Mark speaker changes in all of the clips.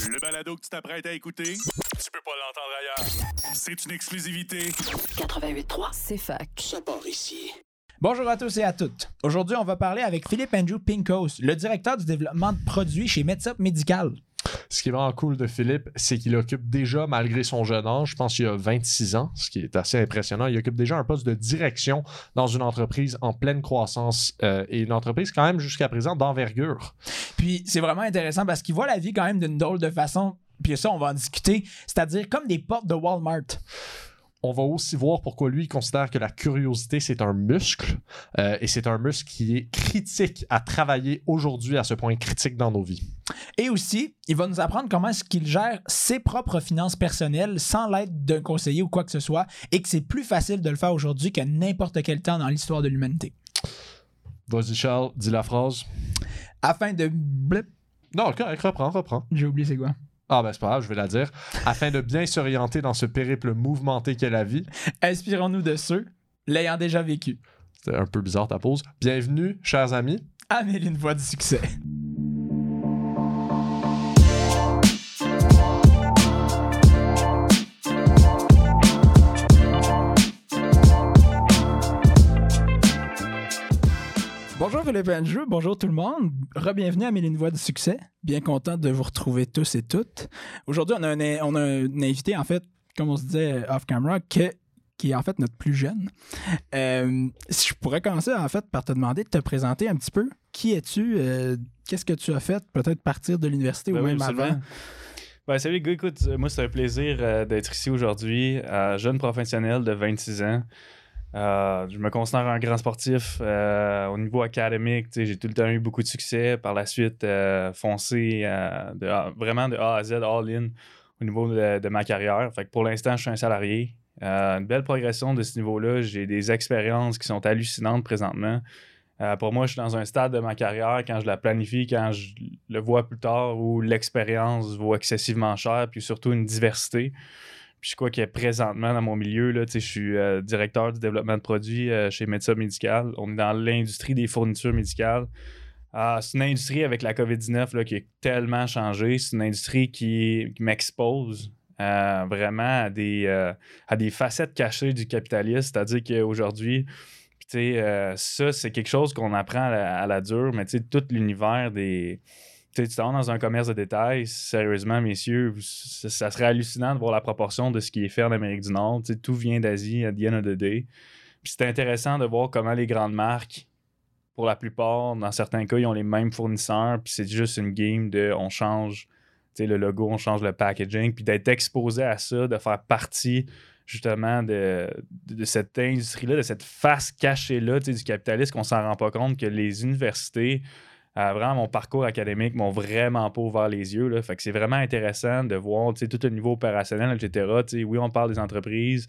Speaker 1: Le balado que tu t'apprêtes à écouter, tu peux pas l'entendre ailleurs. C'est une exclusivité.
Speaker 2: 88.3, c'est fac.
Speaker 3: Ça part ici.
Speaker 4: Bonjour à tous et à toutes. Aujourd'hui, on va parler avec Philippe Andrew Pincos, le directeur du développement de produits chez MedSup Medical.
Speaker 5: Ce qui est vraiment cool de Philippe, c'est qu'il occupe déjà, malgré son jeune âge, je pense qu'il a 26 ans, ce qui est assez impressionnant, il occupe déjà un poste de direction dans une entreprise en pleine croissance et une entreprise quand même jusqu'à présent d'envergure.
Speaker 4: Puis c'est vraiment intéressant parce qu'il voit la vie quand même d'une drôle de façon, puis ça, on va en discuter, c'est-à-dire comme des portes de Walmart.
Speaker 5: On va aussi voir pourquoi lui, il considère que la curiosité, c'est un muscle. Et c'est un muscle qui est critique à travailler aujourd'hui à ce point critique dans nos vies.
Speaker 4: Et aussi, il va nous apprendre comment est-ce qu'il gère ses propres finances personnelles sans l'aide d'un conseiller ou quoi que ce soit, et que c'est plus facile de le faire aujourd'hui que n'importe quel temps dans l'histoire de l'humanité.
Speaker 5: Vas-y Charles, dis la phrase.
Speaker 4: Afin de... Blip.
Speaker 5: Non, correct, reprends.
Speaker 4: J'ai oublié c'est quoi.
Speaker 5: Ah ben c'est pas grave, je vais la dire. Afin de bien s'orienter dans ce périple mouvementé qu'est la vie.
Speaker 4: Inspirons-nous de ceux l'ayant déjà vécu.
Speaker 5: C'était un peu bizarre ta pause. Bienvenue, chers amis.
Speaker 4: À Mille une voix du succès. Bonjour Philippe Andrew, bonjour tout le monde. Re-bienvenue à Mille une voix du succès. Bien content de vous retrouver tous et toutes. Aujourd'hui, on a un invité, en fait, comme on se disait off-camera, qui est en fait notre plus jeune. Si je pourrais commencer, en fait, par te demander de te présenter un petit peu. Qui es-tu? Qu'est-ce que tu as fait? Peut-être partir de l'université ou même avant?
Speaker 6: Salut les gars, écoute, moi c'est un plaisir d'être ici aujourd'hui, jeune professionnel de 26 ans. Je me considère un grand sportif au niveau académique. J'ai tout le temps eu beaucoup de succès. Par la suite, foncé vraiment de A à Z, all-in au niveau de ma carrière. Fait que pour l'instant, je suis un salarié. Une belle progression de ce niveau-là. J'ai des expériences qui sont hallucinantes présentement. Pour moi, je suis dans un stade de ma carrière quand je la planifie, quand je le vois plus tard, où l'expérience vaut excessivement cher, puis surtout une diversité. Puis je crois que présentement, dans mon milieu, là, je suis directeur du développement de produits chez MedSup Medical. On est dans l'industrie des fournitures médicales. C'est une industrie avec la COVID-19 là, qui a tellement changé. C'est une industrie qui m'expose vraiment à des facettes cachées du capitalisme. C'est-à-dire qu'aujourd'hui, ça, c'est quelque chose qu'on apprend à la dure, mais tout l'univers des... tu t'en vas dans un commerce de détail, sérieusement, messieurs, ça serait hallucinant de voir la proportion de ce qui est fait en Amérique du Nord. Tout vient d'Asie, at the end of the day. Puis c'est intéressant de voir comment les grandes marques, pour la plupart, dans certains cas, ils ont les mêmes fournisseurs, puis c'est juste une game de on change le logo, on change le packaging, puis d'être exposé à ça, de faire partie justement de cette industrie-là, de cette face cachée-là du capitalisme, qu'on s'en rend pas compte que les universités... vraiment, mon parcours académique m'ont vraiment pas ouvert les yeux. Là. Fait que c'est vraiment intéressant de voir tout le niveau opérationnel, etc. Oui, on parle des entreprises,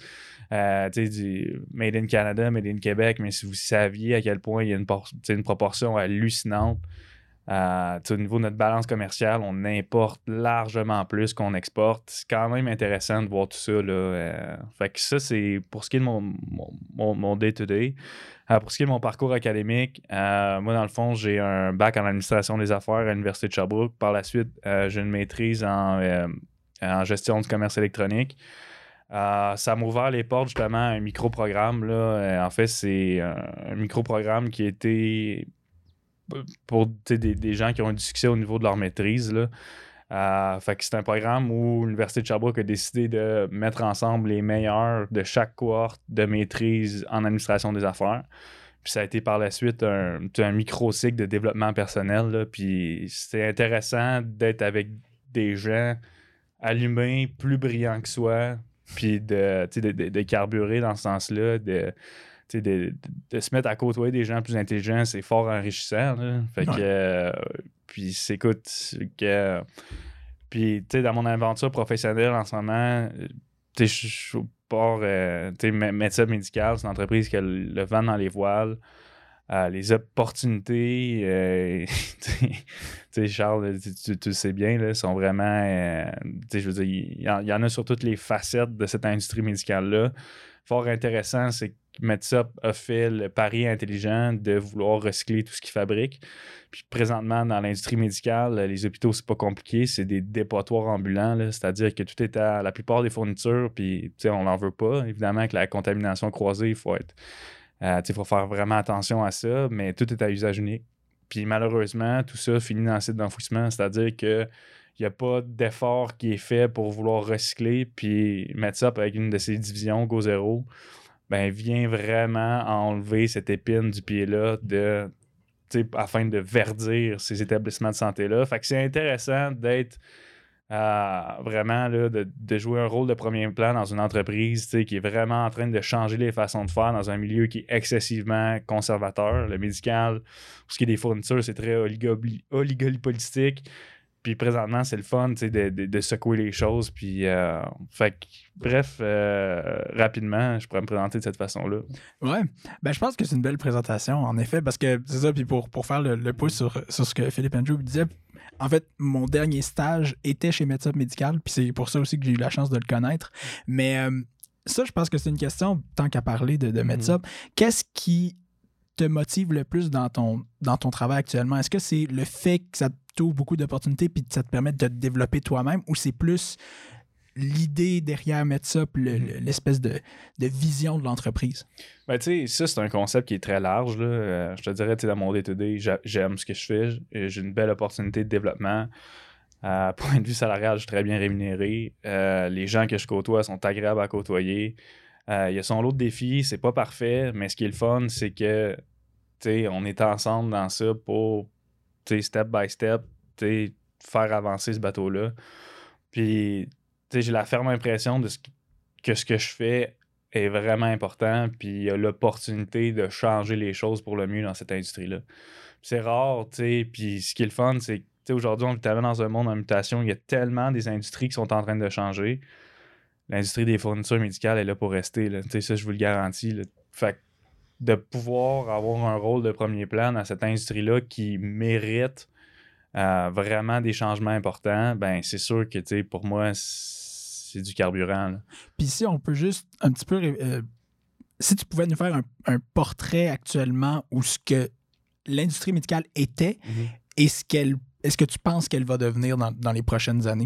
Speaker 6: du Made in Canada, Made in Québec, mais si vous saviez à quel point il y a une proportion hallucinante, au niveau de notre balance commerciale, on importe largement plus qu'on exporte. C'est quand même intéressant de voir tout ça. Là. Fait que ça, c'est pour ce qui est de mon day-to-day. Pour ce qui est de mon parcours académique, moi, dans le fond, j'ai un bac en administration des affaires à l'Université de Sherbrooke. Par la suite, j'ai une maîtrise en gestion du commerce électronique. Ça m'a ouvert les portes justement à un micro-programme. Là. En fait, c'est un micro-programme qui a été pour des gens qui ont eu du succès au niveau de leur maîtrise. Là. Fait que c'est un programme où l'Université de Sherbrooke a décidé de mettre ensemble les meilleurs de chaque cohorte de maîtrise en administration des affaires. Puis ça a été par la suite un micro-cycle de développement personnel. Là. Puis c'était intéressant d'être avec des gens allumés, plus brillants que soi, puis de carburer dans ce sens-là, de se mettre à côtoyer des gens plus intelligents, c'est fort enrichissant. Là. Fait que, puis puis, dans mon aventure professionnelle en ce moment, je suis au port, MedSup Medical, c'est une entreprise qui a le vent dans les voiles. Les opportunités, Charles, tu sais bien, là, sont vraiment, je veux dire, il y en a sur toutes les facettes de cette industrie médicale-là. Fort intéressant, c'est MedSup a fait le pari intelligent de vouloir recycler tout ce qu'ils fabriquent. Puis présentement, dans l'industrie médicale, les hôpitaux, c'est pas compliqué, c'est des dépotoirs ambulants, là, c'est-à-dire que tout est à la plupart des fournitures, puis on n'en veut pas. Évidemment, avec la contamination croisée, il faut faut faire vraiment attention à ça, mais tout est à usage unique. Puis malheureusement, tout ça finit dans le site d'enfouissement, c'est-à-dire que il n'y a pas d'effort qui est fait pour vouloir recycler, puis mettre ça avec une de ses divisions, GoZero, vient vraiment enlever cette épine du pied-là afin de verdir ces établissements de santé-là. Fait que c'est intéressant d'être vraiment là, de jouer un rôle de premier plan dans une entreprise qui est vraiment en train de changer les façons de faire dans un milieu qui est excessivement conservateur. Le médical, pour ce qui est des fournitures, c'est très oligopolistique. Puis présentement, c'est le fun de secouer les choses. Puis, bref, rapidement, je pourrais me présenter de cette façon-là.
Speaker 4: Ouais, je pense que c'est une belle présentation, en effet, parce que c'est ça, puis pour faire le pouce sur ce que Philippe Andrew disait, en fait, mon dernier stage était chez MedSup Médical, puis c'est pour ça aussi que j'ai eu la chance de le connaître. Mais ça, je pense que c'est une question, tant qu'à parler de MedSup, qu'est-ce qui te motive le plus dans ton travail actuellement? Est-ce que c'est le fait que ça t'ouvre beaucoup d'opportunités puis que ça te permet de te développer toi-même, ou c'est plus l'idée derrière MedSup, l'espèce de vision de l'entreprise?
Speaker 6: Tu sais, ça, c'est un concept qui est très large, là. Je te dirais, dans mon day-to-day, j'aime ce que je fais. J'ai une belle opportunité de développement. Point de vue salarial, je suis très bien rémunéré. Les gens que je côtoie sont agréables à côtoyer. Il y a son lot de défis, c'est pas parfait, mais ce qui est le fun, c'est que on est ensemble dans ça pour step by step faire avancer ce bateau-là. Puis j'ai la ferme impression que ce que je fais est vraiment important, puis il y a l'opportunité de changer les choses pour le mieux dans cette industrie-là. Puis c'est rare, puis ce qui est le fun, c'est que aujourd'hui, on vit tellement dans un monde en mutation, il y a tellement des industries qui sont en train de changer. L'industrie des fournitures médicales est là pour rester. Là. Ça, je vous le garantis. Là. Fait que de pouvoir avoir un rôle de premier plan dans cette industrie-là qui mérite vraiment des changements importants, c'est sûr que pour moi, c'est du carburant. Là.
Speaker 4: Puis si on peut juste un petit peu... si tu pouvais nous faire un portrait actuellement où ce que l'industrie médicale était et est-ce que tu penses qu'elle va devenir dans les prochaines années?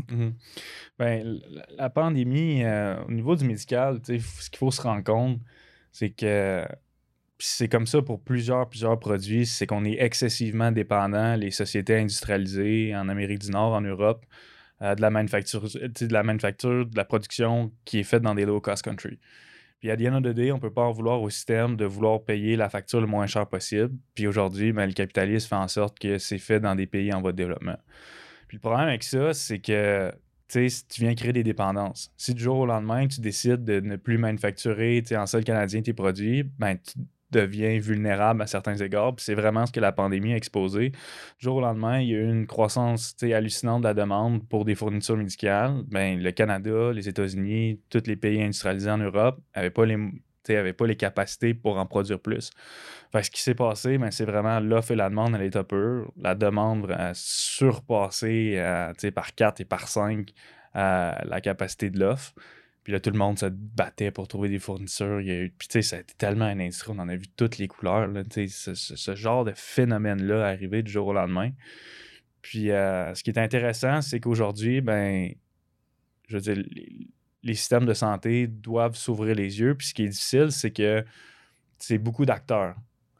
Speaker 6: La pandémie, au niveau du médical, ce qu'il faut se rendre compte, c'est que c'est comme ça pour plusieurs produits, c'est qu'on est excessivement dépendant, les sociétés industrialisées en Amérique du Nord, en Europe, de la manufacture, de la production qui est faite dans des low-cost countries. Puis à the end of the day, on ne peut pas en vouloir au système de vouloir payer la facture le moins cher possible. Puis aujourd'hui, le capitalisme fait en sorte que c'est fait dans des pays en voie de développement. Puis le problème avec ça, c'est que tu viens créer des dépendances. Si du jour au lendemain, tu décides de ne plus manufacturer en sol canadien tes produits, tu deviens vulnérable à certains égards. Puis c'est vraiment ce que la pandémie a exposé. Du jour au lendemain, il y a eu une croissance hallucinante de la demande pour des fournitures médicales. Le Canada, les États-Unis, tous les pays industrialisés en Europe n'avaient pas les capacités pour en produire plus. Fait que ce qui s'est passé, c'est vraiment l'offre et la demande à l'état pur. La demande a surpassé par 4 et par 5 la capacité de l'offre. Puis là, tout le monde se battait pour trouver des fournitures. Puis ça a été tellement une industrie, on en a vu toutes les couleurs. Là, ce genre de phénomène-là arrivé du jour au lendemain. Puis ce qui est intéressant, c'est qu'aujourd'hui, je veux dire, les systèmes de santé doivent s'ouvrir les yeux. Puis ce qui est difficile, c'est que c'est beaucoup d'acteurs.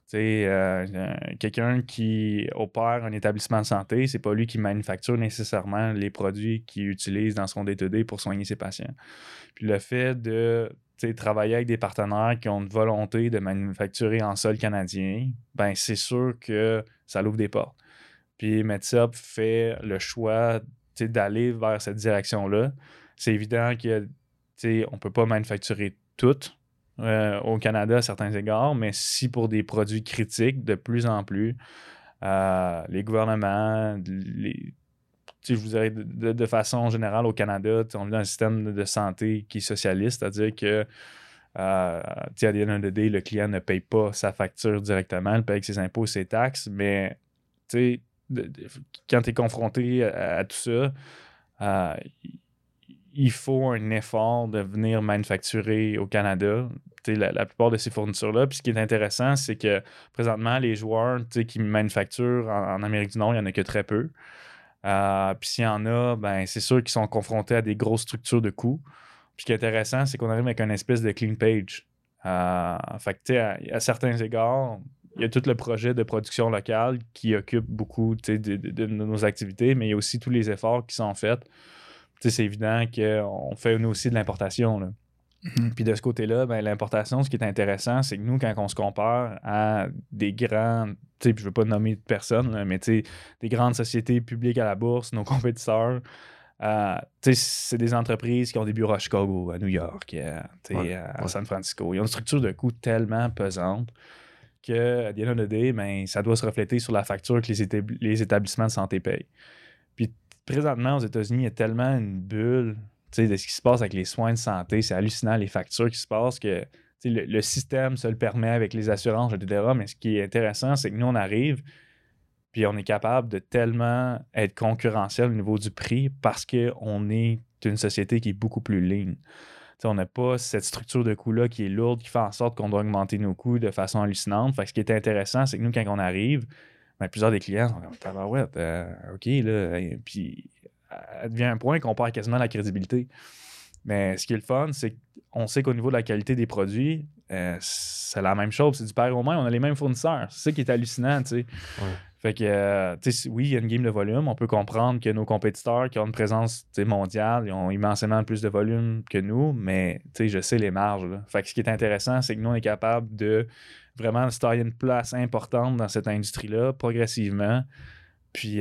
Speaker 6: Quelqu'un qui opère un établissement de santé, c'est pas lui qui manufacture nécessairement les produits qu'il utilise dans son day-to-day pour soigner ses patients. Puis le fait de travailler avec des partenaires qui ont une volonté de manufacturer en sol canadien, c'est sûr que ça l'ouvre des portes. Puis MedSup fait le choix d'aller vers cette direction-là. C'est évident qu'on ne peut pas manufacturer tout au Canada à certains égards, mais si pour des produits critiques, de plus en plus, les gouvernements, je vous dirais de façon générale au Canada, on vit dans un système de santé qui est socialiste, c'est-à-dire que à the end of the day, le client ne paye pas sa facture directement, il paye avec ses impôts et ses taxes, mais quand tu es confronté à tout ça, il il faut un effort de venir manufacturer au Canada la plupart de ces fournitures-là. Puis ce qui est intéressant, c'est que présentement, les joueurs qui manufacturent en Amérique du Nord, il n'y en a que très peu. Puis s'il y en a, ben c'est sûr qu'ils sont confrontés à des grosses structures de coûts. Puis ce qui est intéressant, c'est qu'on arrive avec une espèce de clean page. Fait que à certains égards, il y a tout le projet de production locale qui occupe beaucoup de nos activités, mais il y a aussi tous les efforts qui sont faits. C'est évident qu'on fait nous aussi de l'importation. Là. Puis de ce côté-là, ben, l'importation, ce qui est intéressant, c'est que nous, quand on se compare à des grands, je ne veux pas nommer de personnes, là, mais des grandes sociétés publiques à la bourse, nos compétiteurs, c'est des entreprises qui ont des bureaux à Chicago, à New York, à San Francisco. Ils ont une structure de coûts tellement pesante que, à the end of the day, ben, ça doit se refléter sur la facture que les établissements de santé payent. Puis présentement, aux États-Unis, il y a tellement une bulle de ce qui se passe avec les soins de santé. C'est hallucinant, les factures qui se passent, que le système se le permet avec les assurances, etc. Mais ce qui est intéressant, c'est que nous, on arrive puis on est capable de tellement être concurrentiel au niveau du prix parce qu'on est une société qui est beaucoup plus lean. T'sais, on n'a pas cette structure de coûts-là qui est lourde, qui fait en sorte qu'on doit augmenter nos coûts de façon hallucinante. Fait que ce qui est intéressant, c'est que nous, quand on arrive, ben, plusieurs des clients sont comme « Tabarouette, OK, là. » Puis elle devient un point qu'on perd quasiment la crédibilité. Mais ce qui est le fun, c'est qu'on sait qu'au niveau de la qualité des produits, c'est la même chose. C'est du père au moins, on a les mêmes fournisseurs. C'est ça qui est hallucinant, tu sais. Ouais. Fait que, oui, il y a une game de volume. On peut comprendre que nos compétiteurs qui ont une présence mondiale, ils ont immensément plus de volume que nous, mais je sais les marges. Là. Fait que ce qui est intéressant, c'est que nous, on est capable de vraiment se tailler une place importante dans cette industrie-là, progressivement. Puis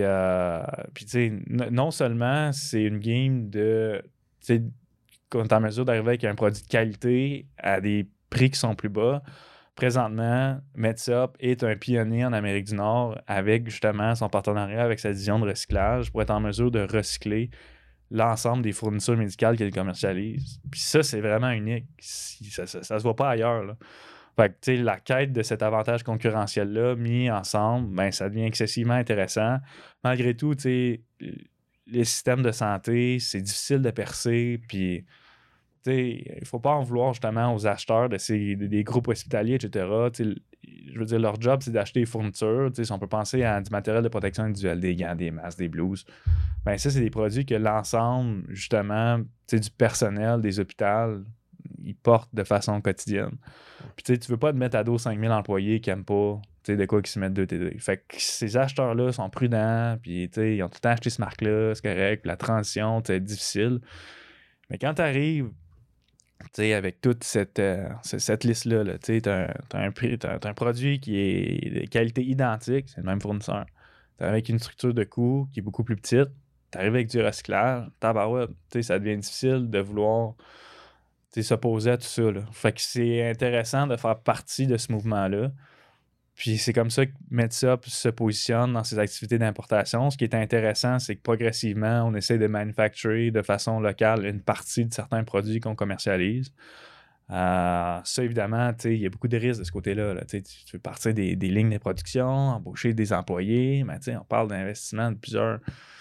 Speaker 6: non seulement c'est une game de... qu'on est en mesure d'arriver avec un produit de qualité à des prix qui sont plus bas. Présentement, MedSup est un pionnier en Amérique du Nord avec justement son partenariat avec sa division de recyclage pour être en mesure de recycler l'ensemble des fournitures médicales qu'elle commercialise. Puis ça, c'est vraiment unique. Ça se voit pas ailleurs. Là. Fait que, la quête de cet avantage concurrentiel-là mis ensemble, ben, ça devient excessivement intéressant. Malgré tout, les systèmes de santé, c'est difficile de percer, puis il ne faut pas en vouloir justement aux acheteurs des groupes hospitaliers, etc. Je veux dire, leur job, c'est d'acheter des fournitures. Si on peut penser à du matériel de protection individuelle, des gants, des masques, des blouses, ben ça, c'est des produits que l'ensemble, justement, du personnel des hôpitaux, ils portent de façon quotidienne. Puis tu veux pas te mettre à dos 5000 employés qui n'aiment pas de quoi qu'ils se mettent 2 TD. Fait que ces acheteurs-là sont prudents, puis ils ont tout le temps acheté ce marque-là, c'est correct, puis la transition, c'est difficile. Mais quand tu arrives avec toute cette liste-là, tu as un produit qui est de qualité identique, c'est le même fournisseur. T'es avec une structure de coût qui est beaucoup plus petite, tu arrives avec du recyclage, tabarouette, ça devient difficile de vouloir s'opposer à tout ça. Là. Fait que c'est intéressant de faire partie de ce mouvement-là. Puis c'est comme ça que MedSup se positionne dans ses activités d'importation. Ce qui est intéressant, c'est que progressivement, on essaie de manufacturer de façon locale une partie de certains produits qu'on commercialise. Ça, évidemment, il y a beaucoup de risques de ce côté-là. Là. Tu veux partir des lignes de production, embaucher des employés, mais on parle d'investissement de plusieurs,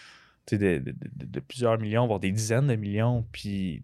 Speaker 6: de plusieurs millions, voire des dizaines de millions. Puis,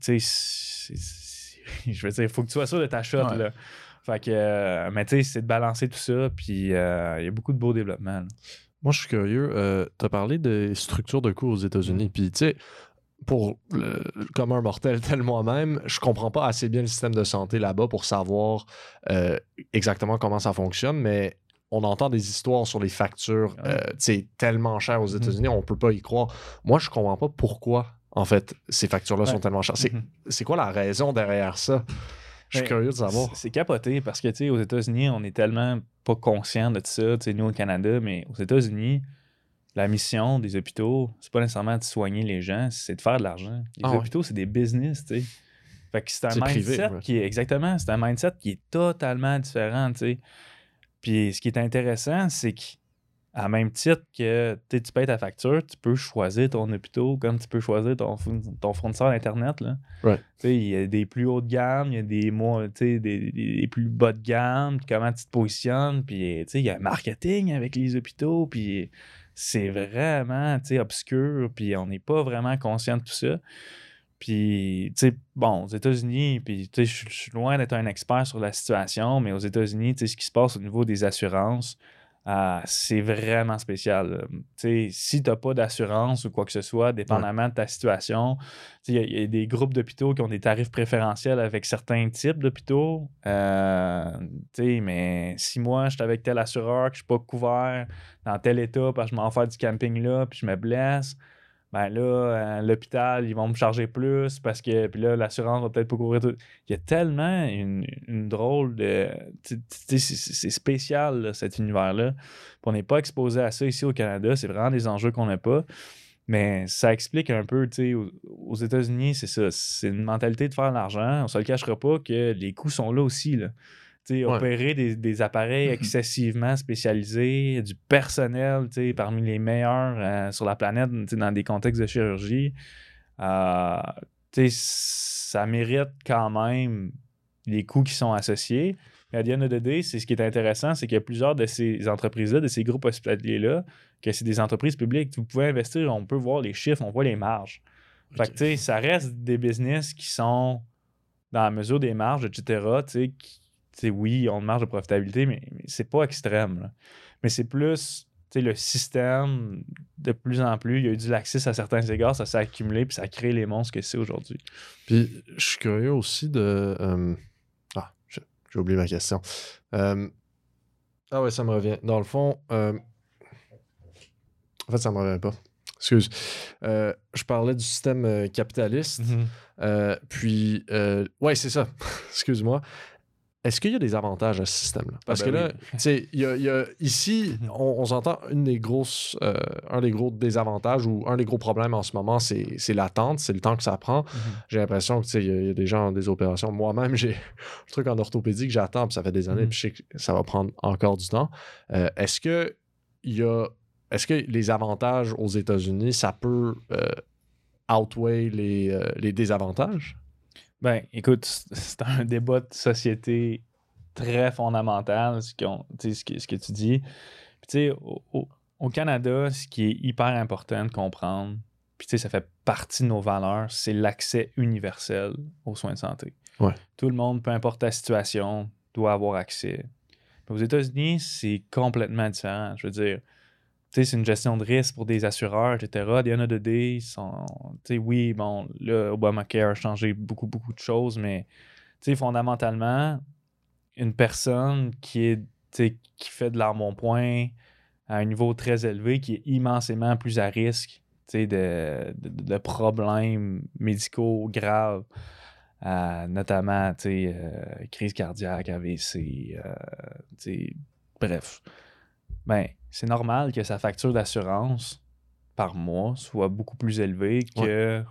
Speaker 6: je veux dire, il faut que tu sois sûr de ta shot. Ouais. Là. Fait que, mais tu sais, c'est de balancer tout ça, puis il y a beaucoup de beaux développements. Là.
Speaker 5: Moi, je suis curieux. Tu as parlé de structures de coûts aux États-Unis, puis tu sais, pour le commun mortel tel moi-même, je comprends pas assez bien le système de santé là-bas pour savoir exactement comment ça fonctionne, mais on entend des histoires sur les factures, tellement chères aux États-Unis, on peut pas y croire. Moi, je comprends pas pourquoi, en fait, ces factures-là sont tellement chères. C'est quoi la raison derrière ça? Je suis curieux de savoir.
Speaker 6: C'est capoté parce que, tu sais, aux États-Unis, on est tellement pas conscient de ça, tu sais, nous au Canada, mais aux États-Unis, la mission des hôpitaux, c'est pas nécessairement de soigner les gens, c'est de faire de l'argent. Les hôpitaux, c'est des business, tu sais. Fait que c'est un mindset privé, qui est, exactement, c'est un mindset qui est totalement différent, tu sais. Puis ce qui est intéressant, c'est qu'à même titre que tu payes ta facture, tu peux choisir ton hôpital comme tu peux choisir ton fournisseur d'Internet. Là.
Speaker 5: Right.
Speaker 6: Il y a des plus hauts de gamme, il y a des plus bas de gamme, comment tu te positionnes, puis il y a un marketing avec les hôpitaux, puis c'est vraiment obscur, puis on n'est pas vraiment conscient de tout ça. Puis, tu sais, bon, aux États-Unis, puis, tu sais, je suis loin d'être un expert sur la situation, mais aux États-Unis, tu sais, ce qui se passe au niveau des assurances, c'est vraiment spécial. Tu sais, si tu n'as pas d'assurance ou quoi que ce soit, dépendamment de ta situation, tu sais, il y a des groupes d'hôpitaux qui ont des tarifs préférentiels avec certains types d'hôpitaux. Tu sais, mais si moi, je suis avec tel assureur, que je ne suis pas couvert dans tel état parce que je m'en vais faire du camping là, puis je me blesse, ben là, l'hôpital, ils vont me charger plus parce que, puis là, l'assurance va peut-être pas couvrir tout. Il y a tellement une drôle de. Tu sais, c'est spécial, là, cet univers-là. Puis on n'est pas exposé à ça ici au Canada. C'est vraiment des enjeux qu'on n'a pas. Mais ça explique un peu, tu sais, aux États-Unis, c'est ça. C'est une mentalité de faire de l'argent. On se le cachera pas que les coûts sont là aussi, là. Opérer des appareils excessivement spécialisés, du personnel parmi les meilleurs sur la planète dans des contextes de chirurgie, ça mérite quand même les coûts qui sont associés. Mais à the end of the day, c'est ce qui est intéressant, c'est qu'il y a plusieurs de ces entreprises-là, de ces groupes hospitaliers-là, que c'est des entreprises publiques. Vous pouvez investir, on peut voir les chiffres, on voit les marges. Fait que ça reste des business qui sont dans la mesure des marges, etc., oui, on a une marge de profitabilité, mais c'est pas extrême. Là. Mais c'est plus le système, de plus en plus, il y a eu du laxisme à certains égards, ça s'est accumulé, puis ça a créé les monstres que c'est aujourd'hui.
Speaker 5: Puis, je suis curieux aussi de... j'ai oublié ma question. Ah ouais, ça me revient. Dans le fond, en fait, ça me revient pas. Excuse. Je parlais du système capitaliste. Puis, ouais, c'est ça. Excuse-moi. Est-ce qu'il y a des avantages à ce système-là? Parce que là, tu sais, il y a ici, on s'entend un des gros désavantages ou un des gros problèmes en ce moment, c'est l'attente, c'est le temps que ça prend. J'ai l'impression que, tu sais, il y a des gens dans des opérations. Moi-même, j'ai un truc en orthopédie que j'attends, puis ça fait des années, puis je sais que ça va prendre encore du temps. Est-ce que les avantages aux États-Unis, ça peut outweigh les désavantages?
Speaker 6: Ben, écoute, c'est un débat de société très fondamental, ce que tu dis. Puis, tu sais, au Canada, ce qui est hyper important de comprendre, puis, tu sais, ça fait partie de nos valeurs, c'est l'accès universel aux soins de santé.
Speaker 5: Ouais.
Speaker 6: Tout le monde, peu importe ta situation, doit avoir accès. Puis aux États-Unis, c'est complètement différent. Je veux dire, tu sais, c'est une gestion de risque pour des assureurs, etc. Des NADD sont... Tu sais, oui, bon, là, Obamacare a changé beaucoup, beaucoup de choses, mais, tu sais, fondamentalement, une personne qui fait de l'embonpoint à un niveau très élevé, qui est immensément plus à risque, tu sais, de problèmes médicaux graves, notamment, tu sais, crise cardiaque, AVC, tu sais, bref. Ben, c'est normal que sa facture d'assurance par mois soit beaucoup plus élevée que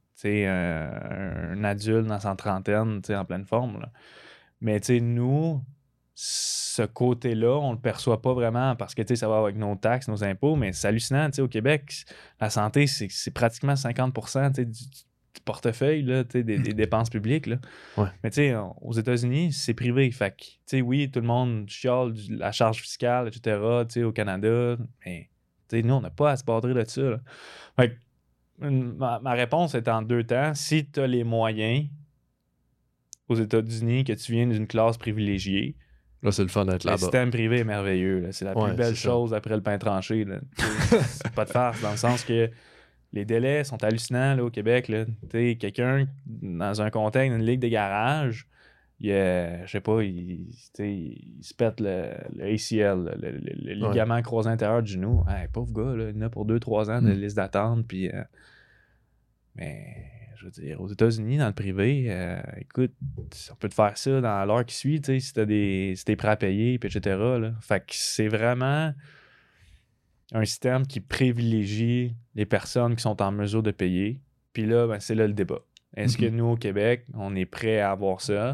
Speaker 6: un adulte dans sa trentaine en pleine forme. Là. Mais nous, ce côté-là, on le perçoit pas vraiment parce que ça va avec nos taxes, nos impôts, mais c'est hallucinant. Au Québec, la santé, c'est pratiquement 50% du portefeuille là, des dépenses publiques. Là.
Speaker 5: Ouais.
Speaker 6: Mais aux États-Unis, c'est privé. Fait que, oui, tout le monde chiale la charge fiscale, etc. Au Canada, mais nous, on n'a pas à se badrer de ça. Là. Fait que, ma réponse est en deux temps. Si tu as les moyens aux États-Unis, que tu viens d'une classe privilégiée,
Speaker 5: là, c'est le fun d'être là-bas.
Speaker 6: Le système privé est merveilleux. Là. C'est la plus belle chose après le pain tranché. Là. C'est pas de farce, dans le sens que les délais sont hallucinants là, au Québec. Là. Quelqu'un dans un contexte d'une ligue de garage, je sais pas, il se pète le ACL, le ligament croisé intérieur du genou. Hey, pauvre gars, là, il en a pour 2-3 ans de liste d'attente. Puis, mais je veux dire, aux États-Unis, dans le privé, écoute, on peut te faire ça dans l'heure qui suit, si t'es prêt à payer, puis etc. Là. Fait que c'est vraiment un système qui privilégie les personnes qui sont en mesure de payer. Puis là, ben, c'est là le débat. Est-ce que nous, au Québec, on est prêt à avoir ça?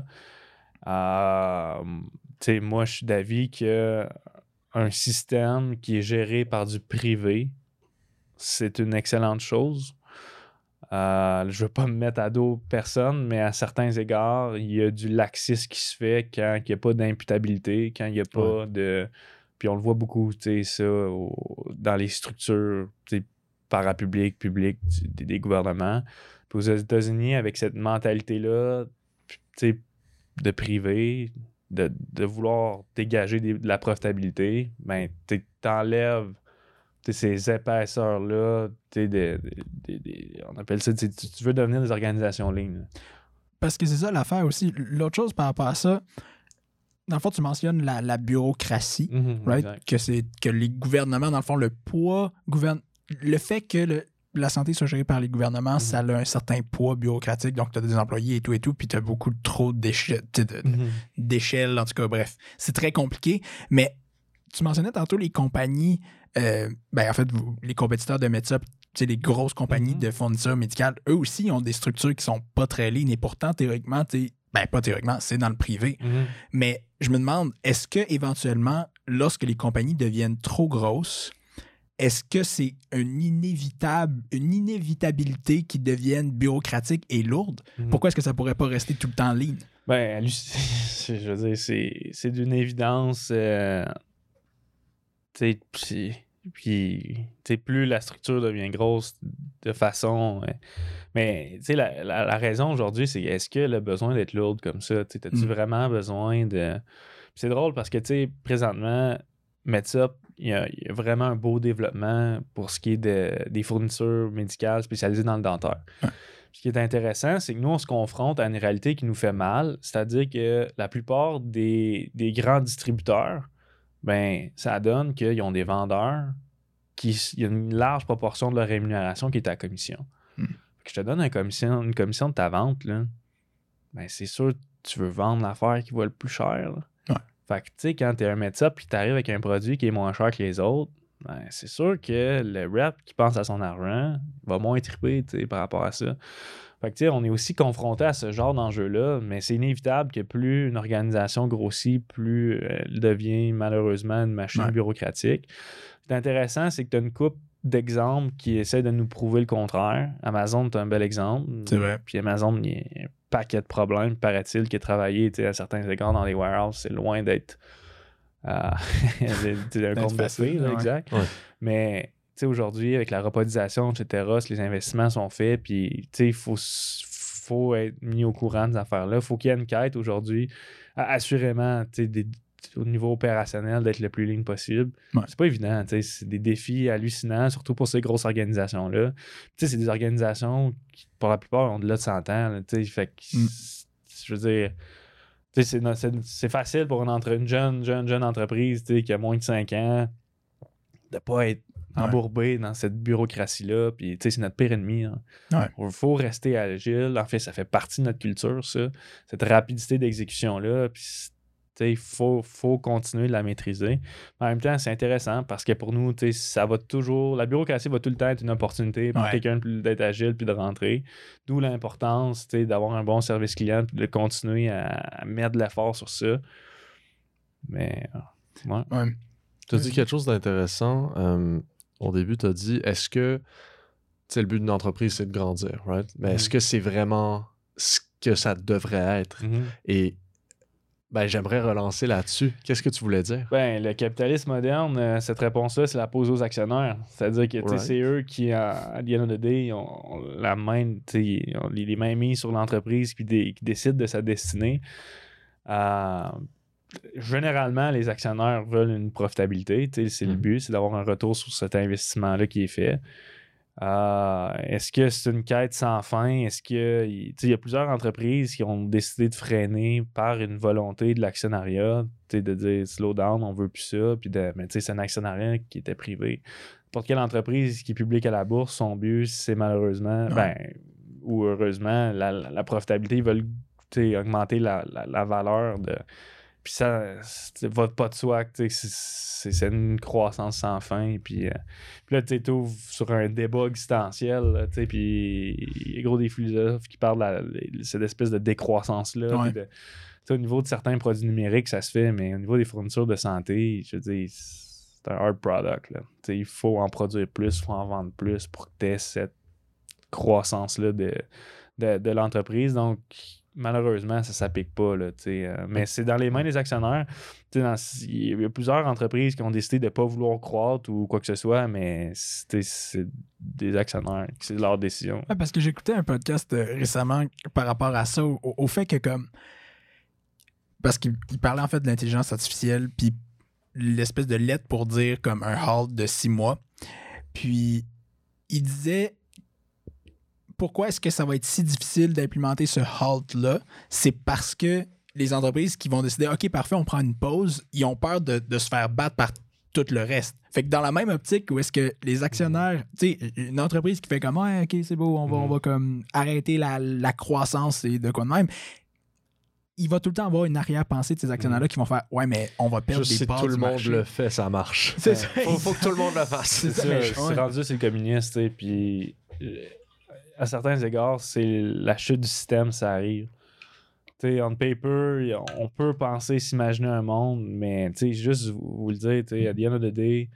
Speaker 6: Moi, je suis d'avis qu'un système qui est géré par du privé, c'est une excellente chose. Je ne veux pas me mettre à dos personne, mais à certains égards, il y a du laxisme qui se fait quand il n'y a pas d'imputabilité, quand il n'y a pas de... Puis on le voit beaucoup, ça, dans les structures parapubliques, publiques des gouvernements. Puis aux États-Unis, avec cette mentalité-là, tu sais, de privé, de vouloir dégager de la profitabilité, ben, t'enlèves ces épaisseurs-là, on appelle ça, tu veux devenir des organisations lignes.
Speaker 4: Parce que c'est ça l'affaire aussi. L'autre chose par rapport à ça, dans le fond, tu mentionnes la bureaucratie, right? Que les gouvernements, dans le fond, le poids, le fait que la santé soit gérée par les gouvernements, ça a un certain poids bureaucratique. Donc, tu as des employés et tout, puis tu as beaucoup trop d'échelles, en tout cas, bref. C'est très compliqué, mais tu mentionnais tantôt les compagnies, en fait, les compétiteurs de Metsop, les grosses compagnies de fournitures médicales, eux aussi ont des structures qui sont pas très lean et pourtant, théoriquement, pas théoriquement, c'est dans le privé. Mais je me demande, est-ce que éventuellement, lorsque les compagnies deviennent trop grosses, est-ce que c'est une inévitabilité qu'ils deviennent bureaucratiques et lourdes? Pourquoi est-ce que ça pourrait pas rester tout le temps lean?
Speaker 6: Ben, je veux dire, c'est d'une évidence. Puis, plus la structure devient grosse de façon... mais, la raison aujourd'hui, c'est est-ce qu'elle a besoin d'être lourde comme ça? As-tu vraiment besoin de... Puis c'est drôle parce que, présentement, Metsop, il y a vraiment un beau développement pour ce qui est des fournitures médicales spécialisées dans le dentaire. Ce qui est intéressant, c'est que nous, on se confronte à une réalité qui nous fait mal, c'est-à-dire que la plupart des grands distributeurs, ben, ça donne qu'ils ont des vendeurs il y a une large proportion de leur rémunération qui est à commission. Je te donne une commission de ta vente, là, ben, c'est sûr que tu veux vendre l'affaire qui va le plus cher. Là. Fait que, tu sais, quand tu es un médecin puis tu arrives avec un produit qui est moins cher que les autres, ben, c'est sûr que le rep qui pense à son argent va moins triper, par rapport à ça. Fait que, on est aussi confronté à ce genre d'enjeu-là, mais c'est inévitable que plus une organisation grossit, plus elle devient malheureusement une machine bureaucratique. Ce qui est intéressant, c'est que tu as une couple d'exemples qui essaient de nous prouver le contraire. Amazon, tu as un bel exemple.
Speaker 4: C'est vrai.
Speaker 6: Puis Amazon, il y a un paquet de problèmes, paraît-il, qui a travaillé à certains égards dans les warehouses. C'est loin d'être un compte facile, exact. Ouais. Mais aujourd'hui, avec la robotisation, etc., si les investissements sont faits, puis il faut être mis au courant des affaires-là. Il faut qu'il y ait une quête aujourd'hui, assurément, au niveau opérationnel, d'être le plus lean possible. C'est pas évident. C'est des défis hallucinants, surtout pour ces grosses organisations-là. C'est des organisations qui, pour la plupart, ont de 100 ans. Là, fait que, je veux dire... C'est facile pour une jeune entreprise qui a moins de 5 ans de pas être embourbé dans cette bureaucratie-là. Puis, c'est notre pire ennemi. Il faut rester agile. En fait, ça fait partie de notre culture, ça. Cette rapidité d'exécution-là. Puis, il faut continuer de la maîtriser. En même temps, c'est intéressant parce que pour nous, ça va toujours... La bureaucratie va tout le temps être une opportunité pour quelqu'un d'être agile puis de rentrer. D'où l'importance d'avoir un bon service client puis de continuer à mettre de l'effort sur ça. Mais,
Speaker 5: Tu as dit quelque chose d'intéressant. Au début, tu as dit, est-ce que le but d'une entreprise, c'est de grandir, right? Mais est-ce que c'est vraiment ce que ça devrait être? Et ben, j'aimerais relancer là-dessus. Qu'est-ce que tu voulais dire?
Speaker 6: Ben, le capitalisme moderne, cette réponse-là, c'est la pose aux actionnaires. C'est-à-dire que c'est eux qui, à the end of the day, ont la main, ont les mains mises sur l'entreprise qui décident de sa destinée. Généralement, les actionnaires veulent une profitabilité. C'est le but, c'est d'avoir un retour sur cet investissement-là qui est fait. Est-ce que c'est une quête sans fin? Est-ce que il y a plusieurs entreprises qui ont décidé de freiner par une volonté de l'actionnariat, de dire slow down, on veut plus ça, puis mais c'est un actionnariat qui était privé. N'importe quelle entreprise qui est publique à la bourse, son but, c'est malheureusement, ou heureusement, la profitabilité, ils veulent augmenter la valeur de. Puis ça va pas de soi que c'est une croissance sans fin. Puis là, tu ouvres sur un débat existentiel. Puis il y a gros des philosophes qui parlent de cette espèce de décroissance-là. Au niveau de certains produits numériques, ça se fait, mais au niveau des fournitures de santé, je veux dire, c'est un hard product. Là. Il faut en produire plus, il faut en vendre plus pour que tu aies cette croissance-là de l'entreprise. Donc, malheureusement, ça s'applique pas. Là, mais c'est dans les mains des actionnaire. Il y a plusieurs entreprises qui ont décidé de ne pas vouloir croître ou quoi que ce soit, mais c'est des actionnaires. C'est leur décision.
Speaker 4: Ouais, parce que j'écoutais un podcast récemment par rapport à ça, au fait que comme... Parce qu'il parlait en fait de l'intelligence artificielle, puis l'espèce de lettre pour dire comme un halt de 6 mois. Puis il disait... Pourquoi est-ce que ça va être si difficile d'implémenter ce halt-là? C'est parce que les entreprises qui vont décider, OK, parfait, on prend une pause, ils ont peur de se faire battre par tout le reste. Fait que dans la même optique où est-ce que les actionnaires, tu sais, une entreprise qui fait comme, ouais, OK, c'est beau, on va comme arrêter la croissance et de quoi de même, il va tout le temps avoir une arrière-pensée de ces actionnaires-là qui vont faire, ouais, mais on va perdre
Speaker 5: Juste
Speaker 4: des parts
Speaker 5: si tout le
Speaker 4: du
Speaker 5: monde
Speaker 4: marché.
Speaker 5: le fait, ça marche.
Speaker 4: C'est ça.
Speaker 5: Faut que tout le monde le fasse.
Speaker 6: C'est ça. C'est rendu, c'est le communiste, tu sais, puis à certains égards, c'est la chute du système, ça arrive. Tu sais, on paper, on peut penser, s'imaginer un monde, mais tu sais, juste vous le dire, tu sais, à the end of the day,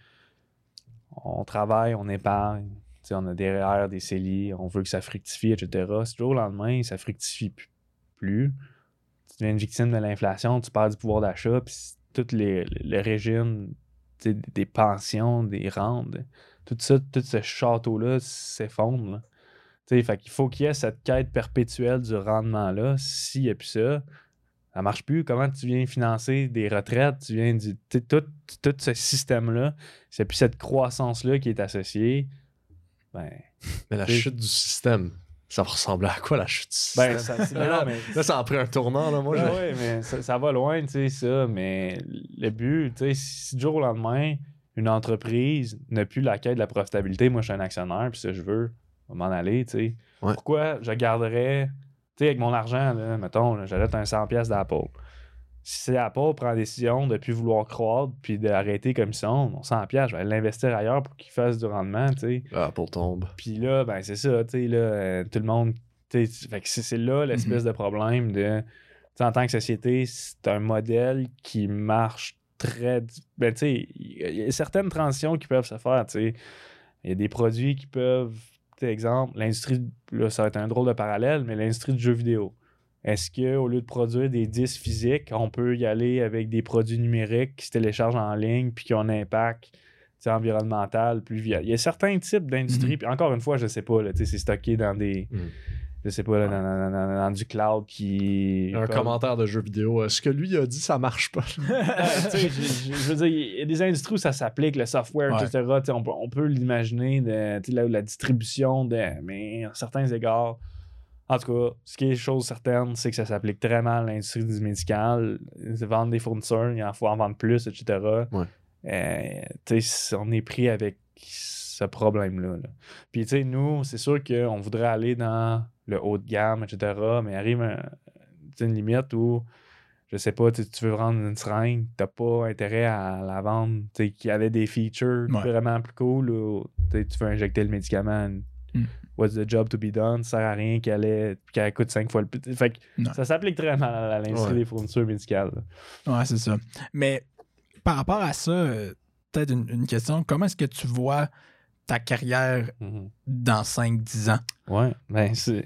Speaker 6: on travaille, on épargne, tu sais, on a des REER, des CELI, on veut que ça fructifie, etc. Si du jour au lendemain, ça fructifie plus, tu deviens une victime de l'inflation, tu perds du pouvoir d'achat, puis tout le régime des pensions, des rentes, tout ça, tout ce château-là s'effondre, là. Fait qu'il faut qu'il y ait cette quête perpétuelle du rendement-là. S'il n'y a plus ça, ça marche plus. Comment tu viens financer des retraites? Tu viens du. Tout ce système-là, s'il n'y a plus cette croissance-là qui est associée, ben.
Speaker 5: Mais la chute du système, ça va ressembler à quoi la chute du système? Là, ça a pris un tournant, là, moi.
Speaker 6: Oui, mais ça va loin, tu sais, ça. Mais le but, tu sais, si du jour au lendemain, une entreprise n'a plus la quête de la profitabilité, moi, je suis un actionnaire, puis ça, je veux m'en aller, tu sais.
Speaker 5: Ouais.
Speaker 6: Pourquoi je garderais, tu sais, avec mon argent, là, mettons, là, j'achète un 100$ d'Apple. Si Apple prend la décision de ne plus vouloir croître puis d'arrêter comme ils sont, mon 100$, je vais l'investir ailleurs pour qu'il fasse du rendement, tu sais.
Speaker 5: Apple tombe.
Speaker 6: Puis là, ben c'est ça, tu sais, là, tout le monde, tu sais, fait que c'est là l'espèce de problème de, tu sais, en tant que société, c'est un modèle qui marche très, ben tu sais, il y a certaines transitions qui peuvent se faire, tu sais. Il y a des produits qui peuvent, exemple, l'industrie, là, ça va être un drôle de parallèle, mais l'industrie du jeu vidéo. Est-ce qu'au lieu de produire des disques physiques, on peut y aller avec des produits numériques qui se téléchargent en ligne puis qui ont un impact environnemental plus viable? Il y a certains types d'industries, puis encore une fois, je sais pas, là, c'est stocké dans des. Je sais pas, là, dans du cloud qui.
Speaker 5: Un commentaire de jeu vidéo. Ce que lui a dit, ça marche pas.
Speaker 6: Je veux dire, il y a des industries où ça s'applique, le software, etc. On peut l'imaginer, la distribution, mais à certains égards. En tout cas, ce qui est chose certaine, c'est que ça s'applique très mal à l'industrie du médical. Ils vendent des fournisseurs, il faut en vendre plus, etc. Ouais. On est pris avec ce problème-là. Là. Puis, tu sais, nous, c'est sûr qu'on voudrait aller dans le haut de gamme, etc. Mais arrive une limite où, je sais pas, tu veux vendre une seringue, t'as pas intérêt à la vendre, tu sais, qui avait des features vraiment plus cool, ou tu veux injecter le médicament. What's the job to be done? Ça sert à rien qu'elle coûte 5 fois le plus. Fait que ça s'applique très mal à l'industrie des fournitures médicales. Là.
Speaker 4: Ouais, c'est ça. Mais par rapport à ça, peut-être une question. Comment est-ce que tu vois ta carrière dans 5-10 ans?
Speaker 6: Ouais, ben c'est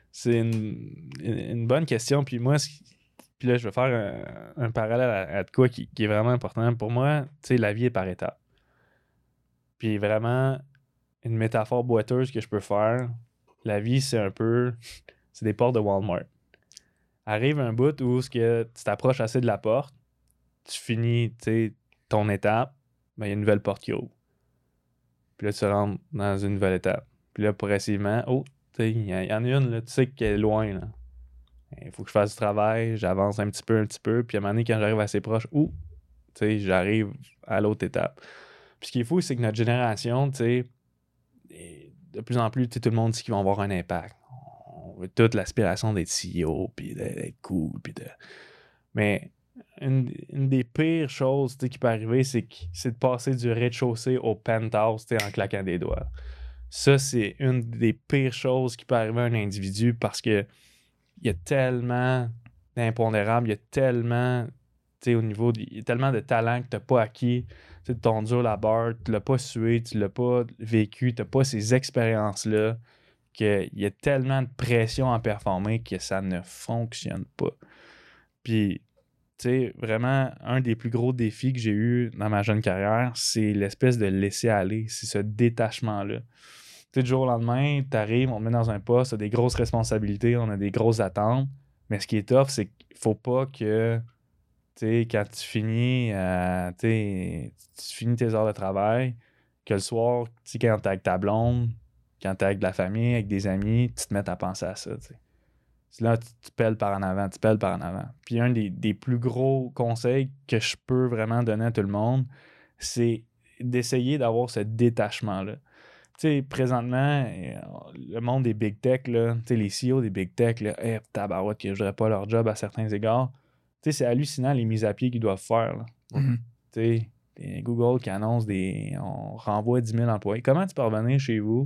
Speaker 6: une bonne question. Puis moi, puis là, je vais faire un parallèle à de quoi qui est vraiment important. Pour moi, tu sais, la vie est par étapes. Puis vraiment, une métaphore boiteuse que je peux faire, la vie, c'est un peu... c'est des portes de Walmart. Arrive un bout où tu t'approches assez de la porte, tu finis ton étape, ben, il y a une nouvelle porte qui ouvre. Puis là, tu rentres dans une nouvelle étape. Puis là, progressivement, il y en a une, là, tu sais qu'elle est loin. Il faut que je fasse du travail, j'avance un petit peu, puis à un moment donné, quand j'arrive assez proche, j'arrive à l'autre étape. Puis ce qui est fou, c'est que notre génération, de plus en plus, tout le monde dit qu'ils vont avoir un impact. On veut toute l'aspiration d'être CEO, puis d'être cool, mais une des pires choses qui peut arriver, c'est de passer du rez-de-chaussée au penthouse en claquant des doigts. Ça, c'est une des pires choses qui peut arriver à un individu parce que il y a tellement d'impondérables, il y a tellement, au niveau, il y a tellement de talent que tu n'as pas acquis, de ton dur labeur, tu l'as pas sué, tu l'as pas vécu, tu n'as pas ces expériences-là qu'il y a tellement de pression à performer que ça ne fonctionne pas. Puis, tu sais, vraiment, un des plus gros défis que j'ai eu dans ma jeune carrière, c'est l'espèce de laisser-aller, c'est ce détachement-là. Tu sais, du jour au lendemain, t'arrives, on te met dans un poste, t'as des grosses responsabilités, on a des grosses attentes, mais ce qui est tough, c'est qu'il faut pas que, tu sais, quand tu finis tes heures de travail, que le soir, tu sais, quand t'es avec ta blonde, quand t'es avec de la famille, avec des amis, tu te mets à penser à ça, tu sais. Là, tu pelles par en avant, tu pelles par en avant. Puis un des plus gros conseils que je peux vraiment donner à tout le monde, c'est d'essayer d'avoir ce détachement-là. Tu sais, présentement, le monde des big tech, là, tu sais, les CEO des big tech, là, tabarouette, que je voudrais pas leur job à certains égards. Tu sais, c'est hallucinant les mises à pied qu'ils doivent faire, là.
Speaker 4: Mhm.
Speaker 6: Tu sais, Google qui annonce on renvoie 10 000 employés. Comment tu peux revenir chez vous?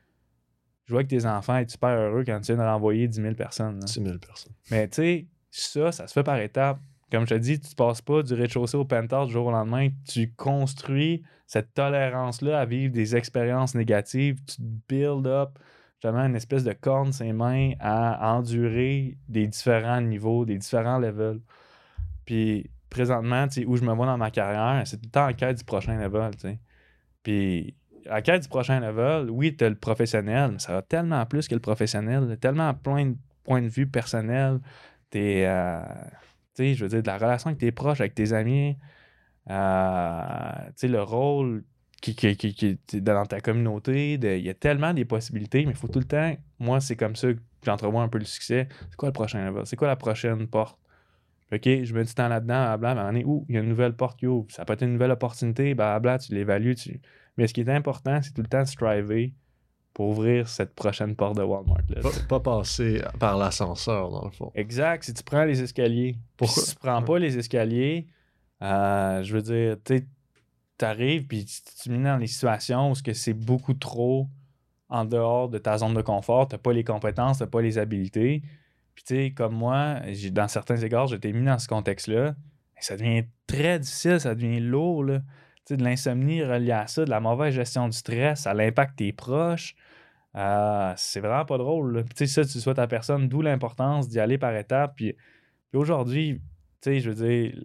Speaker 6: Je vois que tes enfants sont super heureux quand tu viens de renvoyer 10 000 personnes. Là.
Speaker 5: 10 000 personnes.
Speaker 6: Mais tu sais, ça se fait par étapes. Comme je te dis, tu ne passes pas du rez-de-chaussée au penthouse du jour au lendemain. Tu construis cette tolérance-là à vivre des expériences négatives. Tu build up justement une espèce de corne ses mains à endurer des différents niveaux, des différents levels. Puis présentement, tu sais, où je me vois dans ma carrière, c'est tout le temps en quête du prochain level. Tu sais. Puis à la quête du prochain level, oui, tu as le professionnel, mais ça va tellement plus que le professionnel, tellement plein de points de vue personnels. Tu sais, je veux dire, de la relation avec tes proches, avec tes amis, tu sais, le rôle qui dans ta communauté, il y a tellement des possibilités, mais il faut tout le temps, moi, c'est comme ça que j'entrevois un peu le succès. C'est quoi le prochain level? C'est quoi la prochaine porte? OK, je mets du temps là-dedans, blablabla, mais à un moment donné, il y a une nouvelle porte qui ouvre. Ça peut être une nouvelle opportunité, blablabla, tu l'évalues, Mais ce qui est important, c'est tout le temps de striver pour ouvrir cette prochaine porte de Walmart. Là,
Speaker 5: pas passer par l'ascenseur, dans le fond.
Speaker 6: Exact. Si tu prends les escaliers,
Speaker 5: Pourquoi?
Speaker 6: Si tu prends pas les escaliers, je veux dire, tu arrives puis tu mets dans les situations où c'est beaucoup trop en dehors de ta zone de confort. Tu n'as pas les compétences, tu n'as pas les habiletés. Puis tu sais, comme moi, dans certains égards, j'ai été mis dans ce contexte-là. Et ça devient très difficile, ça devient lourd, là. De l'insomnie reliée à ça, de la mauvaise gestion du stress, ça l'impacte tes proches. C'est vraiment pas drôle. Tu sais, ça, tu souhaites à personne, d'où l'importance d'y aller par étapes. Puis aujourd'hui, tu sais, je veux dire,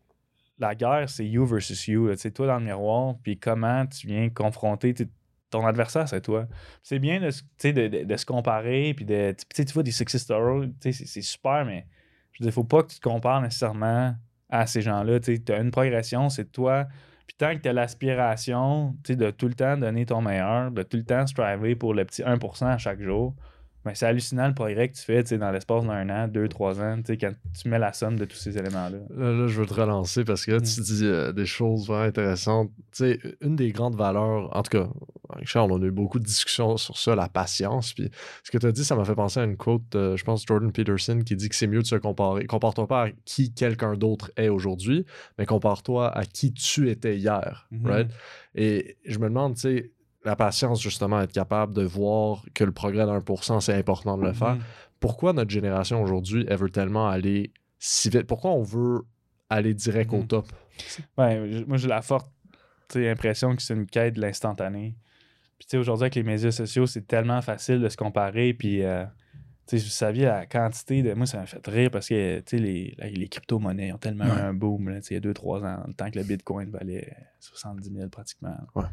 Speaker 6: la guerre, c'est you versus you. Tu sais, toi dans le miroir, puis comment tu viens confronter ton adversaire, c'est toi. C'est bien de se comparer, puis tu vois des success stories, c'est super, mais je veux dire, faut pas que tu te compares nécessairement à ces gens-là. Tu as une progression, c'est toi. Puis tant que tu as l'aspiration de tout le temps donner ton meilleur, de tout le temps striver pour le petit 1% à chaque jour, ben c'est hallucinant le progrès que tu fais dans l'espace d'un an, 2, 3 ans, quand tu mets la somme de tous ces éléments-là.
Speaker 5: Là, je veux te relancer parce que là, tu dis des choses vraiment intéressantes. Tu sais, une des grandes valeurs, en tout cas, avec Charles, on a eu beaucoup de discussions sur ça, la patience. Puis ce que tu as dit, ça m'a fait penser à une quote, je pense, Jordan Peterson, qui dit que c'est mieux de se comparer. Compare-toi pas à qui quelqu'un d'autre est aujourd'hui, mais compare-toi à qui tu étais hier. Right? Et je me demande, tu sais, la patience, justement, être capable de voir que le progrès d'1%, c'est important de le faire. Pourquoi notre génération aujourd'hui, elle veut tellement aller si vite? Pourquoi on veut aller direct au top?
Speaker 6: Ben, moi, j'ai la forte impression que c'est une quête de l'instantané. Puis aujourd'hui, avec les médias sociaux, c'est tellement facile de se comparer. Puis, vous saviez la quantité de... Moi, ça m'a fait rire parce que les crypto-monnaies ont tellement eu un boom là, il y a 2-3 ans, le temps que le Bitcoin valait 70 000 pratiquement.
Speaker 5: Ouais.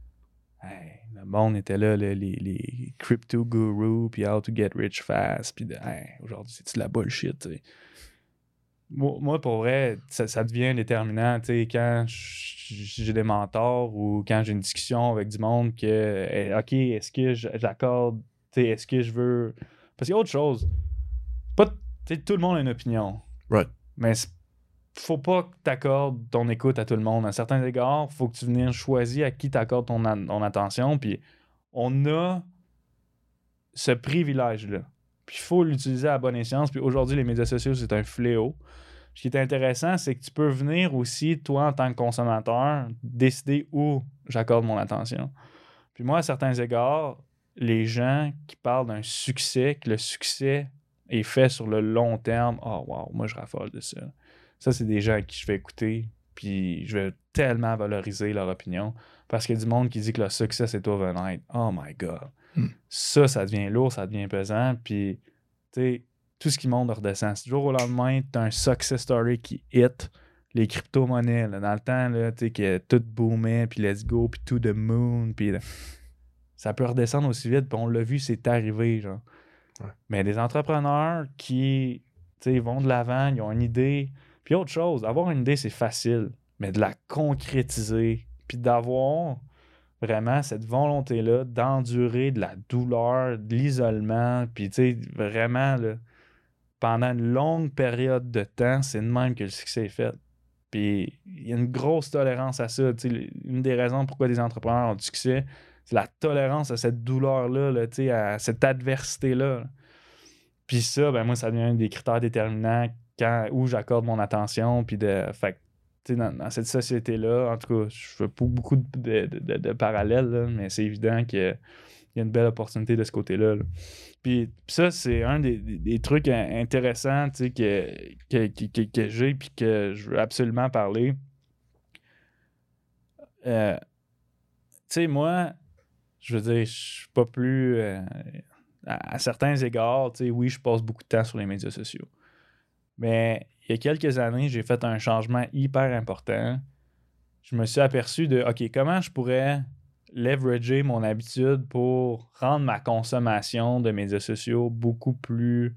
Speaker 6: Hey, le monde était là, les crypto gurus, puis how to get rich fast, puis aujourd'hui, c'est-tu de la bullshit, t'sais. Moi, pour vrai, ça devient déterminant, quand j'ai des mentors ou quand j'ai une discussion avec du monde que, OK, est-ce que j'accorde, est-ce que je veux... Parce qu'il y a autre chose. Tout le monde a une opinion.
Speaker 5: Right.
Speaker 6: Mais faut pas que tu accordes ton écoute à tout le monde. À certains égards, il faut que tu viennes choisir à qui tu accordes ton attention. Puis on a ce privilège-là. Puis il faut l'utiliser à bon escient. Puis aujourd'hui, les médias sociaux, c'est un fléau. Ce qui est intéressant, c'est que tu peux venir aussi, toi, en tant que consommateur, décider où j'accorde mon attention. Puis moi, à certains égards, les gens qui parlent d'un succès, que le succès est fait sur le long terme, oh wow, moi je raffole de ça. Ça, c'est des gens à qui je vais écouter, puis je vais tellement valoriser leur opinion. Parce qu'il y a du monde qui dit que le succès, c'est overnight. Oh my God. Ça devient lourd, ça devient pesant. Puis, tu sais, tout ce qui monte redescend. Si du jour au lendemain, tu as un success story qui hit, les crypto-monnaies, là, dans le temps, là, tu sais, que tout boomait, puis let's go, puis to the moon, puis ça peut redescendre aussi vite, puis on l'a vu, c'est arrivé, genre.
Speaker 5: Ouais.
Speaker 6: Mais des entrepreneurs qui, tu sais, vont de l'avant, ils ont une idée. Puis autre chose, avoir une idée, c'est facile, mais de la concrétiser, puis d'avoir vraiment cette volonté-là d'endurer de la douleur, de l'isolement, puis tu sais, vraiment, là, pendant une longue période de temps, c'est de même que le succès est fait. Puis il y a une grosse tolérance à ça. Tu sais, une des raisons pourquoi des entrepreneurs ont du succès, c'est la tolérance à cette douleur-là, là, tu sais, à cette adversité-là. Puis ça, ben moi, ça devient un des critères déterminants où j'accorde mon attention. Puis fait tu sais, dans cette société-là, en tout cas, je fais pas beaucoup de parallèles, là, mais c'est évident qu'il y a une belle opportunité de ce côté-là. Là. Puis ça, c'est un des trucs intéressants, tu sais, que j'ai puis que je veux absolument parler. Tu sais, moi, je veux dire, je suis pas plus... à certains égards, tu sais, oui, je passe beaucoup de temps sur les médias sociaux. Mais il y a quelques années, j'ai fait un changement hyper important. Je me suis aperçu de, OK, comment je pourrais leverager mon habitude pour rendre ma consommation de médias sociaux beaucoup plus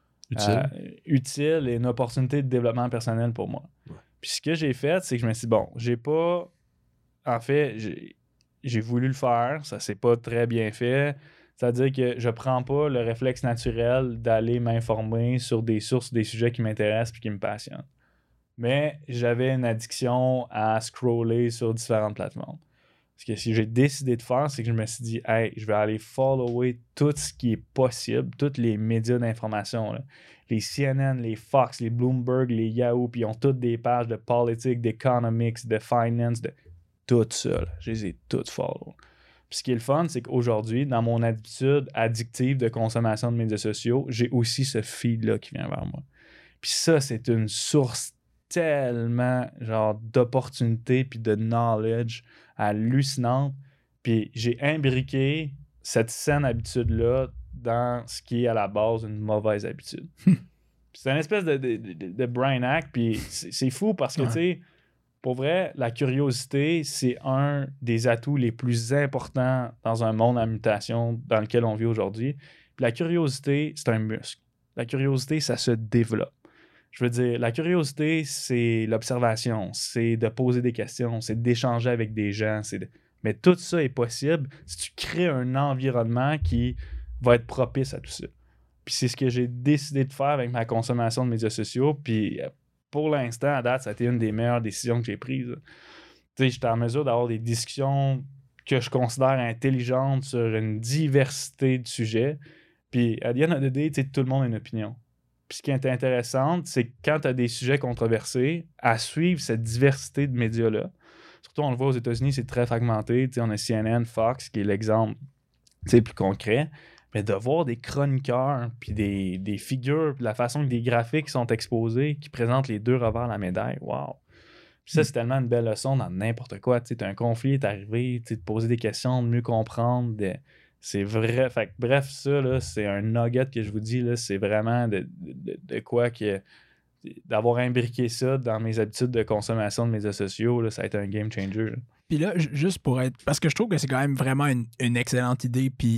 Speaker 6: utile et une opportunité de développement personnel pour moi. Ouais. Puis ce que j'ai fait, c'est que je me suis dit, bon, j'ai pas... En fait, j'ai voulu le faire, ça s'est pas très bien fait. C'est-à-dire que je prends pas le réflexe naturel d'aller m'informer sur des sources, des sujets qui m'intéressent et qui me passionnent. Mais j'avais une addiction à scroller sur différentes plateformes. Ce que j'ai décidé de faire, c'est que je me suis dit, hey, je vais aller follower tout ce qui est possible, tous les médias d'information, là. Les CNN, les Fox, les Bloomberg, les Yahoo, puis ils ont toutes des pages de politique, d'economics, de finance, de tout ça. Là. Je les ai toutes follow. Puis ce qui est le fun, c'est qu'aujourd'hui, dans mon habitude addictive de consommation de médias sociaux, j'ai aussi ce feed-là qui vient vers moi. Puis ça, c'est une source tellement genre d'opportunités puis de knowledge hallucinante. Puis j'ai imbriqué cette saine habitude-là dans ce qui est à la base une mauvaise habitude. C'est une espèce de brain hack, puis c'est fou parce que, tu sais, pour vrai, la curiosité, c'est un des atouts les plus importants dans un monde en mutation dans lequel on vit aujourd'hui. Puis la curiosité, c'est un muscle. La curiosité, ça se développe. Je veux dire, la curiosité, c'est l'observation, c'est de poser des questions, c'est d'échanger avec des gens. Mais tout ça est possible si tu crées un environnement qui va être propice à tout ça. Puis c'est ce que j'ai décidé de faire avec ma consommation de médias sociaux. Puis pour l'instant, à date, ça a été une des meilleures décisions que j'ai prises. Tu sais, j'étais en mesure d'avoir des discussions que je considère intelligentes sur une diversité de sujets. Puis à the end of the day, tu sais, tout le monde a une opinion. Puis ce qui est intéressant, c'est que quand tu as des sujets controversés, à suivre cette diversité de médias-là, surtout on le voit aux États-Unis, c'est très fragmenté. Tu sais, on a CNN, Fox, qui est l'exemple plus concret. Mais de voir des chroniqueurs, puis des figures, puis la façon que des graphiques sont exposés, qui présentent les deux revers de la médaille, wow! Puis ça, c'est tellement une belle leçon dans n'importe quoi. Tu sais, un conflit est arrivé, tu sais, de poser des questions, de mieux comprendre. C'est vrai. Fait que, bref, ça, là, c'est un nugget que je vous dis, là, c'est vraiment de quoi que d'avoir imbriqué ça dans mes habitudes de consommation de médias sociaux, là, ça a été un game changer. Là.
Speaker 4: Puis là, juste pour être... Parce que je trouve que c'est quand même vraiment une excellente idée, puis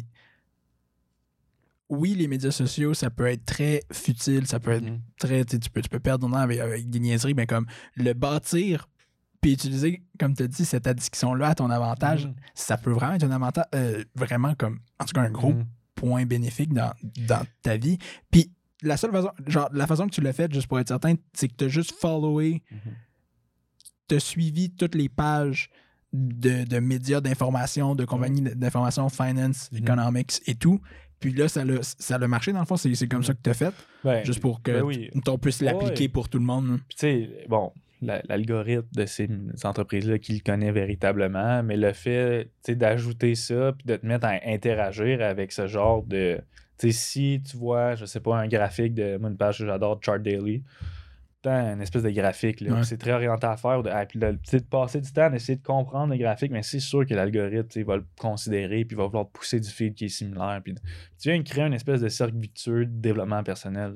Speaker 4: oui, les médias sociaux, ça peut être très futile, ça peut être très... Tu peux perdre ton temps avec des niaiseries, mais comme le bâtir puis utiliser, comme tu as dit, cette addiction-là à ton avantage, ça peut vraiment être un avantage, vraiment comme, en tout cas, un gros point bénéfique dans ta vie. Puis la seule façon, genre, la façon que tu l'as fait, juste pour être certain, c'est que tu as juste followé, tu as suivi toutes les pages de médias d'information, de compagnies d'information, finance, economics et tout. Puis là, ça a marché, dans le fond. C'est comme ça que tu as fait. Ben, juste pour que on puisse l'appliquer pour tout le monde.
Speaker 6: Puis tu sais, bon, l'algorithme de ces entreprises-là qui le connaît véritablement, mais le fait d'ajouter ça puis de te mettre à interagir avec ce genre de... Tu sais, si tu vois, je sais pas, un graphique de... Moi, une page que j'adore, Chart Daily, le temps une espèce de graphique. Là.
Speaker 4: Ouais.
Speaker 6: C'est très orienté à faire. Puis de passer du temps à essayer de comprendre le graphique, mais c'est sûr que l'algorithme va le considérer puis va vouloir pousser du feed qui est similaire. Puis tu viens de créer une espèce de cercle vicieux de développement personnel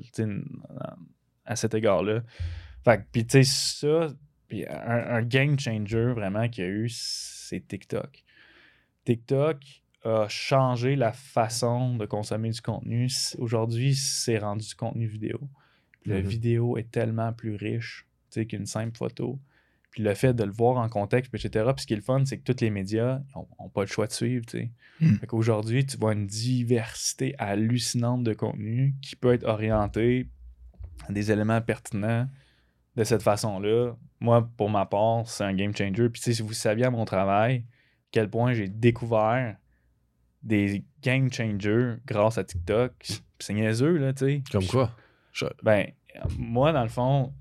Speaker 6: à cet égard-là. Fait que, puis tu sais, ça, puis un game changer vraiment qu'il y a eu, c'est TikTok. TikTok a changé la façon de consommer du contenu. Aujourd'hui, c'est rendu du contenu vidéo. La vidéo est tellement plus riche qu'une simple photo. Puis le fait de le voir en contexte, etc. Puis ce qui est le fun, c'est que tous les médias n'ont pas le choix de suivre. Fait qu'aujourd'hui, tu vois une diversité hallucinante de contenu qui peut être orienté à des éléments pertinents de cette façon-là. Moi, pour ma part, c'est un game changer. Puis si vous saviez à mon travail quel point j'ai découvert des game changers grâce à TikTok, c'est niaiseux, là, tu sais.
Speaker 3: Comme quoi?
Speaker 6: Ben, moi, dans le fond,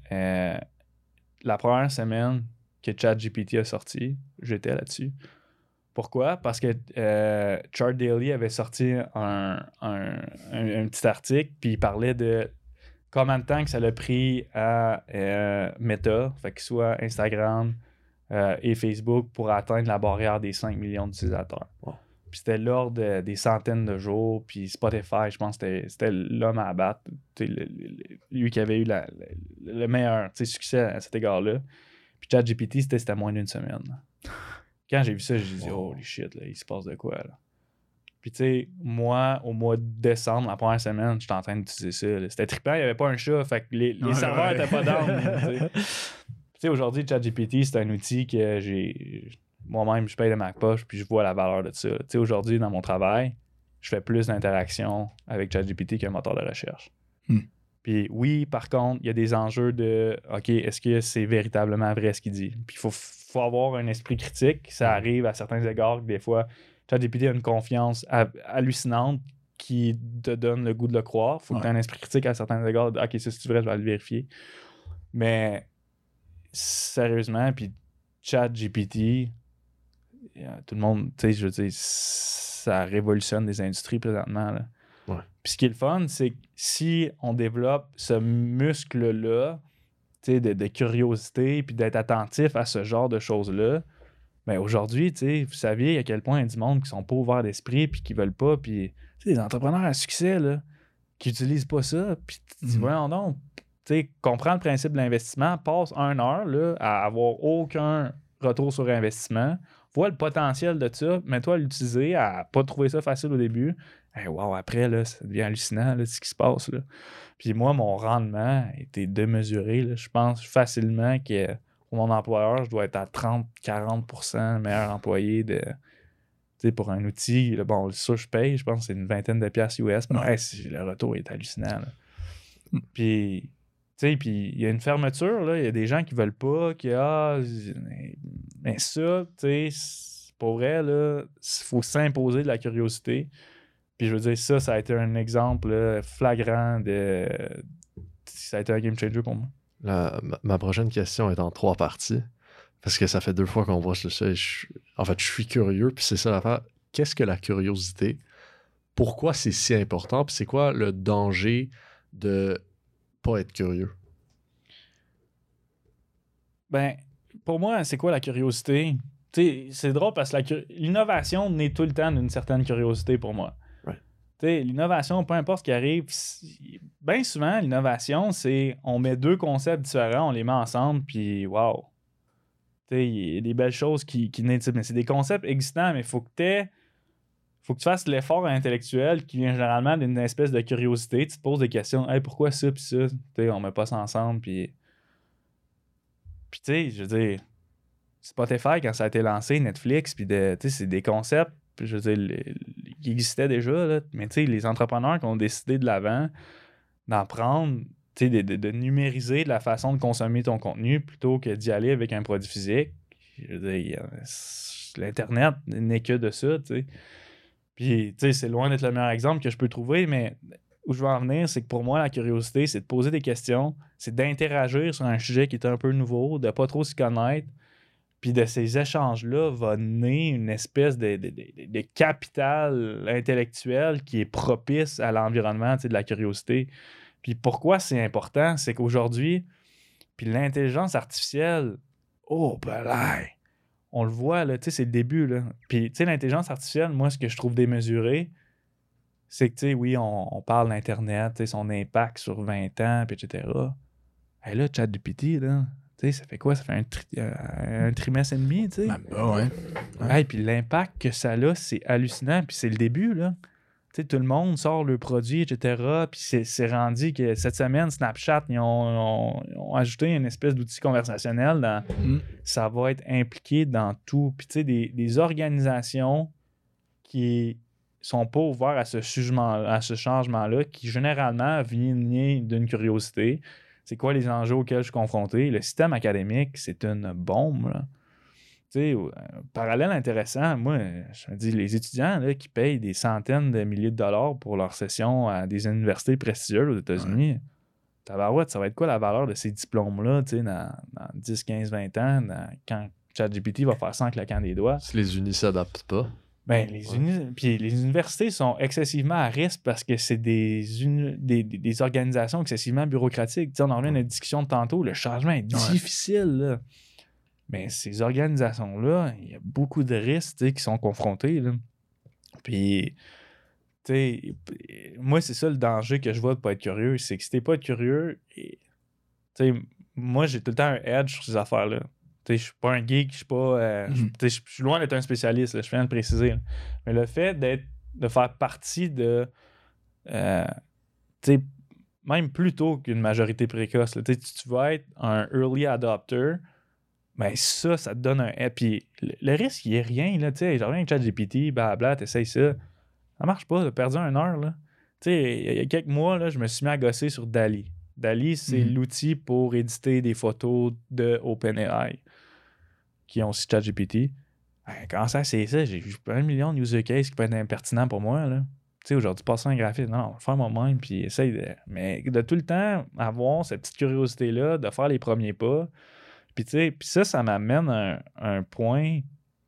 Speaker 6: la première semaine que ChatGPT a sorti, j'étais là-dessus. Pourquoi? Parce que Chart Daily avait sorti un petit article, puis il parlait de combien de temps que ça l'a pris à Meta, fait que soit Instagram et Facebook, pour atteindre la barrière des 5 millions d'utilisateurs.
Speaker 3: Wow.
Speaker 6: Puis c'était l'ordre des centaines de jours. Puis Spotify, je pense que c'était l'homme à abattre. Lui qui avait eu le meilleur succès à cet égard-là. Puis ChatGPT, c'était moins d'une semaine. Quand j'ai vu ça, j'ai dit, holy shit, là, il se passe de quoi, là? Puis tu sais, moi, au mois de décembre, la première semaine, j'étais en train d'utiliser ça. C'était trippant, il n'y avait pas un chat, fait que les serveurs n'étaient pas down. Tu sais, aujourd'hui, ChatGPT, c'est un outil que moi-même, je paye de ma poche, puis je vois la valeur de ça. Tu sais, aujourd'hui, dans mon travail, je fais plus d'interactions avec ChatGPT qu'un moteur de recherche. Puis oui, par contre, il y a des enjeux de OK, est-ce que c'est véritablement vrai ce qu'il dit? Puis il faut avoir un esprit critique. Ça arrive à certains égards que des fois, ChatGPT a une confiance hallucinante qui te donne le goût de le croire. Il faut que tu aies un esprit critique à certains égards. OK, ça c'est vrai, je vais le vérifier. Mais sérieusement, puis ChatGPT, tout le monde, tu sais, je veux dire, ça révolutionne les industries présentement, là.
Speaker 3: Ouais.
Speaker 6: Puis ce qui est le fun, c'est que si on développe ce muscle-là, tu sais, de curiosité puis d'être attentif à ce genre de choses-là, ben aujourd'hui, tu sais, vous saviez à quel point il y a du monde qui sont pas ouverts d'esprit puis qui veulent pas, puis tu sais, des entrepreneurs à succès, là, qui utilisent pas ça, puis tu dis, voyons donc, tu sais, comprends le principe de l'investissement, passe 1 heure, là, à avoir aucun retour sur investissement, vois le potentiel de ça, mets-toi à l'utiliser, à pas trouver ça facile au début. Hey, wow, après, là, ça devient hallucinant, là, ce qui se passe, là. Puis moi, mon rendement était démesuré, là. Je pense facilement que pour mon employeur, je dois être à 30-40% meilleur employé de, pour un outil. Là, bon, ça, je paye, je pense que c'est une vingtaine de piastres US. Mais le retour est hallucinant, là. Puis, tu sais, puis il y a une fermeture, là. Il y a des gens qui veulent pas, mais ça, tu sais, pour vrai, là, il faut s'imposer de la curiosité. Puis je veux dire, ça a été un exemple flagrant de... Ça a été un game changer pour moi.
Speaker 3: Ma prochaine question est en 3 parties. Parce que ça fait 2 fois qu'on voit ça. En fait, je suis curieux, puis c'est ça l'affaire. Qu'est-ce que la curiosité? Pourquoi c'est si important? Puis c'est quoi le danger de pas être curieux?
Speaker 6: Ben, pour moi, c'est quoi la curiosité? Tu sais, c'est drôle parce que l'innovation naît tout le temps d'une certaine curiosité pour moi. T'sais, l'innovation, peu importe ce qui arrive, bien souvent, l'innovation, c'est on met 2 concepts différents, on les met ensemble, puis wow! Il y a des belles choses qui naissent. Mais c'est des concepts existants, mais il faut que tu fasses l'effort intellectuel qui vient généralement d'une espèce de curiosité. Tu te poses des questions. Hey, pourquoi ça, puis ça? On met pas ça ensemble, puis tu sais, je veux dire, Spotify, quand ça a été lancé, Netflix, puis c'est des concepts, je veux dire, qui existaient déjà, là. Mais tu sais, les entrepreneurs qui ont décidé de l'avant d'en prendre, tu sais, de numériser la façon de consommer ton contenu plutôt que d'y aller avec un produit physique. Je veux dire, l'Internet n'est que de ça, tu sais. Puis, tu sais, c'est loin d'être le meilleur exemple que je peux trouver, mais où je veux en venir, c'est que pour moi, la curiosité, c'est de poser des questions, c'est d'interagir sur un sujet qui est un peu nouveau, de pas trop s'y connaître. Puis de ces échanges-là va naître une espèce de capital intellectuel qui est propice à l'environnement, de la curiosité. Puis pourquoi c'est important? C'est qu'aujourd'hui, Puis l'intelligence artificielle, oh, ben là, on le voit, là, tu sais, c'est le début, là. Puis, tu sais, l'intelligence artificielle, moi, ce que je trouve démesuré, c'est que, tu sais, oui, on parle d'Internet, tu sais, son impact sur 20 ans, puis etc. Et là, ChatGPT, là, tu sais, ça fait quoi? Ça fait un trimestre et demi, tu sais.
Speaker 4: Même pas, ouais.
Speaker 6: Hey, puis l'impact que ça a, c'est hallucinant. Puis c'est le début, là. Tu sais, tout le monde sort le produit, etc. Puis c'est rendu que cette semaine, Snapchat, ils ont ajouté une espèce d'outil conversationnel. Ça va être impliqué dans tout. Puis tu sais, des organisations qui sont pas ouvertes à ce changement-là, qui généralement viennent d'une curiosité. C'est quoi les enjeux auxquels je suis confronté? Le système académique, c'est une bombe, là. Tu sais, parallèle intéressant, moi, je me dis, les étudiants là, qui payent des centaines de milliers de dollars pour leur session à des universités prestigieuses aux États-Unis, tabarouette, ça va être quoi la valeur de ces diplômes-là, tu sais, dans 10, 15, 20 ans, quand ChatGPT va faire ça en claquant des doigts?
Speaker 3: Si les unis s'adaptent pas.
Speaker 6: Ben, puis les universités sont excessivement à risque parce que c'est des organisations excessivement bureaucratiques. Tu sais, on en revient à notre discussion de tantôt, le changement est difficile, là. Mais ces organisations-là, il y a beaucoup de risques qui sont confrontés. Là. Puis, tu sais, moi, c'est ça le danger que je vois de ne pas être curieux. C'est que si tu n'es pas curieux, tu sais, moi, j'ai tout le temps un edge sur ces affaires-là. Tu sais, je suis pas un geek, je suis pas. Je suis loin d'être un spécialiste, là, je viens de le préciser. Là. Mais le fait de faire partie de. Tu sais, même plus tôt qu'une majorité précoce, là, tu vas être un early adopter. Ben ça te donne un... Puis le risque, il est rien, là, tu sais, genre rien que ChatGPT, blabla, t'essayes ça. Ça marche pas, t'as perdu 1 heure, là. Tu sais, il y a quelques mois, là, je me suis mis à gosser sur DALL-E. DALL-E, c'est l'outil pour éditer des photos de OpenAI, qui ont aussi ChatGPT. Ben, quand ça, c'est ça, j'ai 1 million de user cases qui peuvent être impertinents pour moi, là. Tu sais, aujourd'hui, passer un graphique, non, faire moi-même, puis essaye de... Mais de tout le temps avoir cette petite curiosité-là, de faire les premiers pas. Puis tu sais, ça m'amène à un point,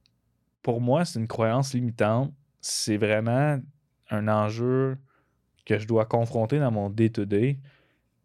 Speaker 6: pour moi, c'est une croyance limitante. C'est vraiment un enjeu que je dois confronter dans mon day-to-day. Tu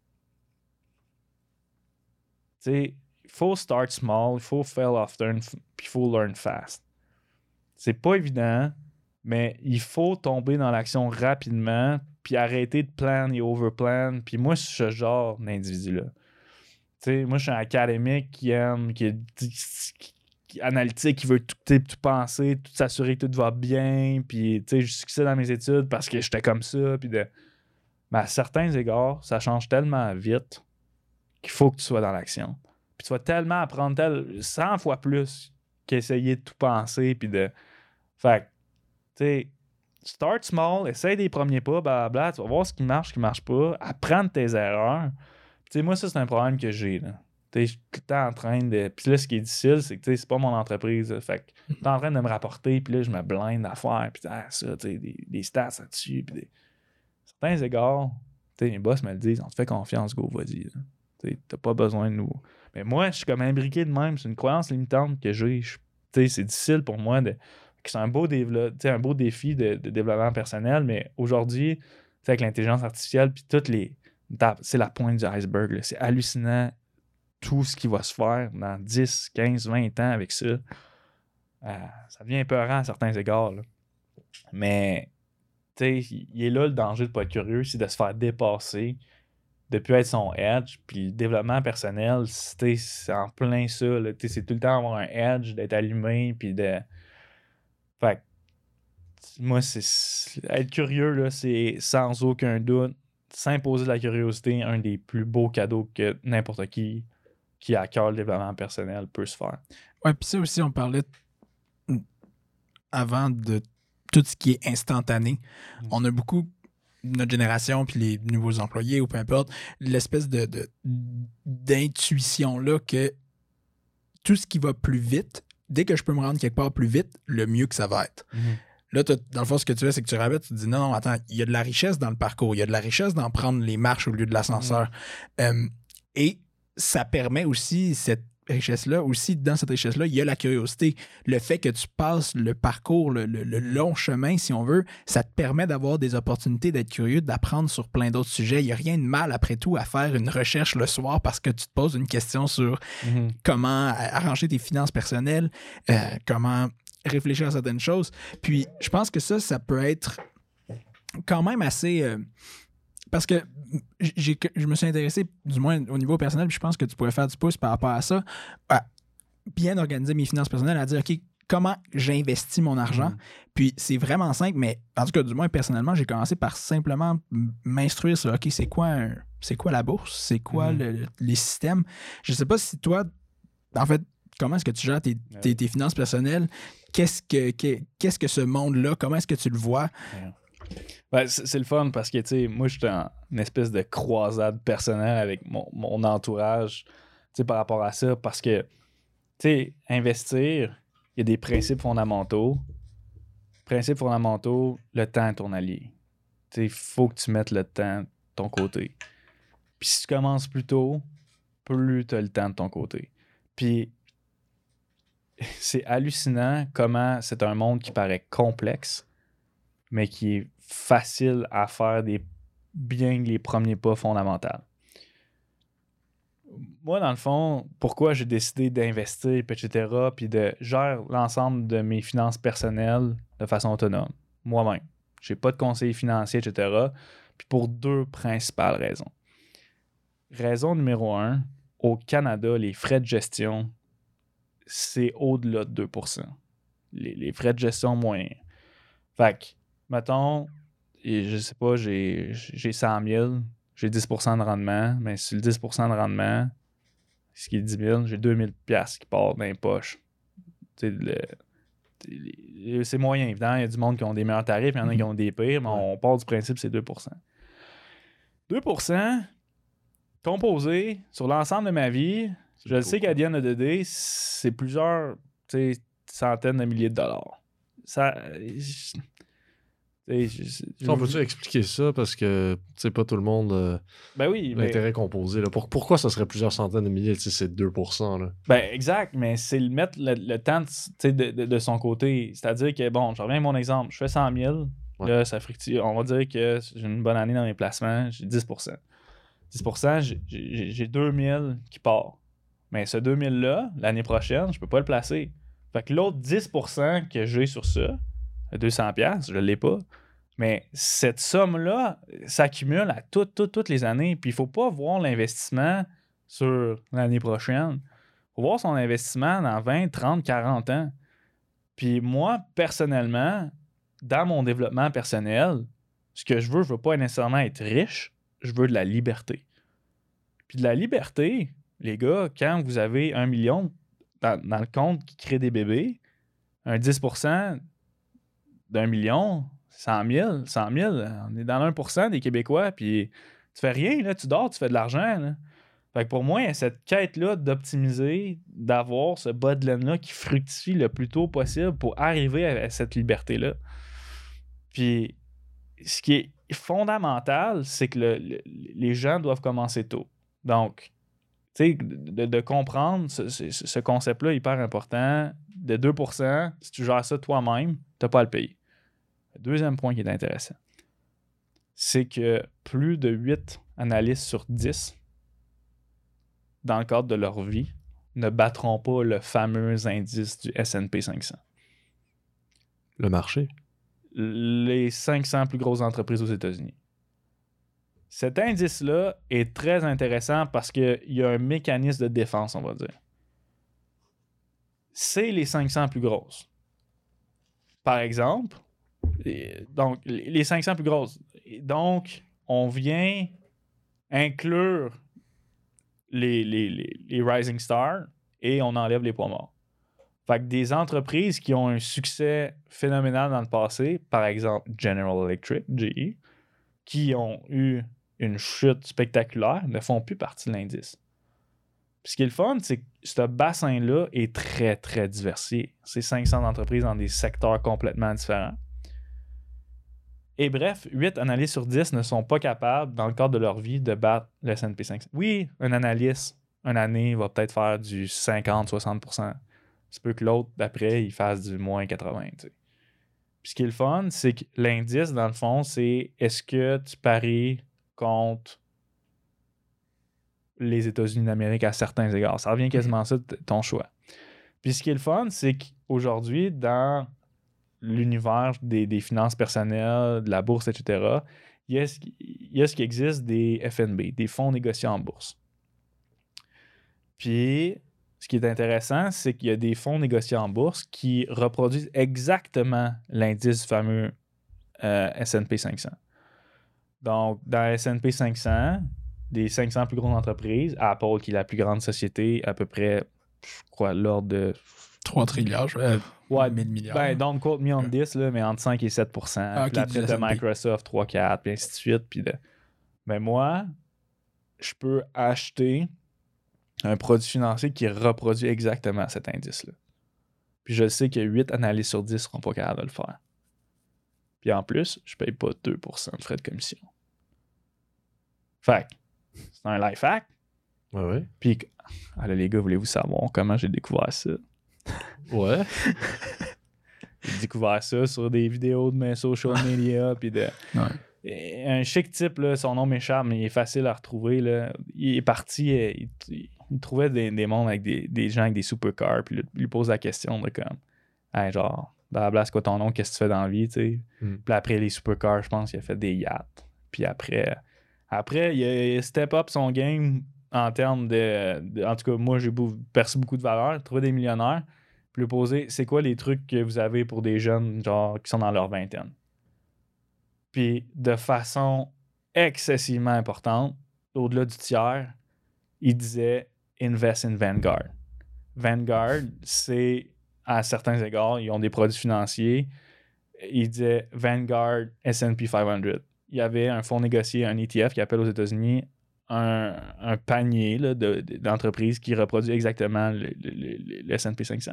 Speaker 6: sais, il faut start small, il faut fail often, puis il faut learn fast. C'est pas évident, mais il faut tomber dans l'action rapidement, puis arrêter de plan et overplan. Puis moi, je suis ce genre d'individu-là. Tu sais, moi, je suis un académique qui aime, qui est analytique, qui veut tout penser, tout s'assurer que tout va bien, puis, tu sais, je succède dans mes études parce que j'étais comme ça, puis mais à certains égards, ça change tellement vite qu'il faut que tu sois dans l'action. Puis tu vas tellement apprendre 100 fois plus qu'essayer de tout penser, puis de... Fait que, tu sais, start small, essaye des premiers pas, blablabla, tu vas voir ce qui marche pas, apprends de tes erreurs. Tu sais, moi, ça, c'est un problème que j'ai, là. Tu sais, je suis tout le temps en train de... Puis là, ce qui est difficile, c'est que, tu sais, c'est pas mon entreprise, là. Fait que je suis en train de me rapporter, puis là, je me blinde à faire, puis ça, tu sais, des stats là-dessus, puis certains égards, tu sais, mes boss me le disent, on te fait confiance, go, vas-y, là. Tu sais, t'as pas besoin de nous... Mais moi, je suis comme imbriqué de même, c'est une croyance limitante que j'ai. Tu sais, c'est difficile pour moi de... C'est un beau défi de développement personnel, mais aujourd'hui, tu sais, avec l'intelligence artificielle, puis toutes les... C'est la pointe du iceberg, là. C'est hallucinant tout ce qui va se faire dans 10, 15, 20 ans avec ça. Ça devient épeurant à certains égards, là. Mais, tu sais, il est là le danger de ne pas être curieux, c'est de se faire dépasser, de ne plus être son edge. Puis le développement personnel, c'est en plein ça, là. C'est tout le temps avoir un edge, d'être allumé, puis de... Fait que, moi, être curieux, là, c'est sans aucun doute s'imposer de la curiosité, un des plus beaux cadeaux que n'importe qui a à cœur le développement personnel peut se faire.
Speaker 4: Ouais, puis ça aussi, on parlait avant de tout ce qui est instantané. On a beaucoup, notre génération, puis les nouveaux employés, ou peu importe, l'espèce d'intuition-là que tout ce qui va plus vite, dès que je peux me rendre quelque part plus vite, le mieux que ça va être. Là, dans le fond, ce que tu fais, c'est que tu rabattes, tu te dis non, attends, il y a de la richesse dans le parcours, il y a de la richesse dans prendre les marches au lieu de l'ascenseur. Et ça permet aussi cette richesse-là, aussi dans cette richesse-là, il y a la curiosité. Le fait que tu passes le parcours, le long chemin, si on veut, ça te permet d'avoir des opportunités d'être curieux, d'apprendre sur plein d'autres sujets. Il n'y a rien de mal, après tout, à faire une recherche le soir parce que tu te poses une question sur comment arranger tes finances personnelles, comment réfléchir à certaines choses. Puis, je pense que ça peut être quand même assez... parce que je me suis intéressé, du moins au niveau personnel, puis je pense que tu pourrais faire du pouce par rapport à ça, à bien organiser mes finances personnelles, à dire, OK, comment j'investis mon argent? Puis c'est vraiment simple, mais en tout cas, du moins personnellement, j'ai commencé par simplement m'instruire sur, OK, c'est quoi la bourse? C'est quoi les systèmes? Je sais pas si toi, en fait, comment est-ce que tu gères tes finances personnelles? Qu'est-ce que ce monde-là, comment est-ce que tu le vois?
Speaker 6: Ben, c'est le fun parce que, tu sais, moi, j'étais en une espèce de croisade personnelle avec mon entourage, tu sais, par rapport à ça, parce que, tu sais, investir, il y a des principes fondamentaux. Principes fondamentaux, le temps est ton allié. Tu sais, il faut que tu mettes le temps de ton côté. Puis si tu commences plus tôt, plus tu as le temps de ton côté. Puis c'est hallucinant comment c'est un monde qui paraît complexe, mais qui est facile à faire bien les premiers pas fondamentaux. Moi, dans le fond, pourquoi j'ai décidé d'investir, etc., puis de gérer l'ensemble de mes finances personnelles de façon autonome, moi-même. Je n'ai pas de conseiller financier, etc., puis pour 2 principales raisons. Raison numéro 1, au Canada, les frais de gestion, c'est au-delà de 2%. Les frais de gestion moyens. Fait que, mettons, je sais pas, j'ai 100 000, j'ai 10% de rendement, mais sur le 10% de rendement, ce qui est 10 000, j'ai 2 000 $ qui partent dans les poches. C'est moyen, évidemment. Il y a du monde qui ont des meilleurs tarifs, il y en a qui ont des pires, mais on part du principe que c'est 2%. 2% composé sur l'ensemble de ma vie, je le sais qu'à the end of the day, c'est plusieurs centaines de milliers de dollars. Ça...
Speaker 3: On peut-tu expliquer ça? Parce que, tu sais, pas tout le monde
Speaker 6: ben oui,
Speaker 3: l'intérêt composé. Là. Pourquoi ça serait plusieurs centaines de milliers? C'est 2%. Là.
Speaker 6: Ben exact, mais c'est le mettre le temps de son côté. C'est-à-dire que, bon, je reviens à mon exemple. Je fais 100 000. Ouais. Là, ça fructue. On va dire que j'ai une bonne année dans mes placements. J'ai 10%. 10%, j'ai 2 000 qui part. Mais ce 2 000-là, l'année prochaine, je peux pas le placer. Fait que l'autre 10% que j'ai sur ça, 200$, je l'ai pas. Mais cette somme-là s'accumule à toutes les années. Puis il faut pas voir l'investissement sur l'année prochaine. Il faut voir son investissement dans 20, 30, 40 ans. Puis moi, personnellement, dans mon développement personnel, ce que je veux pas nécessairement être riche, je veux de la liberté. Puis de la liberté, les gars, quand vous avez 1 million dans le compte qui crée des bébés, un 10% d'1 million, 100 000, on est dans 1% des Québécois, puis tu fais rien, là, tu dors, tu fais de l'argent. Là. Fait que pour moi, il y a cette quête-là d'optimiser, d'avoir ce bas de laine-là qui fructifie le plus tôt possible pour arriver à cette liberté-là. Puis ce qui est fondamental, c'est que les gens doivent commencer tôt. Donc, tu sais, de comprendre ce concept-là hyper important, de 2%, si tu gères ça toi-même, tu n'as pas à le payer. Le deuxième point qui est intéressant, c'est que plus de 8 analystes sur 10, dans le cadre de leur vie, ne battront pas le fameux indice du S&P 500.
Speaker 3: Le marché?
Speaker 6: Les 500 plus grosses entreprises aux États-Unis. Cet indice-là est très intéressant parce qu'il y a un mécanisme de défense, on va dire. C'est les 500 plus grosses. Par exemple, donc les 500 plus grosses. Donc, on vient inclure les Rising Stars et on enlève les poids morts. Fait que des entreprises qui ont un succès phénoménal dans le passé, par exemple General Electric, GE, qui ont eu une chute spectaculaire, ne font plus partie de l'indice. Puis ce qui est le fun, c'est que ce bassin-là est très, très diversifié. C'est 500 entreprises dans des secteurs complètement différents. Et bref, 8 analystes sur 10 ne sont pas capables, dans le cadre de leur vie, de battre le S&P 500. Oui, un analyste, une année, il va peut-être faire du 50-60%. C'est peut que l'autre, d'après, il fasse du moins 80%. T'sais. Puis ce qui est le fun, c'est que l'indice, dans le fond, c'est est-ce que tu paries contre les États-Unis d'Amérique à certains égards. Ça revient quasiment à ça, ton choix. Puis ce qui est le fun, c'est qu'aujourd'hui, dans l'univers des finances personnelles, de la bourse, etc., il y a ce qui existe des FNB, des fonds négociés en bourse. Puis, ce qui est intéressant, c'est qu'il y a des fonds négociés en bourse qui reproduisent exactement l'indice du fameux S&P 500. Donc, dans S&P 500, des 500 plus grosses entreprises, Apple, qui est la plus grande société, à peu près, je crois, l'ordre de
Speaker 4: 3 trilliards, 1000 milliards.
Speaker 6: Ben, don't quote me on this, là, mais entre 5 et 7%.
Speaker 4: Ah,
Speaker 6: Puis
Speaker 4: okay,
Speaker 6: après, de Microsoft, 3-4, puis ainsi de suite. Puis ben moi, je peux acheter un produit financier qui reproduit exactement cet indice-là. Puis je sais que 8 analystes sur 10 ne seront pas capables de le faire. Puis en plus, je ne paye pas 2% de frais de commission. Fait que, c'est un life hack.
Speaker 3: Ouais.
Speaker 6: Puis, là, les gars, voulez-vous savoir comment j'ai découvert ça?
Speaker 3: Ouais.
Speaker 6: J'ai découvert ça sur des vidéos de mes social media. Puis un chic type, là, son nom m'échappe, mais il est facile à retrouver. Là. Il est parti, il trouvait des mondes avec des gens avec des supercars, puis il lui pose la question de comme, hey, genre, blabla, c'est quoi ton nom, qu'est-ce que tu fais dans la vie, tu sais. Puis après les supercars, je pense qu'il a fait des yachts. Puis après il a step up son game en termes de en tout cas, moi, j'ai perçu beaucoup de valeur, trouvé des millionnaires, puis lui poser, c'est quoi les trucs que vous avez pour des jeunes, genre, qui sont dans leur vingtaine? Puis de façon excessivement importante, au-delà du tiers, il disait « Invest in Vanguard ». Vanguard, c'est, à certains égards, ils ont des produits financiers. Il disait « Vanguard S&P 500 ». Il y avait un fonds négocié, un ETF qui appelle aux États-Unis un panier là, d'entreprises qui reproduit exactement le S&P 500.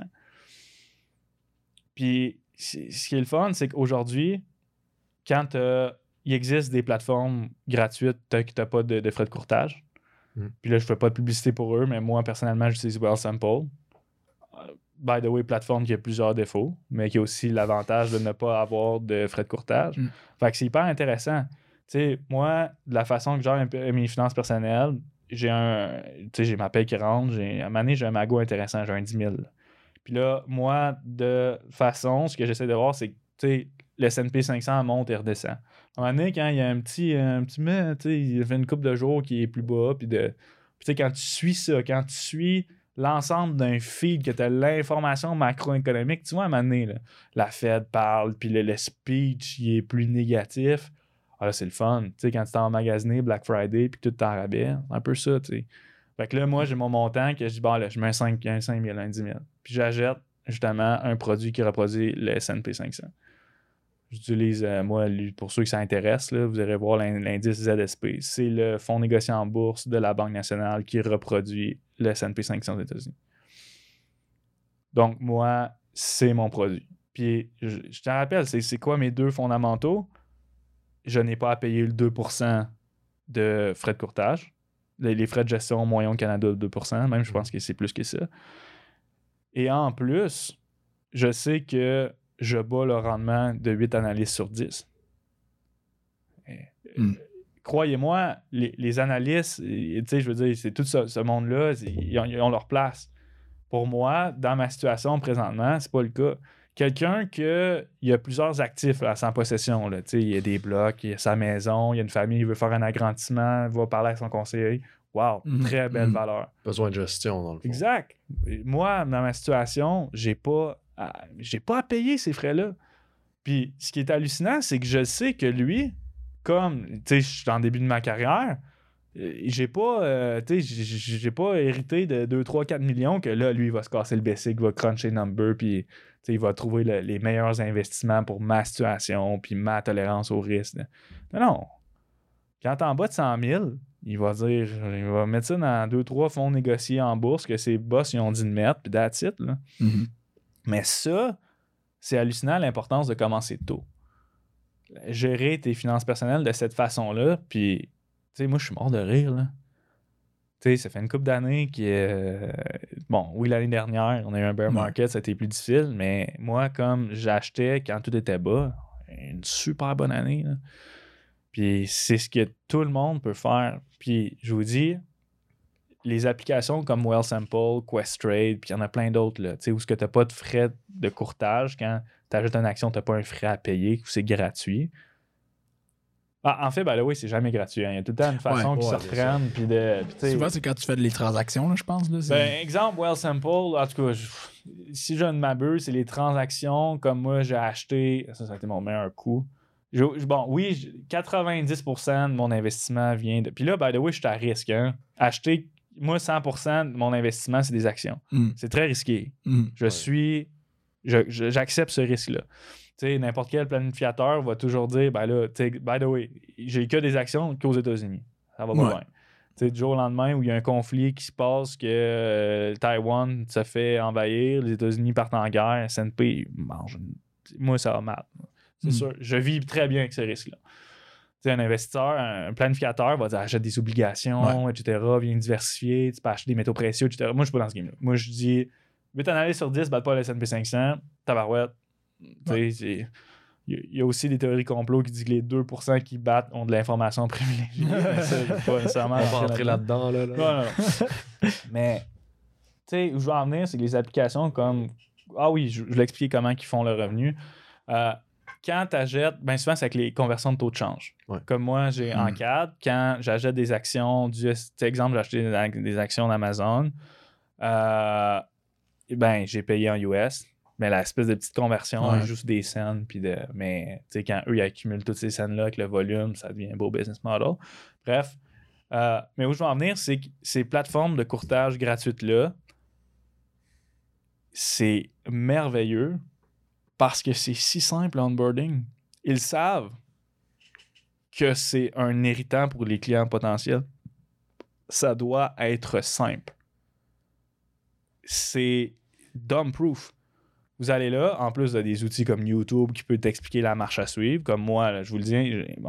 Speaker 6: Puis ce qui est le fun, c'est qu'aujourd'hui, quand il existe des plateformes gratuites que tu n'as pas de frais de courtage, puis là, je ne fais pas de publicité pour eux, mais moi, personnellement, j'utilise Wealthsimple. By the way, plateforme qui a plusieurs défauts, mais qui a aussi l'avantage de ne pas avoir de frais de courtage. Fait que c'est hyper intéressant. Tu sais, moi, de la façon que je gère mes finances personnelles, j'ai ma paye qui rentre, à un moment donné, j'ai un magot intéressant, j'ai un 10 000. Puis là, moi, de façon, ce que j'essaie de voir, c'est que, tu sais, le S&P 500 monte et redescend. À un moment donné, quand il y a un petit mais, tu sais, il fait une couple de jours qui est plus bas, puis tu sais, quand tu suis ça, quand tu suis l'ensemble d'un feed, que tu as l'information macroéconomique, tu vois, à un moment donné, là, la Fed parle, puis le speech, il est plus négatif. Ah là, c'est le fun. Tu sais, quand tu t'es emmagasiné Black Friday, puis que tout est en rabais, un peu ça, tu sais. Fait que là, moi, j'ai mon montant que je dis, bon, là, je mets un 5 000, un 10 000. Puis j'achète, justement, un produit qui reproduit le S&P 500. J'utilise, moi, pour ceux qui ça intéresse, là, vous irez voir l'indice ZSP. C'est le fonds négocié en bourse de la Banque nationale qui reproduit le S&P 500 aux États-Unis. Donc, moi, c'est mon produit. Puis, je te rappelle, c'est quoi mes deux fondamentaux? Je n'ai pas à payer le 2% de frais de courtage. Les frais de gestion moyens au Canada, 2%. Même, je pense que c'est plus que ça. Et en plus, je sais que je bats le rendement de 8 analystes sur 10. Croyez-moi, les analystes, tu sais, je veux dire, c'est tout ce monde-là, ils ont leur place. Pour moi, dans ma situation présentement, c'est pas le cas. Quelqu'un qui a plusieurs actifs là, à sa possession, là, tu sais, il y a des blocs, il y a sa maison, il y a une famille, il veut faire un agrandissement, il va parler avec son conseiller. Wow, très belle valeur.
Speaker 3: Besoin de gestion, dans le fond.
Speaker 6: Exact. Moi, dans ma situation, j'ai pas à payer ces frais-là. Puis, ce qui est hallucinant, c'est que je sais que lui, comme, tu sais, je suis en début de ma carrière, j'ai pas, j'ai pas hérité de 2, 3, 4 millions que là, lui, il va se casser le basic, il va cruncher le number, puis il va trouver les meilleurs investissements pour ma situation, puis ma tolérance au risque. Non. Quand t'es en bas de 100 000, il va mettre ça dans 2, 3 fonds négociés en bourse que ses boss ils ont dit de mettre, puis that's it, là. Mais ça, c'est hallucinant l'importance de commencer tôt. Gérer tes finances personnelles de cette façon-là, puis, tu sais, moi, je suis mort de rire, là. Tu sais, ça fait une couple d'années que... bon, oui, l'année dernière, on a eu un bear market, ça a été plus difficile, mais moi, comme j'achetais quand tout était bas, une super bonne année, là. Puis c'est ce que tout le monde peut faire. Puis je vous dis, les applications comme Wealthsimple, Questrade, puis il y en a plein d'autres, là, où tu n'as pas de frais de courtage. Quand tu achètes une action, tu n'as pas un frais à payer, ou c'est gratuit. En fait, oui, c'est jamais gratuit. Hein. Il y a tout le temps une façon qu'ils se reprennent.
Speaker 4: Souvent, c'est quand tu fais les transactions, là, je pense. Là,
Speaker 6: exemple, Wealthsimple, en tout cas, si je ne m'abuse, c'est les transactions comme moi, j'ai acheté. Ça a été mon meilleur coup. Oui, 90% de mon investissement vient de. Puis là, by the way, je suis à risque. Hein. Acheter, moi, 100% de mon investissement, c'est des actions. C'est très risqué. J'accepte ce risque-là. Tu sais, n'importe quel planificateur va toujours dire, by the way, j'ai que des actions qu'aux États-Unis. Ça va pas bien. Tu sais, du jour au lendemain où il y a un conflit qui se passe, que Taïwan se fait envahir, les États-Unis partent en guerre, S&P mange. Moi, ça va mal. C'est sûr. Je vis très bien avec ce risque-là. Tu sais, un investisseur, un planificateur va dire achète des obligations, etc., viens diversifier, tu peux acheter des métaux précieux, etc. Moi, je suis pas dans ce game-là. Moi, je dis 8 analyses sur 10 battent pas le S&P 500, tabarouette. Il y a aussi des théories complot qui disent que les 2% qui battent ont de l'information privilégiée. Pas nécessairement.
Speaker 3: On va entrer là-dedans. Là.
Speaker 6: Non. Mais, tu sais, où je veux en venir, c'est que les applications comme. Ah oui, je vais l'expliquer comment ils font le revenu. Quand tu achètes, bien souvent, c'est avec les conversions de taux de change. Ouais. Comme moi, j'ai en CAD, quand j'achète des actions, exemple, j'ai acheté des actions d'Amazon, j'ai payé en US. Mais l'espèce de petite conversion est juste des cents. Mais quand eux, ils accumulent toutes ces scènes-là avec le volume, ça devient un beau business model. Bref. Mais où je veux en venir, c'est que ces plateformes de courtage gratuites-là, c'est merveilleux parce que c'est si simple l'onboarding. Ils savent que c'est un irritant pour les clients potentiels. Ça doit être simple. C'est dumb-proof. Vous allez là, en plus de des outils comme YouTube qui peut t'expliquer la marche à suivre, comme moi, là, je vous le dis,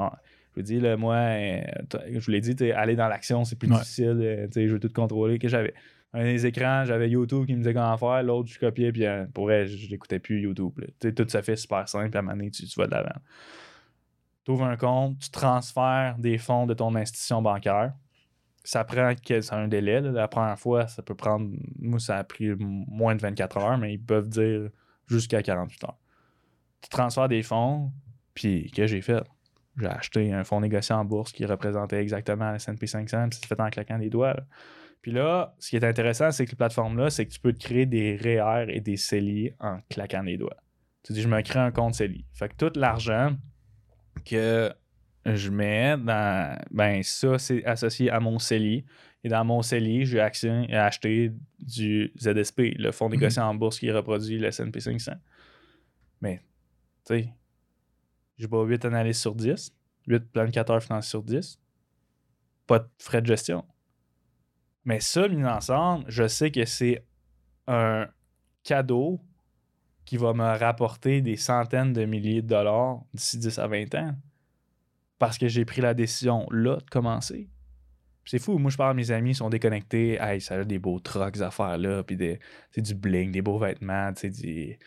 Speaker 6: je vous l'ai dit, aller dans l'action, c'est plus difficile, je veux tout contrôler. Que j'avais un des écrans, j'avais YouTube qui me disait comment faire, l'autre, je copiais, puis pour vrai, je n'écoutais plus YouTube. Tout ça fait super simple, puis à un moment donné, tu vas de l'avant. Tu ouvres un compte, tu transfères des fonds de ton institution bancaire. Ça prend un délai. Là. La première fois, ça peut prendre... Moi, ça a pris moins de 24 heures, mais ils peuvent dire jusqu'à 48 heures. Tu transfères des fonds, puis qu'est-ce que j'ai fait? J'ai acheté un fonds négocié en bourse qui représentait exactement le S&P 500, puis c'est fait en claquant des doigts. Là. Puis là, ce qui est intéressant, c'est que les plateformes-là, c'est que tu peux te créer des REER et des CELI en claquant des doigts. Tu dis, je me crée un compte CELI. Fait que tout l'argent que je mets dans... ça, c'est associé à mon CELI. Et dans mon CELI, j'ai acheté du ZSP, le fonds négocié en bourse qui reproduit le S&P 500. Mais, tu sais, j'ai pas 8 analyses sur 10, 8 planificateurs financiers sur 10, pas de frais de gestion. Mais ça, mis ensemble, je sais que c'est un cadeau qui va me rapporter des centaines de milliers de dollars d'ici 10 à 20 ans. Parce que j'ai pris la décision là de commencer. Puis c'est fou, moi je parle à mes amis, ils sont déconnectés. Hey, ça a des beaux trucks, des affaires là, puis c'est du bling, des beaux vêtements, tu sais, du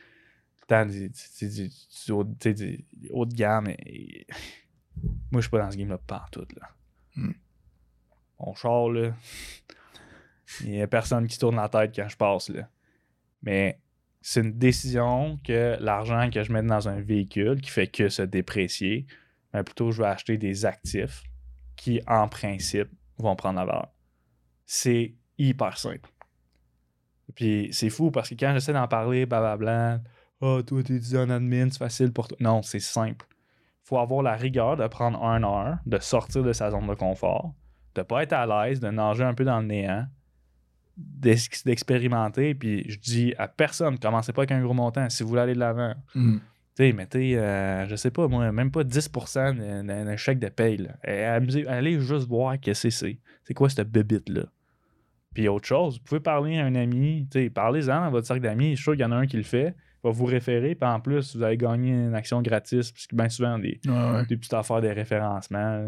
Speaker 6: haut de gamme. Et... Moi je suis pas dans ce game-là pantoute, là. Mon char, là, il y a personne qui se tourne la tête quand je passe, là. Mais c'est une décision que l'argent que je mets dans un véhicule qui fait que se déprécier, mais plutôt je vais acheter des actifs qui, en principe, vont prendre la valeur. C'est hyper simple. Puis c'est fou parce que quand j'essaie d'en parler, blablabla, toi t'es étudiant en admin, c'est facile pour toi. Non, c'est simple. Il faut avoir la rigueur de prendre 1 heure, de sortir de sa zone de confort, de pas être à l'aise, de nager un peu dans le néant, d'expérimenter. Puis je dis à personne, commencez pas avec un gros montant si vous voulez aller de l'avant. Mettez, je sais pas, moi, même pas 10% d'un chèque de paye. Là. Allez juste voir qu'est-ce que c'est. C'est quoi cette bébite-là? Puis autre chose, vous pouvez parler à un ami, parlez-en dans votre cercle d'amis. Je suis sûr qu'il y en a un qui le fait. Il va vous référer, puis en plus, vous allez gagner une action gratis, parce que bien souvent, des petites affaires de référencement.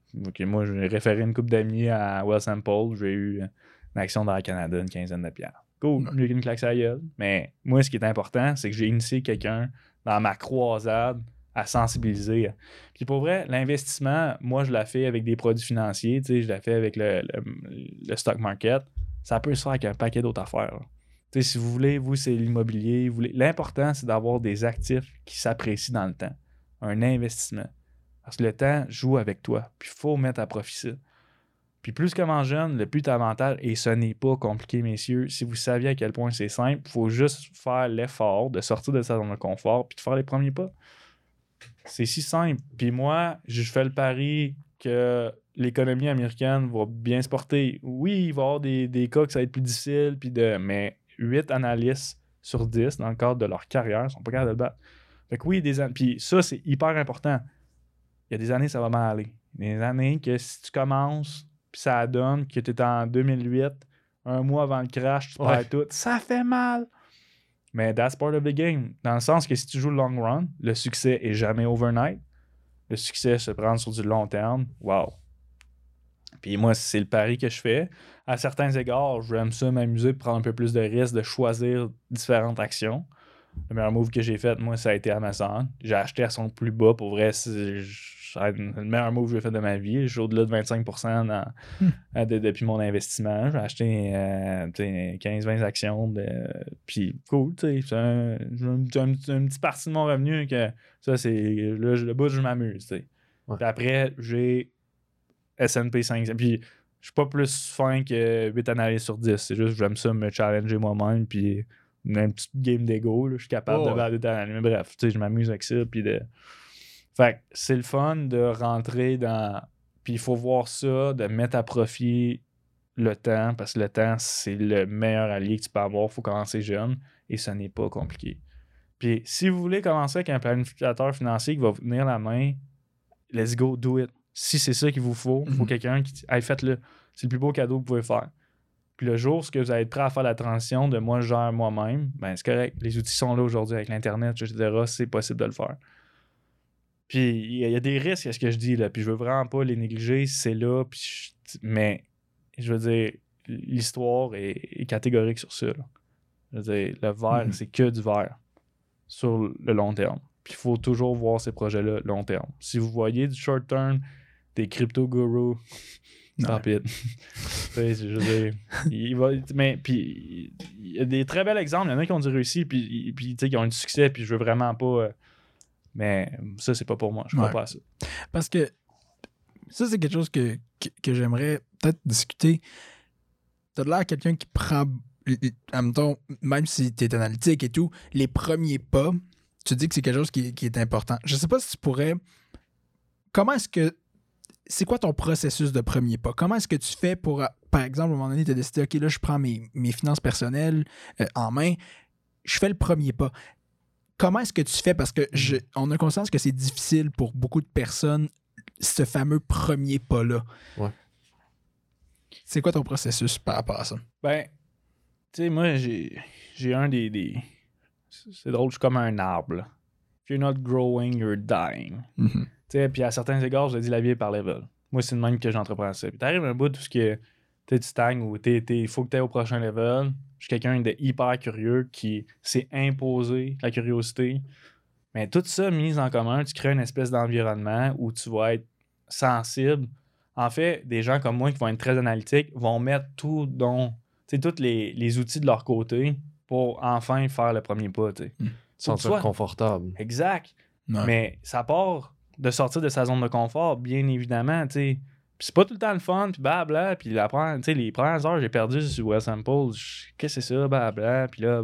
Speaker 6: OK, moi, j'ai référé une couple d'amis à Well Sample. J'ai eu une action dans le Canada, une quinzaine de piastres. Cool, mieux qu'une claque sur la gueule. Mais moi, ce qui est important, c'est que j'ai initié quelqu'un dans ma croisade à sensibiliser. Puis pour vrai, l'investissement, moi, je l'ai fait avec des produits financiers. Je l'ai fait avec le stock market. Ça peut se faire avec un paquet d'autres affaires. Si vous voulez, vous, c'est l'immobilier. L'important, c'est d'avoir des actifs qui s'apprécient dans le temps. Un investissement. Parce que le temps joue avec toi. Puis il faut mettre à profit ça. Puis plus comment jeune, le plus avantage, et ce n'est pas compliqué, messieurs. Si vous saviez à quel point c'est simple, il faut juste faire l'effort de sortir de sa zone de confort puis de faire les premiers pas. C'est si simple. Puis moi, je fais le pari que l'économie américaine va bien se porter. Oui, il va y avoir des cas que ça va être plus difficile, mais 8 analystes sur 10, dans le cadre de leur carrière, ne sont pas capables de le battre. Fait que oui, puis ça, c'est hyper important. Il y a des années, ça va mal aller. Des années que si tu commences, puis ça donne que tu es en 2008, un mois avant le crash, tu perds tout, ça fait mal. Mais that's part of the game. Dans le sens que si tu joues le long run, le succès est jamais overnight. Le succès se prend sur du long terme. Wow. Puis moi, c'est le pari que je fais. À certains égards, j'aime ça m'amuser, prendre un peu plus de risques, de choisir différentes actions. Le meilleur move que j'ai fait, moi, ça a été Amazon. J'ai acheté à son plus bas. Pour vrai, c'est le meilleur move que j'ai fait de ma vie. Je suis au-delà de 25% depuis mon investissement. J'ai acheté 15-20 actions. Puis cool, tu sais. Une petite partie de mon revenu que ça, c'est le bout, je m'amuse. Ouais. Puis après, j'ai S&P 500. Puis je suis pas plus fin que 8 analyses sur 10. C'est juste que j'aime ça me challenger moi-même. Puis une petite game d'ego. Je suis capable de valider l'année. Mais bref, je m'amuse avec ça. Puis fait que c'est le fun de rentrer dans. Puis il faut voir ça, de mettre à profit le temps, parce que le temps, c'est le meilleur allié que tu peux avoir. Il faut commencer jeune et ce n'est pas compliqué. Puis si vous voulez commencer avec un planificateur financier qui va vous tenir la main, let's go, do it. Si c'est ça qu'il vous faut, il faut quelqu'un qui dit hey, faites-le. C'est le plus beau cadeau que vous pouvez faire. Puis le jour où vous allez être prêt à faire la transition de moi, je gère moi-même, ben c'est correct. Les outils sont là aujourd'hui avec l'Internet, etc. C'est possible de le faire. Puis il y a des risques à ce que je dis, là. Puis je veux vraiment pas les négliger, c'est là. Mais je veux dire, l'histoire est catégorique sur ça. Là. Je veux dire, le verre, c'est que du verre sur le long terme. Puis il faut toujours voir ces projets-là long terme. Si vous voyez du short term, des crypto-gurus, tant pis. Je veux dire, puis il y a des très bels exemples. Il y en a qui ont du réussi, puis qui ont eu du succès, puis je veux vraiment pas. Mais ça, c'est pas pour moi. Je crois pas à ça.
Speaker 4: Parce que ça, c'est quelque chose que j'aimerais peut-être discuter. T'as l'air quelqu'un qui prend, admettons, même si t'es analytique et tout, les premiers pas, tu dis que c'est quelque chose qui est important. Je sais pas si tu pourrais. Comment est-ce que. C'est quoi ton processus de premier pas? Comment est-ce que tu fais pour, par exemple, à un moment donné, tu as décidé, OK, là, je prends mes finances personnelles en main, je fais le premier pas. Comment est-ce que tu fais? Parce que on a conscience que c'est difficile pour beaucoup de personnes, ce fameux premier pas-là. Ouais. C'est quoi ton processus par rapport à ça?
Speaker 6: Ben, tu sais, moi, j'ai un des... C'est drôle, je suis comme un arbre. Là. If you're not growing, you're dying. Mm-hmm. Tu sais, puis à certains égards, je dis la vie est par level. Moi, c'est le même que j'entreprends ça. Puis t'arrives à un bout de tout ce que tu stagnes ou il faut que tu ailles au prochain level. Je suis quelqu'un de hyper curieux qui s'est imposé la curiosité. Mais tout ça mis en commun, tu crées une espèce d'environnement où tu vas être sensible. En fait, des gens comme moi qui vont être très analytiques vont mettre tous les outils de leur côté pour enfin faire le premier pas.
Speaker 3: Sentir confortable.
Speaker 6: Exact.
Speaker 4: Ouais.
Speaker 6: Mais ça part de sortir de sa zone de confort, bien évidemment. T'sais. Puis c'est pas tout le temps le fun, puis blabla. Puis les premières heures, j'ai perdu sur Well Sample. Qu'est-ce que c'est ça, blabla. Puis là,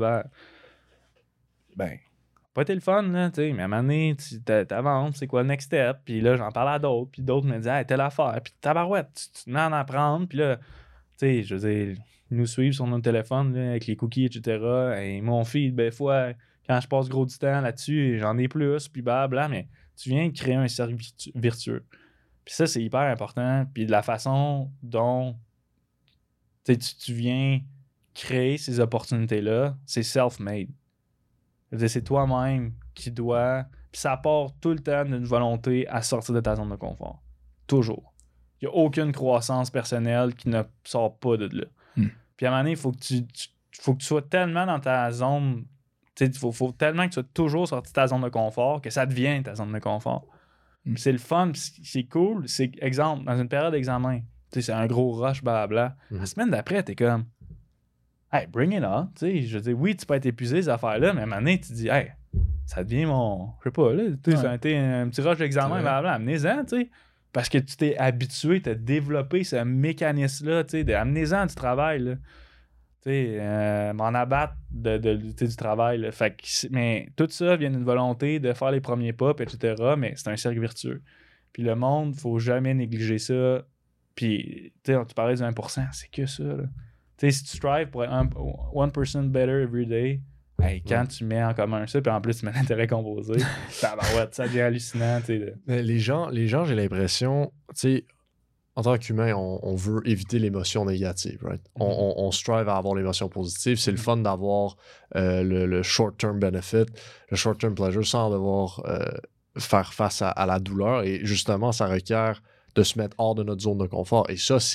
Speaker 6: pas été le fun, là, tu sais. Mais à un moment donné, t'avances, c'est quoi le next step? Puis là, j'en parle à d'autres. Puis d'autres me disaient, hey, telle affaire. Puis tabarouette, tu te mets à en apprendre. Puis là, tu sais, je veux dire, ils nous suivent sur notre téléphone, là, avec les cookies, etc. Et mon feed, des fois, quand je passe gros du temps là-dessus, j'en ai plus, puis blabla. Mais tu viens créer un cercle virtueux. Puis ça, c'est hyper important. Puis de la façon dont tu viens créer ces opportunités-là, c'est self-made. C'est toi-même qui dois... Puis ça part tout le temps d'une volonté à sortir de ta zone de confort. Toujours. Il n'y a aucune croissance personnelle qui ne sort pas de là. Puis à un moment donné, il faut que tu sois tellement dans ta zone. Il faut tellement que tu sois toujours sorti de ta zone de confort que ça devienne ta zone de confort. Puis c'est le fun, c'est cool. C'est, exemple, dans une période d'examen, c'est un gros rush, blabla. La semaine d'après, t'es comme, hey, bring it on. Je veux dire, oui, tu peux être épuisé, ces affaires-là, mais à un moment donné, tu te dis, hey, ça devient mon. Je sais pas, là, ça a été un petit rush d'examen, blabla, amenez-en, tu sais. Parce que tu t'es habitué, tu as développé ce mécanisme-là, tu sais, d'amenez-en du travail, là. Tu sais, m'en abattre du travail, là. Fait que, mais tout ça vient d'une volonté de faire les premiers pas, etc., mais c'est un cercle vertueux. Puis le monde, faut jamais négliger ça. Puis, tu sais, tu parlais du 1%, c'est que ça, là. Tu sais, si tu strives pour être 1% better every day, hey, quand tu mets en commun ça, puis en plus tu mets l'intérêt composé, ça devient hallucinant.
Speaker 3: Mais les gens, j'ai l'impression, tu sais, en tant qu'humain, on veut éviter l'émotion négative, right? On strive à avoir l'émotion positive. C'est le fun d'avoir le short-term benefit, le short-term pleasure sans devoir faire face à la douleur. Et justement, ça requiert de se mettre hors de notre zone de confort. Et ça,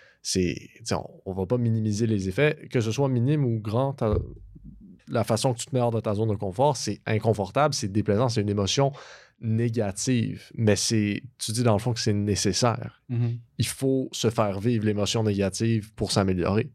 Speaker 3: on va pas minimiser les effets. Que ce soit minime ou grand, la façon que tu te mets hors de ta zone de confort, c'est inconfortable, c'est déplaisant, c'est une émotion négative. Mais tu dis dans le fond que c'est nécessaire. Il faut se faire vivre l'émotion négative pour s'améliorer.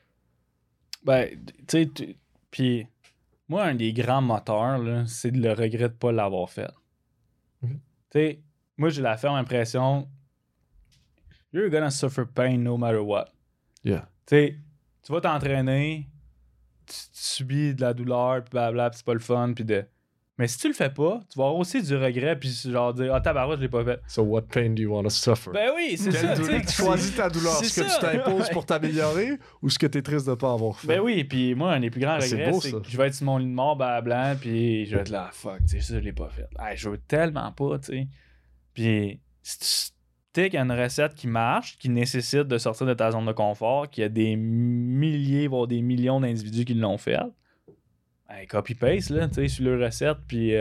Speaker 6: Ben, tu sais, puis moi, un des grands moteurs, là, c'est le regret de ne pas l'avoir fait. Tu sais, moi, j'ai la ferme impression you're gonna suffer pain no matter what.
Speaker 3: Yeah.
Speaker 6: Tu sais, tu vas t'entraîner, tu subis de la douleur, puis blabla, puis c'est pas le fun, puis de... Mais si tu le fais pas, tu vas avoir aussi du regret, puis genre dire « Ah, tabarouette, je l'ai pas fait. »
Speaker 3: So what pain do you want to suffer?
Speaker 6: Ben oui, c'est ça.
Speaker 3: Tu choisis ta douleur. Ce que tu t'imposes pour t'améliorer ou ce que tu es triste de pas avoir fait?
Speaker 6: Ben oui, puis moi, un des plus grands regrets, c'est que je vais être sur mon lit de mort, blabla, puis je vais être là « Fuck, tu sais, ça, je l'ai pas fait. Hey, je veux tellement pas, tu sais. » Puis si tu sais qu'il y a une recette qui marche, qui nécessite de sortir de ta zone de confort, qu'il y a des milliers, voire des millions d'individus qui l'ont fait, hey, copy-paste, là, tu sais, sur leur recette, puis tu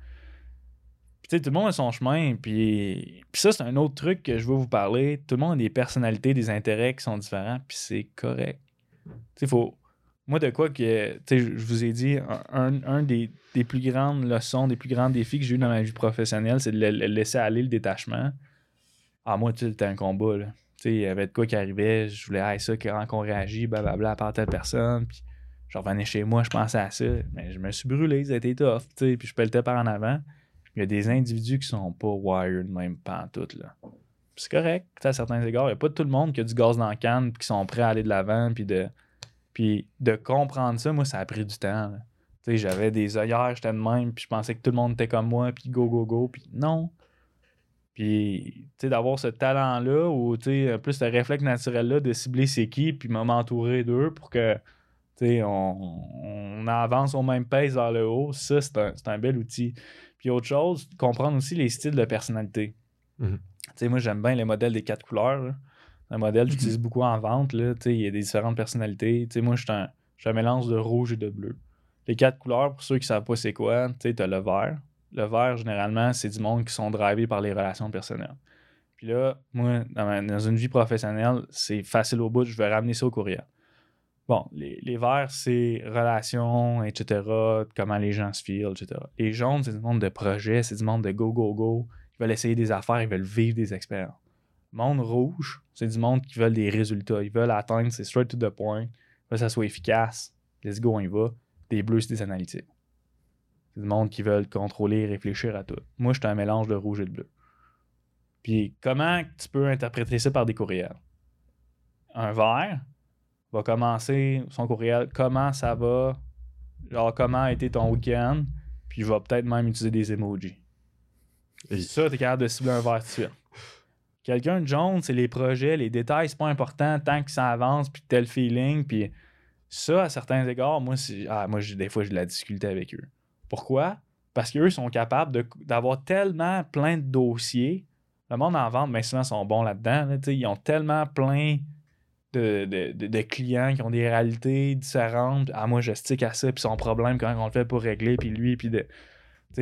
Speaker 6: sais, tout le monde a son chemin, puis ça, c'est un autre truc que je veux vous parler. Tout le monde a des personnalités, des intérêts qui sont différents, puis c'est correct. Tu sais, faut... Moi, de quoi que, tu sais, je vous ai dit, un des plus grandes leçons, des plus grands défis que j'ai eu dans ma vie professionnelle, c'est de laisser aller le détachement. Ah, moi, tu sais, c'était un combat, là. Tu sais, il y avait de quoi qui arrivait, je voulais, hey, ça, comment qu'on réagit, blablabla, par telle personne, puis je revenais chez moi, je pensais à ça, mais je me suis brûlé, ça a été tough, tu sais, puis je pelletais par en avant. Il y a des individus qui sont pas wired, même pantoute, là. C'est correct, à certains égards. Il n'y a pas tout le monde qui a du gaz dans la canne, puis qui sont prêts à aller de l'avant, puis de comprendre ça, moi, ça a pris du temps, là. Tu sais, j'avais des œillères, j'étais de même, puis je pensais que tout le monde était comme moi, puis go, go, go, puis non. Puis, tu sais, d'avoir ce talent-là, ou, tu sais, plus ce réflexe naturel-là de cibler c'est qui, puis m'entourer d'eux pour que, tu sais, on avance au même pace vers le haut, ça, c'est un bel outil. Puis, autre chose, comprendre aussi les styles de personnalité. Tu sais, moi, j'aime bien les modèles des 4 couleurs, là. Un modèle que j'utilise beaucoup en vente, là. Tu sais, il y a des différentes personnalités. Tu sais, moi, je suis un mélange de rouge et de bleu. Les 4 couleurs, pour ceux qui ne savent pas c'est quoi, tu sais, t'as le vert. Le vert, généralement, c'est du monde qui sont drivés par les relations personnelles. Puis là, moi, dans une vie professionnelle, c'est facile au bout, je vais ramener ça au courriel. Bon, les verts, c'est relations, etc., comment les gens se feel, etc. Les jaunes, c'est du monde de projet, c'est du monde de go, go, go. Ils veulent essayer des affaires, ils veulent vivre des expériences. Le monde rouge, c'est du monde qui veulent des résultats. Ils veulent atteindre, c'est straight to the point. Ils veulent que ça soit efficace. Let's go, on y va. Des bleus, c'est des analytiques. C'est du monde qui veulent contrôler et réfléchir à tout. Moi, je suis un mélange de rouge et de bleu. Puis, comment tu peux interpréter ça par des courriels? Un vert va commencer son courriel, comment ça va, genre comment a été ton week-end, puis il va peut-être même utiliser des emojis. Et ça, t'es capable de cibler un vert tout de suite. Quelqu'un de jaune, c'est les projets, les détails, c'est pas important tant que ça avance, puis tel feeling, puis ça, à certains égards, moi, des fois, j'ai de la difficulté avec eux. Pourquoi? Parce qu'eux sont capables d'avoir tellement plein de dossiers. Le monde en vente, bien souvent, sont bons là-dedans. Là, ils ont tellement plein de clients qui ont des réalités différentes. Ah, moi, je stick à ça, puis son problème, comment on le fait pour régler, puis lui, puis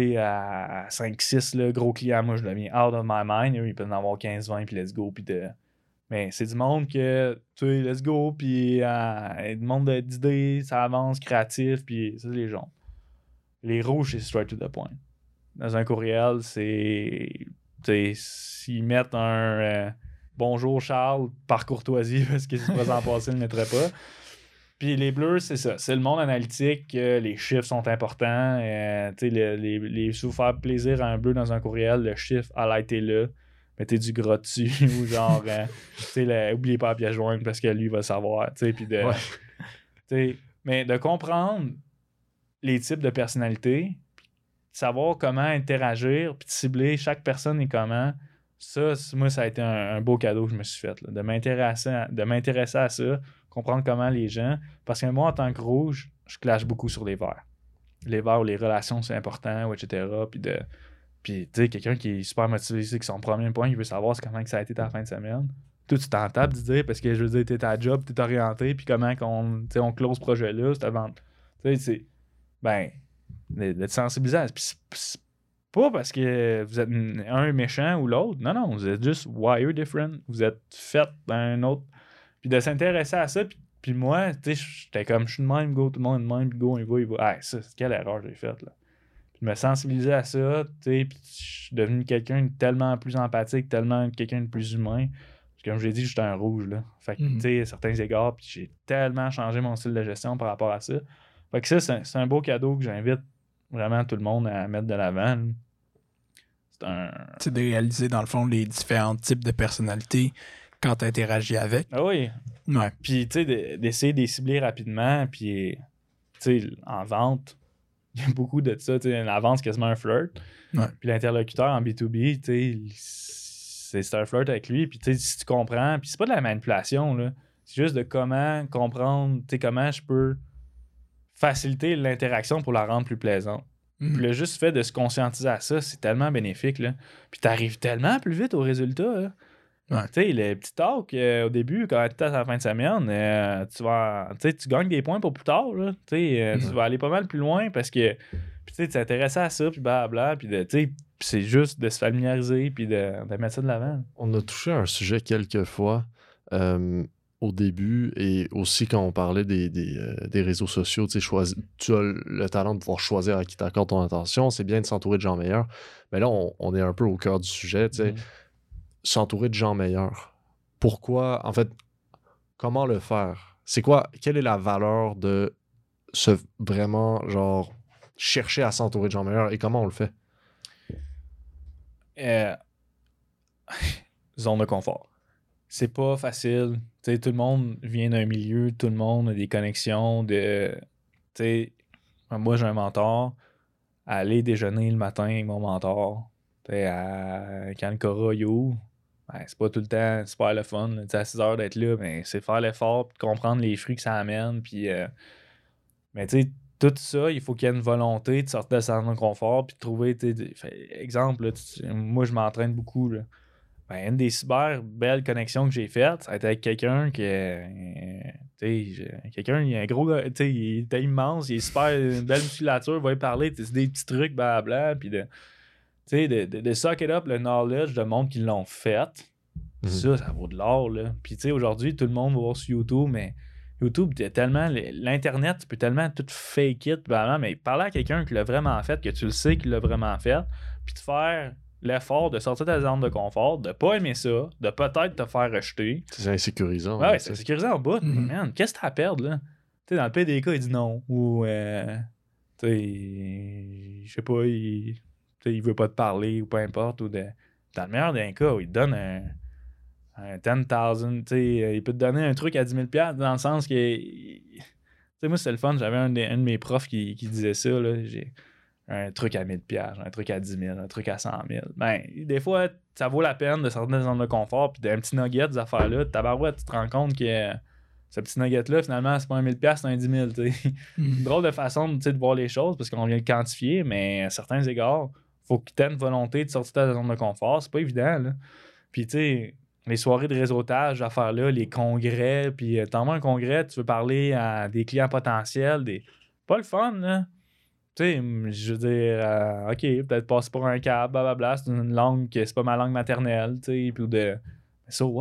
Speaker 6: à 5-6, gros clients, moi, je le mets out of my mind. Eux, ils peuvent en avoir 15-20, puis let's go, puis Mais c'est du monde que, tu sais, let's go, puis du monde d'idées, ça avance, créatif, puis ça, c'est les jaunes. Les rouges, c'est straight to the point. Dans un courriel, c'est... Tu sais, s'ils mettent un bonjour Charles par courtoisie, parce que si se présent passé, ils ne le mettraient pas. Puis les bleus, c'est ça. C'est le monde analytique, les chiffres sont importants. Tu sais, si vous faire plaisir à un bleu dans un courriel, le chiffre, highlightez-le. Mettez du gras dessus ou genre, tu sais, oubliez pas la pièce jointe parce que lui va savoir. Tu sais, puis de.
Speaker 3: Ouais.
Speaker 6: Tu sais, mais de comprendre les types de personnalités, savoir comment interagir, puis de cibler chaque personne et comment, ça, moi, ça a été un beau cadeau que je me suis fait. Là, de m'intéresser à ça, comprendre comment les gens. Parce que moi, en tant que rouge, je clash beaucoup sur les verts. Les verts où les relations, c'est important, ou etc. Puis, tu sais, quelqu'un qui est super motivé, c'est que son premier point, il veut savoir c'est comment que ça a été ta fin de semaine. Toi, tu t'en tapes de dire, parce que je veux dire, t'es à job, t'es orienté, puis comment on close ce projet-là, cette vente. Tu sais, c'est. Ben, d'être sensibilisé à. Puis c'est pas parce que vous êtes un méchant ou l'autre. Non, vous êtes juste wired different. Vous êtes fait d'un autre. Puis de s'intéresser à ça, puis moi, tu sais, j'étais comme, je suis de même, go, tout le monde est de même, puis go, il va. Ah, ça, quelle erreur j'ai faite, là. Puis me sensibiliser à ça, tu sais, puis je suis devenu quelqu'un de tellement plus empathique, tellement quelqu'un de plus humain. Parce que comme je l'ai dit, j'étais un rouge, là. Fait que, tu sais, à certains égards, puis j'ai tellement changé mon style de gestion par rapport à ça. Fait que ça, c'est un beau cadeau que j'invite vraiment tout le monde à mettre de l'avant, là.
Speaker 4: C'est de réaliser, dans le fond, les différents types de personnalités quand tu interagis avec.
Speaker 6: Ah oui.
Speaker 4: Ouais.
Speaker 6: Puis, tu sais, d'essayer de les cibler rapidement. Puis, tu sais, en vente, il y a beaucoup de ça. Tu sais, la vente, c'est quasiment un flirt.
Speaker 4: Ouais.
Speaker 6: Puis l'interlocuteur en B2B, tu sais, c'est un flirt avec lui. Puis, tu sais, si tu comprends, puis c'est pas de la manipulation, là. C'est juste de comment comprendre, tu sais, comment je peux faciliter l'interaction pour la rendre plus plaisante. Puis le juste fait de se conscientiser à ça, c'est tellement bénéfique, là. Puis t'arrives tellement plus vite au résultat, là.
Speaker 4: Ouais.
Speaker 6: Tu sais, le petit talk au début, quand tu es à la fin de semaine, tu gagnes des points pour plus tard, là. Tu vas aller pas mal plus loin parce que tu t'intéresses à ça, puis blablabla, puis c'est juste de se familiariser, puis de mettre ça de l'avant.
Speaker 3: On a touché à un sujet quelques fois au début et aussi quand on parlait des réseaux sociaux. Tu as le talent de pouvoir choisir à qui t'accordes ton attention. C'est bien de s'entourer de gens meilleurs. Mais là, on est un peu au cœur du sujet, tu sais. S'entourer de gens meilleurs. Pourquoi, en fait, comment le faire? C'est quoi, quelle est la valeur de se vraiment, genre, chercher à s'entourer de gens meilleurs et comment on le fait?
Speaker 6: Zone de confort. C'est pas facile. Tu sais, tout le monde vient d'un milieu, tout le monde a des connexions de. Tu sais, moi j'ai un mentor. Aller déjeuner le matin avec mon mentor. Tu sais, à Kankora You. Ben, c'est pas tout le temps super le fun. Tu sais, à 6 heures d'être là, mais c'est faire l'effort puis de comprendre les fruits que ça amène. Puis, mais tu sais, tout ça, il faut qu'il y ait une volonté de sortir de sa zone de confort puis de trouver. Exemple, là, moi je m'entraîne beaucoup. Là. Ben, une des super belles connexions que j'ai faites, ça a été avec quelqu'un qui quelqu'un, il est un gros gars, il était immense, il est super, une belle musculature, il va y parler, c'est des petits trucs, blablabla, puis de suck it up le knowledge de monde qui l'ont fait. Ça vaut de l'or, là. Puis aujourd'hui, tout le monde va voir sur YouTube, mais YouTube, il y a tellement, l'Internet, tu peux tellement tout fake it, blablabla, mais parler à quelqu'un qui l'a vraiment fait, que tu le sais qu'il l'a vraiment fait, puis de faire l'effort de sortir de ta zone de confort, de pas aimer ça, de peut-être te faire rejeter.
Speaker 3: C'est insécurisant.
Speaker 6: Ouais, c'est insécurisant en bout. Man, qu'est-ce que t'as à perdre, là? Tu sais, dans le PDK, il dit non. Ou, tu sais, je sais pas, il veut pas te parler ou peu importe. Ou dans le meilleur des cas, il te donne un 10,000, tu sais, il peut te donner un truc à 10 000 $ dans le sens que. Tu sais, moi, c'était le fun. J'avais un de mes profs qui disait ça, là. J'ai un truc à 1000 $, un truc à 10 000, un truc à 100 000. Ben, des fois, ça vaut la peine de sortir de zone de confort puis d'un petit nugget, des affaires-là. Tabarouette, tu te rends compte que ce petit nugget-là, finalement, c'est pas un 1000 $, c'est un 10 000, tu sais. Drôle de façon de voir les choses parce qu'on vient le quantifier, mais à certains égards, faut que tu aies une volonté de sortir de ta zone de confort. C'est pas évident, là. Puis, tu sais, les soirées de réseautage, affaires-là, les congrès, puis t'en vas un congrès, tu veux parler à des clients potentiels, pas le fun, là. Tu sais, je veux dire, OK, peut-être passer pour un câble, blablabla, c'est une langue que c'est pas ma langue maternelle, tu sais, puis so what?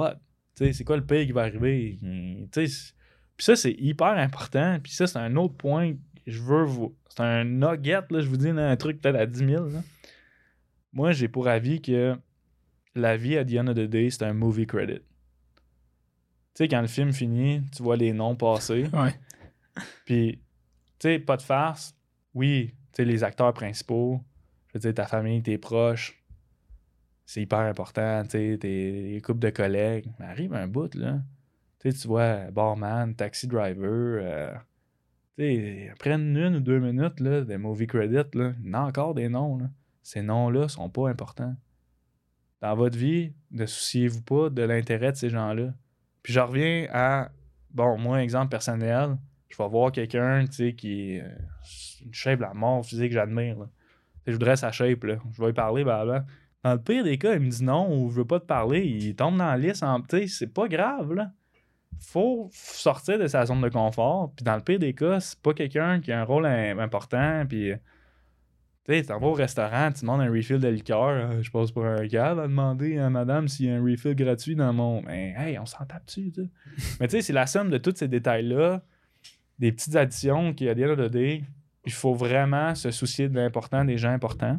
Speaker 6: Tu sais, c'est quoi le pire qui va arriver? Tu sais, puis ça, c'est hyper important. Puis ça, c'est un autre point que je veux vous... C'est un nugget, là, je vous dis, là, un truc peut-être à 10 000. Là. Moi, j'ai pour avis que la vie, at the end of the day, c'est un movie credit. Tu sais, quand le film finit, tu vois les noms passer.
Speaker 4: Ouais.
Speaker 6: Puis, tu sais, pas de farce. Oui, tu sais, les acteurs principaux, je veux dire, ta famille, tes proches, c'est hyper important, tu sais, tes couples de collègues. Mais arrive un bout, là. Tu sais, tu vois, barman, taxi driver, tu sais, après une ou 2 minutes, là, des movie credits, là, il y en a encore des noms, là. Ces noms-là sont pas importants. Dans votre vie, ne souciez-vous pas de l'intérêt de ces gens-là. Puis je reviens à, bon, moi, exemple personnel, je vais voir quelqu'un, tu sais, qui est une shape la mort physique que j'admire, là. Je voudrais sa shape, là. Je vais lui parler, blablabla. Dans le pire des cas, il me dit non ou je veux pas te parler, il tombe dans la liste en tu sais, c'est pas grave, là. Faut sortir de sa zone de confort. Puis dans le pire des cas, c'est pas quelqu'un qui a un rôle important. Puis, tu sais, t'en vas au restaurant, tu demandes un refill de liqueur. Je passe pour un gars à demander à madame s'il y a un refill gratuit dans mon. Mais hey, on s'en tape dessus, tu sais. Mais tu sais, c'est la somme de tous ces détails-là, des petites additions qui, à the end of the day, il faut vraiment se soucier de l'important des gens importants.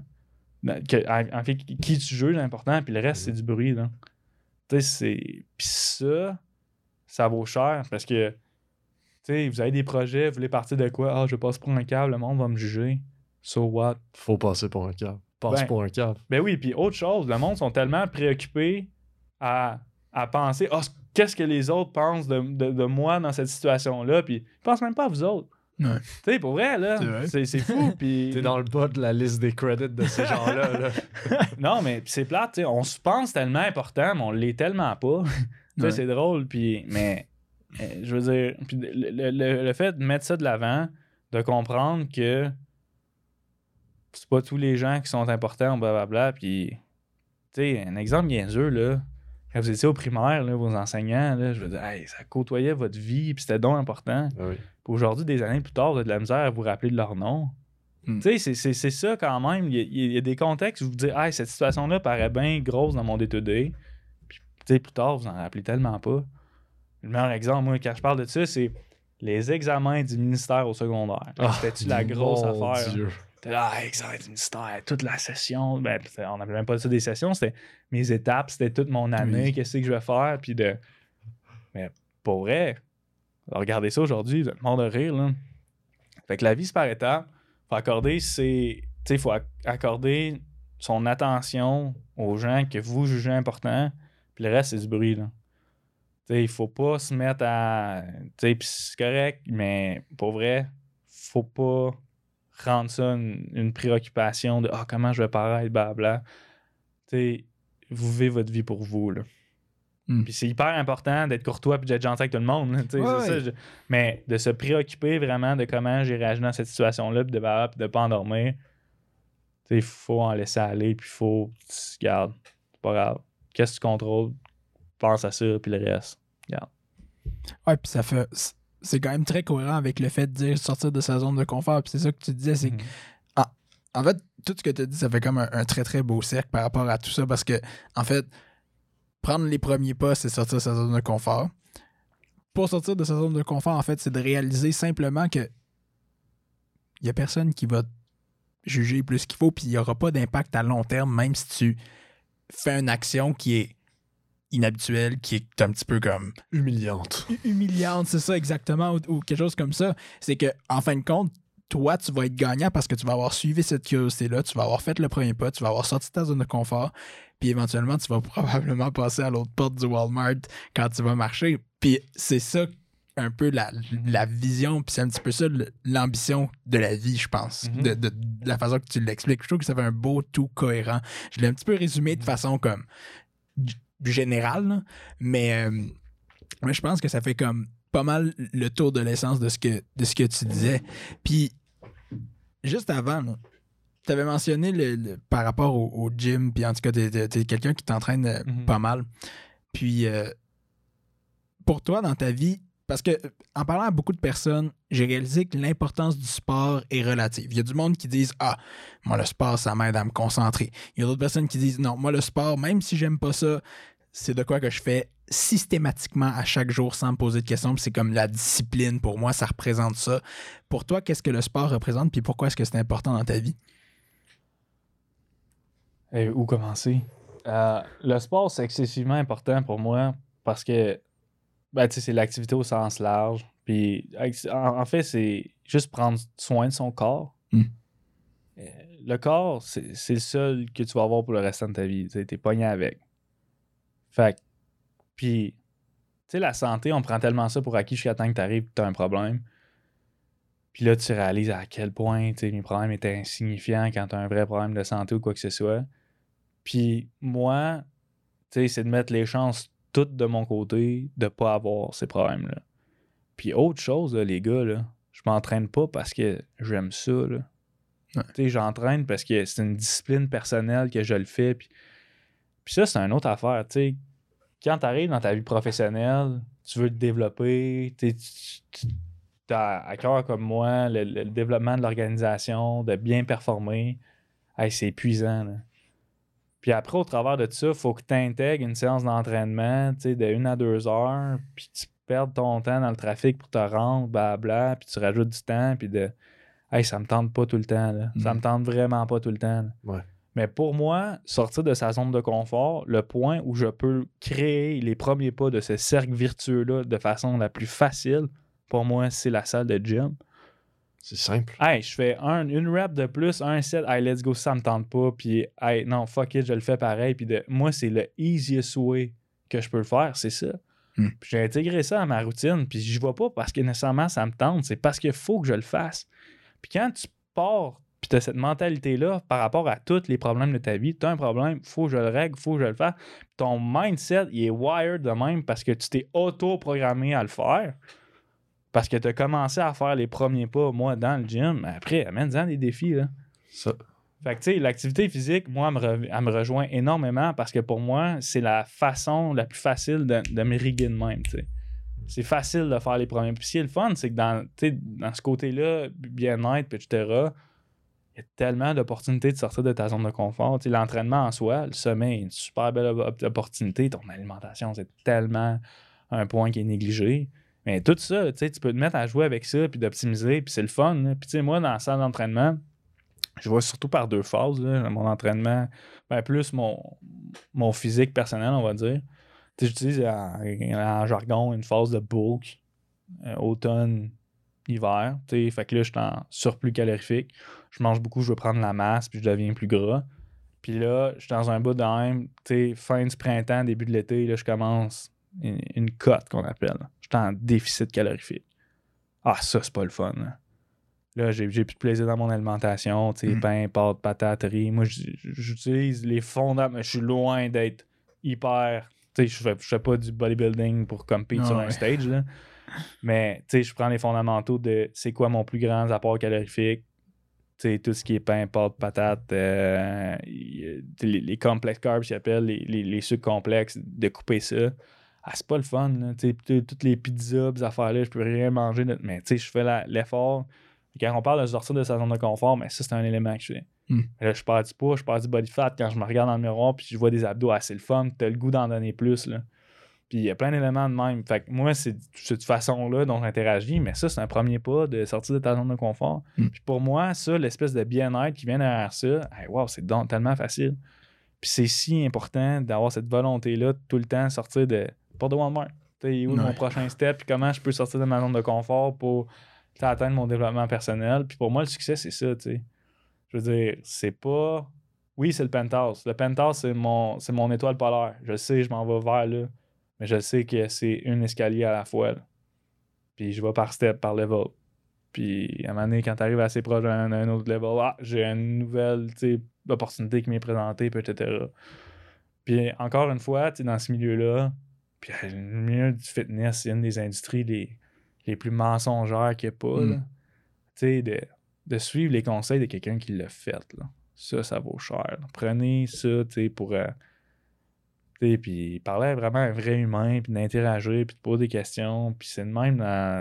Speaker 6: En fait, qui tu juges important, puis le reste, c'est du bruit, là. Tu sais, c'est. Puis ça vaut cher parce que, tu sais, vous avez des projets, vous voulez partir de quoi? Ah, je passe pour un câble, le monde va me juger. So what?
Speaker 3: Faut passer pour un cave. Passe pour un cave.
Speaker 6: Ben oui, puis autre chose, le monde sont tellement préoccupés à penser, qu'est-ce que les autres pensent de moi dans cette situation-là, puis ils pensent même pas à vous autres.
Speaker 4: Ouais.
Speaker 6: Tu sais, pour vrai, là, c'est fou, puis...
Speaker 3: T'es dans le bas de la liste des credits de ces gens-là, là.
Speaker 6: Non, mais c'est plate, tu sais, on se pense tellement important, mais on l'est tellement pas. Tu sais, c'est drôle, puis... Mais, je veux dire, puis le fait de mettre ça de l'avant, de comprendre que c'est pas tous les gens qui sont importants, blablabla, puis... Tu sais, un exemple niaiseux, là, quand vous étiez au primaire, là, vos enseignants, là, je veux dire, hey, ça côtoyait votre vie, puis c'était donc important.
Speaker 3: Ah oui.
Speaker 6: Puis aujourd'hui, des années plus tard, vous avez de la misère à vous rappeler de leur nom. Tu sais, c'est ça quand même. Il y a des contextes où vous vous dites, hey, cette situation-là paraît bien grosse dans mon day-to-day. Puis, tu sais, plus tard, vous en rappelez tellement pas. Le meilleur exemple, moi, quand je parle de ça, c'est les examens du ministère au secondaire. C'était-tu la grosse affaire?
Speaker 3: Dieu.
Speaker 6: Examen du ministère, toute la session. Ben, on n'appelait même pas ça des sessions, c'était mes étapes, c'était toute mon année,
Speaker 4: Oui.
Speaker 6: qu'est-ce que je vais faire. Puis Mais pour vrai, regardez ça aujourd'hui, vous êtes mort de rire, là. Fait que la vie, c'est par étapes. Faut accorder son attention aux gens que vous jugez importants, puis le reste, c'est du bruit, là. Il faut pas se mettre à... Puis c'est correct, mais pour vrai, faut pas rendre ça une préoccupation de « comment je vais paraître, blabla ». Vous vivez votre vie pour vous, là. Puis c'est hyper important d'être courtois puis d'être gentil avec tout le monde. Là, c'est ça, mais de se préoccuper vraiment de comment j'ai réagi dans cette situation-là puis de ne pas endormir, il faut en laisser aller puis il faut... Regarde, c'est pas grave. Qu'est-ce que tu contrôles? Pense à ça puis le reste. Regarde.
Speaker 4: Ouais, puis ça fait... C'est quand même très cohérent avec le fait de dire sortir de sa zone de confort. Puis c'est ça que tu disais, c'est que... En fait, tout ce que tu as dit, ça fait comme un très très beau cercle par rapport à tout ça parce que, en fait, prendre les premiers pas, c'est sortir de sa zone de confort. Pour sortir de sa zone de confort, en fait, c'est de réaliser simplement que il n'y a personne qui va juger plus qu'il faut, puis il n'y aura pas d'impact à long terme, même si tu fais une action qui est inhabituelle, qui est un petit peu comme...
Speaker 3: Humiliante.
Speaker 4: Humiliante, c'est ça exactement, ou quelque chose comme ça. C'est que en fin de compte, toi, tu vas être gagnant parce que tu vas avoir suivi cette curiosité-là, tu vas avoir fait le premier pas, tu vas avoir sorti ta zone de confort, puis éventuellement, tu vas probablement passer à l'autre porte du Walmart quand tu vas marcher. Puis c'est ça un peu la vision, puis c'est un petit peu ça l'ambition de la vie, je pense, de la façon que tu l'expliques. Je trouve que ça fait un beau tout cohérent. Je l'ai un petit peu résumé de façon comme générale, là, mais je pense que ça fait comme pas mal le tour de l'essence de ce que tu disais. Puis juste avant, tu avais mentionné par rapport au gym, puis en tout cas, t'es quelqu'un qui t'entraîne pas mal. Puis, pour toi, dans ta vie, parce que en parlant à beaucoup de personnes, j'ai réalisé que l'importance du sport est relative. Il y a du monde qui disent « Ah, moi, le sport, ça m'aide à me concentrer. » Il y a d'autres personnes qui disent « Non, moi, le sport, même si j'aime pas ça, c'est de quoi que je fais systématiquement à chaque jour sans me poser de questions. Puis c'est comme la discipline pour moi, ça représente ça. Pour toi, qu'est-ce que le sport représente puis pourquoi est-ce que c'est important dans ta vie?
Speaker 6: Où commencer? Le sport, c'est excessivement important pour moi parce que c'est l'activité au sens large. Puis, en fait, c'est juste prendre soin de son corps. Le corps, c'est le seul que tu vas avoir pour le restant de ta vie. T'es pogné avec. Fait que, puis, la santé, on prend tellement ça pour acquis jusqu'à temps que tu arrives et que tu as un problème. Puis là, tu réalises à quel point mes problèmes étaient insignifiants quand tu as un vrai problème de santé ou quoi que ce soit. Puis moi, c'est de mettre les chances toutes de mon côté de pas avoir ces problèmes-là. Puis autre chose, là, les gars, là, je m'entraîne pas parce que j'aime ça. Là. Ouais. J'entraîne parce que c'est une discipline personnelle que je le fais. Puis ça, c'est une autre affaire. Quand tu arrives dans ta vie professionnelle, tu veux te développer, tu as à cœur comme moi le développement de l'organisation, de bien performer. Hey, c'est épuisant. Là. Puis après, au travers de ça, il faut que tu intègres une séance d'entraînement de 1 à 2 heures, puis tu perds ton temps dans le trafic pour te rendre, blabla, puis tu rajoutes du temps, puis hey, ça me tente pas tout le temps. Là. Ça me tente vraiment pas tout le temps.
Speaker 3: Ouais.
Speaker 6: Mais pour moi, sortir de sa zone de confort, le point où je peux créer les premiers pas de ce cercle virtueux-là de façon la plus facile, pour moi, c'est la salle de gym.
Speaker 3: C'est simple.
Speaker 6: Hey, je fais une rep de plus, un set, hey, let's go, ça me tente pas, puis hey, non, fuck it, je le fais pareil, puis moi, c'est le easiest way que je peux le faire, c'est ça. Puis j'ai intégré ça à ma routine, puis j'y vais pas parce que nécessairement ça me tente, c'est parce qu'il faut que je le fasse. Puis quand tu pars, puis tu as cette mentalité-là par rapport à tous les problèmes de ta vie, tu as un problème, faut que je le règle, faut que je le fasse. Puis ton mindset, il est wired de même parce que tu t'es auto-programmé à le faire. Parce que tu as commencé à faire les premiers pas, moi, dans le gym. Après, amène-en des défis, là.
Speaker 3: Ça.
Speaker 6: Fait que, tu sais, l'activité physique, moi, elle me rejoint énormément parce que pour moi, c'est la façon la plus facile de me riguer de même, tu sais. C'est facile de faire les premiers. Puis ce qui est le fun, c'est que dans ce côté-là, bien-être, etc., il y a tellement d'opportunités de sortir de ta zone de confort. Tu sais, l'entraînement en soi, le sommeil, une super belle opportunité. Ton alimentation, c'est tellement un point qui est négligé. Mais tout ça, tu sais, tu peux te mettre à jouer avec ça puis d'optimiser, puis c'est le fun. Là. Puis tu sais, moi, dans la salle d'entraînement, je vois surtout par 2 phases, là, mon entraînement, plus mon physique personnel, on va dire. Tu sais, j'utilise en jargon une phase de bulk, automne, hiver. Tu sais, fait que là, je suis en surplus calorifique. Je mange beaucoup, je veux prendre la masse, puis je deviens plus gras. Puis là, je suis dans un bout de même, tu sais, fin du printemps, début de l'été, là, je commence une cote qu'on appelle. Je suis en déficit calorifique. Ah, ça, c'est pas le fun. Là, j'ai plus de plaisir dans mon alimentation. Tu sais, pain, pâtes, patates, riz. Moi, j'utilise les fondamentaux, mais je suis loin d'être hyper... Tu sais, je fais pas du bodybuilding pour compete sur un stage, là. Mais, tu sais, je prends les fondamentaux de c'est quoi mon plus grand apport calorifique. Tu sais, tout ce qui est pain, pâtes, patates, les complex carbs, ils appellent, les sucres complexes, de couper ça. Ah, c'est pas le fun, là. Tu sais, toutes les pizzas, ces affaires-là, je peux rien manger. Mais, tu sais, je fais l'effort. Quand on parle de sortir de sa zone de confort, mais ça, c'est un élément que je fais. Là, je perds du poids, je perds du body fat quand je me regarde dans le miroir puis je vois des abdos. Ah, c'est le fun, t'as le goût d'en donner plus, là. Puis il y a plein d'éléments de même. Fait que moi, c'est cette façon-là dont j'interagis, mais ça, c'est un premier pas de sortir de ta zone de confort. Puis pour moi, ça, l'espèce de bien-être qui vient derrière ça, hey, wow, c'est tellement facile. Puis c'est si important d'avoir cette volonté-là de tout le temps sortir de... Pas de Walmart. Tu sais, où mon prochain step, puis comment je peux sortir de ma zone de confort pour atteindre mon développement personnel. Puis pour moi, le succès, c'est ça, tu sais. Je veux dire, c'est pas... Oui, c'est le penthouse. Le penthouse, c'est mon étoile polaire. Je sais, je m'en vais vers là. Mais je sais que c'est une escalier à la fois. Là. Puis je vais par step, par level. Puis à un moment donné, quand tu arrives assez proche d'un autre level, j'ai une nouvelle opportunité qui m'est présentée, etc. Puis encore une fois, dans ce milieu-là, puis le milieu du fitness, c'est une des industries les plus mensongères qu'il n'y a pas. Là. Tu sais, de suivre les conseils de quelqu'un qui l'a fait. Là. Ça vaut cher. Là. Prenez ça, pour... puis parler vraiment à un vrai humain, puis d'interagir, puis de poser des questions. Puis c'est de même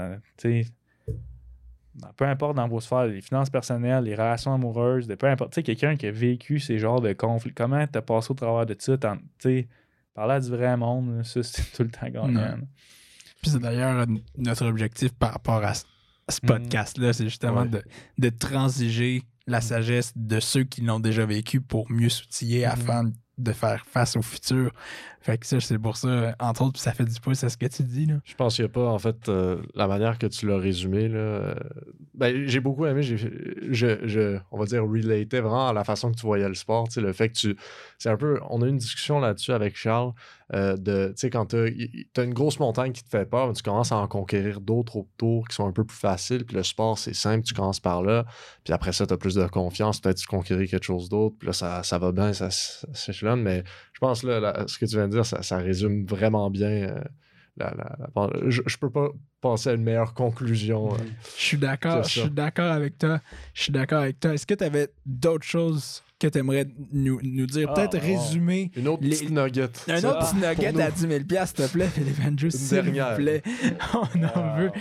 Speaker 6: peu importe dans vos sphères, les finances personnelles, les relations amoureuses, peu importe. Quelqu'un qui a vécu ces genres de conflits, comment t'as passé au travers de ça, par Parler à du vrai monde, là, ça, c'est tout le temps gagnant.
Speaker 4: Puis c'est d'ailleurs notre objectif par rapport à ce podcast-là, c'est justement de transiger la sagesse de ceux qui l'ont déjà vécu pour mieux s'outiller afin de faire face au futur. Fait que ça, c'est pour ça, entre autres, ça fait du pouce à ce que tu dis, là.
Speaker 3: Je pense qu'il n'y a pas, en fait, la manière que tu l'as résumé, là. Ben, j'ai beaucoup aimé, on va dire, relater vraiment à la façon que tu voyais le sport, tu sais, le fait que c'est un peu, on a eu une discussion là-dessus avec Charles, tu sais, quand t'as une grosse montagne qui te fait peur, mais tu commences à en conquérir d'autres autour qui sont un peu plus faciles, puis le sport, c'est simple, tu commences par là, puis après ça, t'as plus de confiance, peut-être tu conquéris quelque chose d'autre, puis là, ça va bien, ça s'échelonne, mais je pense, là, ce que tu viens de dire, ça résume vraiment bien je peux pas passer à une meilleure conclusion.
Speaker 4: Je suis d'accord avec toi. Est-ce que tu avais d'autres choses que tu aimerais nous dire? Peut-être résumer.
Speaker 3: Une autre petite nugget.
Speaker 4: Un autre petit nugget à 10 000 $, s'il te plaît, Philippe Andrews, s'il vous plaît. On en veut.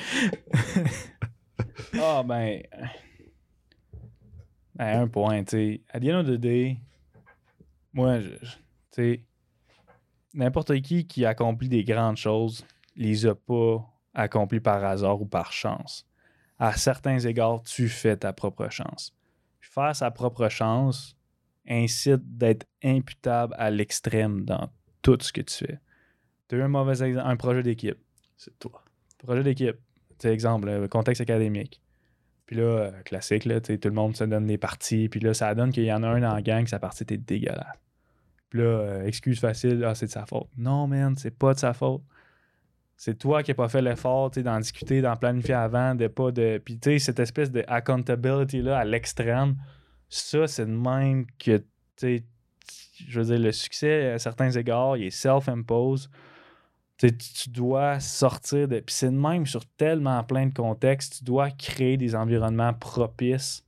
Speaker 6: Un point, tu sais. À the end of the day, moi, tu sais, n'importe qui accomplit des grandes choses les a pas accomplies par hasard ou par chance. À certains égards, tu fais ta propre chance. Faire sa propre chance incite d'être imputable à l'extrême dans tout ce que tu fais. Tu as eu un mauvais exemple, un projet d'équipe. C'est toi. Projet d'équipe. Tu sais, exemple, contexte académique. Puis là, classique, là, tout le monde se donne des parties. Puis là, ça donne qu'il y en a un dans la gang que sa partie était dégueulasse. Puis là, excuse facile, c'est de sa faute. Non, man, c'est pas de sa faute. C'est toi qui n'as pas fait l'effort d'en discuter, d'en planifier avant, de pas de. Puis tu sais, cette espèce de accountability-là à l'extrême, ça, c'est de même que, tu sais, je veux dire, le succès, à certains égards, il est self-imposed. Tu dois sortir de. Puis c'est de même sur tellement plein de contextes, tu dois créer des environnements propices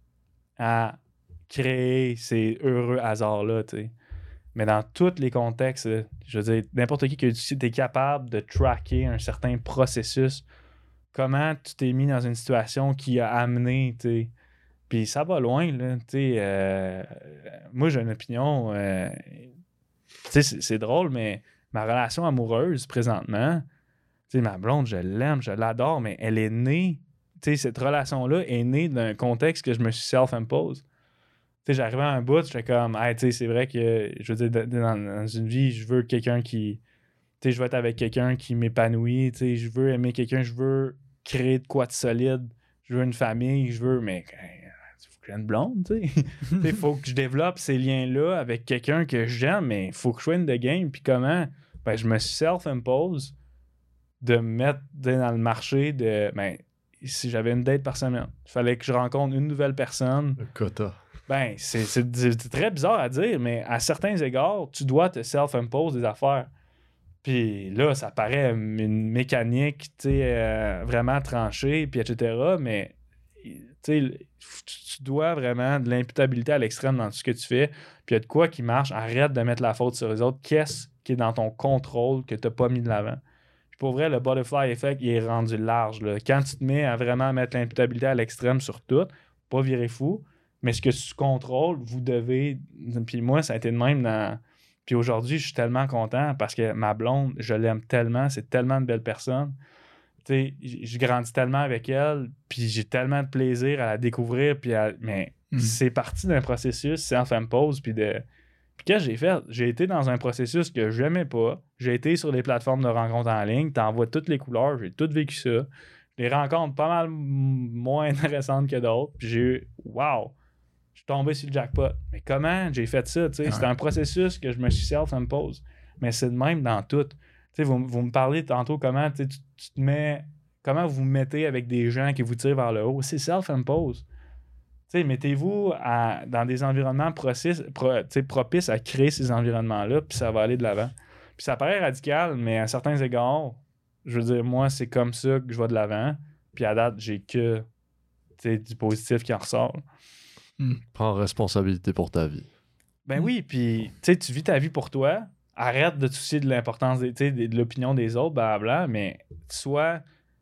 Speaker 6: à créer ces heureux hasards-là, tu sais. Mais dans tous les contextes, je veux dire, n'importe qui est capable de tracker un certain processus, comment tu t'es mis dans une situation qui a amené, tu sais. Puis ça va loin, là, tu sais. Moi, j'ai une opinion, tu sais, c'est drôle, mais ma relation amoureuse, présentement, tu sais, ma blonde, je l'aime, je l'adore, mais elle est née, tu sais, cette relation-là est née d'un contexte que je me suis self-impose. Tu sais, j'arrivais à un bout, j'étais comme, hey, tu sais, c'est vrai que, je veux dire, dans une vie, je veux quelqu'un qui, tu sais, je veux être avec quelqu'un qui m'épanouit, tu sais, je veux aimer quelqu'un, je veux créer de quoi de solide, je veux une famille, mais il faut que j'ai une blonde, tu sais. Il faut que je développe ces liens-là avec quelqu'un que j'aime, mais il faut que je sois une de game. Puis comment? Ben, je me suis self-impose de me mettre dans le marché de, si j'avais une date par semaine, il fallait que je rencontre une nouvelle personne.
Speaker 3: Le quota.
Speaker 6: Ben, c'est très bizarre à dire, mais à certains égards, tu dois te self-impose des affaires. Puis là, ça paraît une mécanique, tu sais, vraiment tranchée, puis etc., mais tu sais, tu dois vraiment de l'imputabilité à l'extrême dans tout ce que tu fais, puis il y a de quoi qui marche, arrête de mettre la faute sur les autres. Qu'est-ce qui est dans ton contrôle que tu n'as pas mis de l'avant? Puis pour vrai, le butterfly effect, il est rendu large, là. Quand tu te mets à vraiment mettre l'imputabilité à l'extrême sur tout, pas virer fou, mais ce que tu contrôles, vous devez. Puis moi, ça a été de même dans. Puis aujourd'hui, je suis tellement content parce que ma blonde, je l'aime tellement, c'est tellement une belle personne. Tu sais, je grandis tellement avec elle, puis j'ai tellement de plaisir à la découvrir, mais c'est parti d'un processus self-impose, puis qu'est-ce que j'ai fait? J'ai été dans un processus que je n'aimais pas. J'ai été sur les plateformes de rencontres en ligne, t'envoies toutes les couleurs, j'ai tout vécu ça. Des rencontres pas mal moins intéressantes que d'autres, puis j'ai eu « wow ». Je suis tombé sur le jackpot. Mais comment j'ai fait ça? C'est un processus que je me suis self-impose. Mais c'est de même dans tout. Vous me parlez tantôt comment tu te mets. Comment vous vous mettez avec des gens qui vous tirent vers le haut. C'est self-impose. Mettez-vous dans des environnements propices à créer ces environnements-là, puis ça va aller de l'avant. Puis ça paraît radical, mais à certains égards, je veux dire, moi, c'est comme ça que je vais de l'avant. Puis à date, j'ai que du positif qui en ressort.
Speaker 3: Prends responsabilité pour ta vie.
Speaker 6: Ben oui, puis tu vis ta vie pour toi. Arrête de te soucier de l'importance de l'opinion des autres, blablabla, mais sois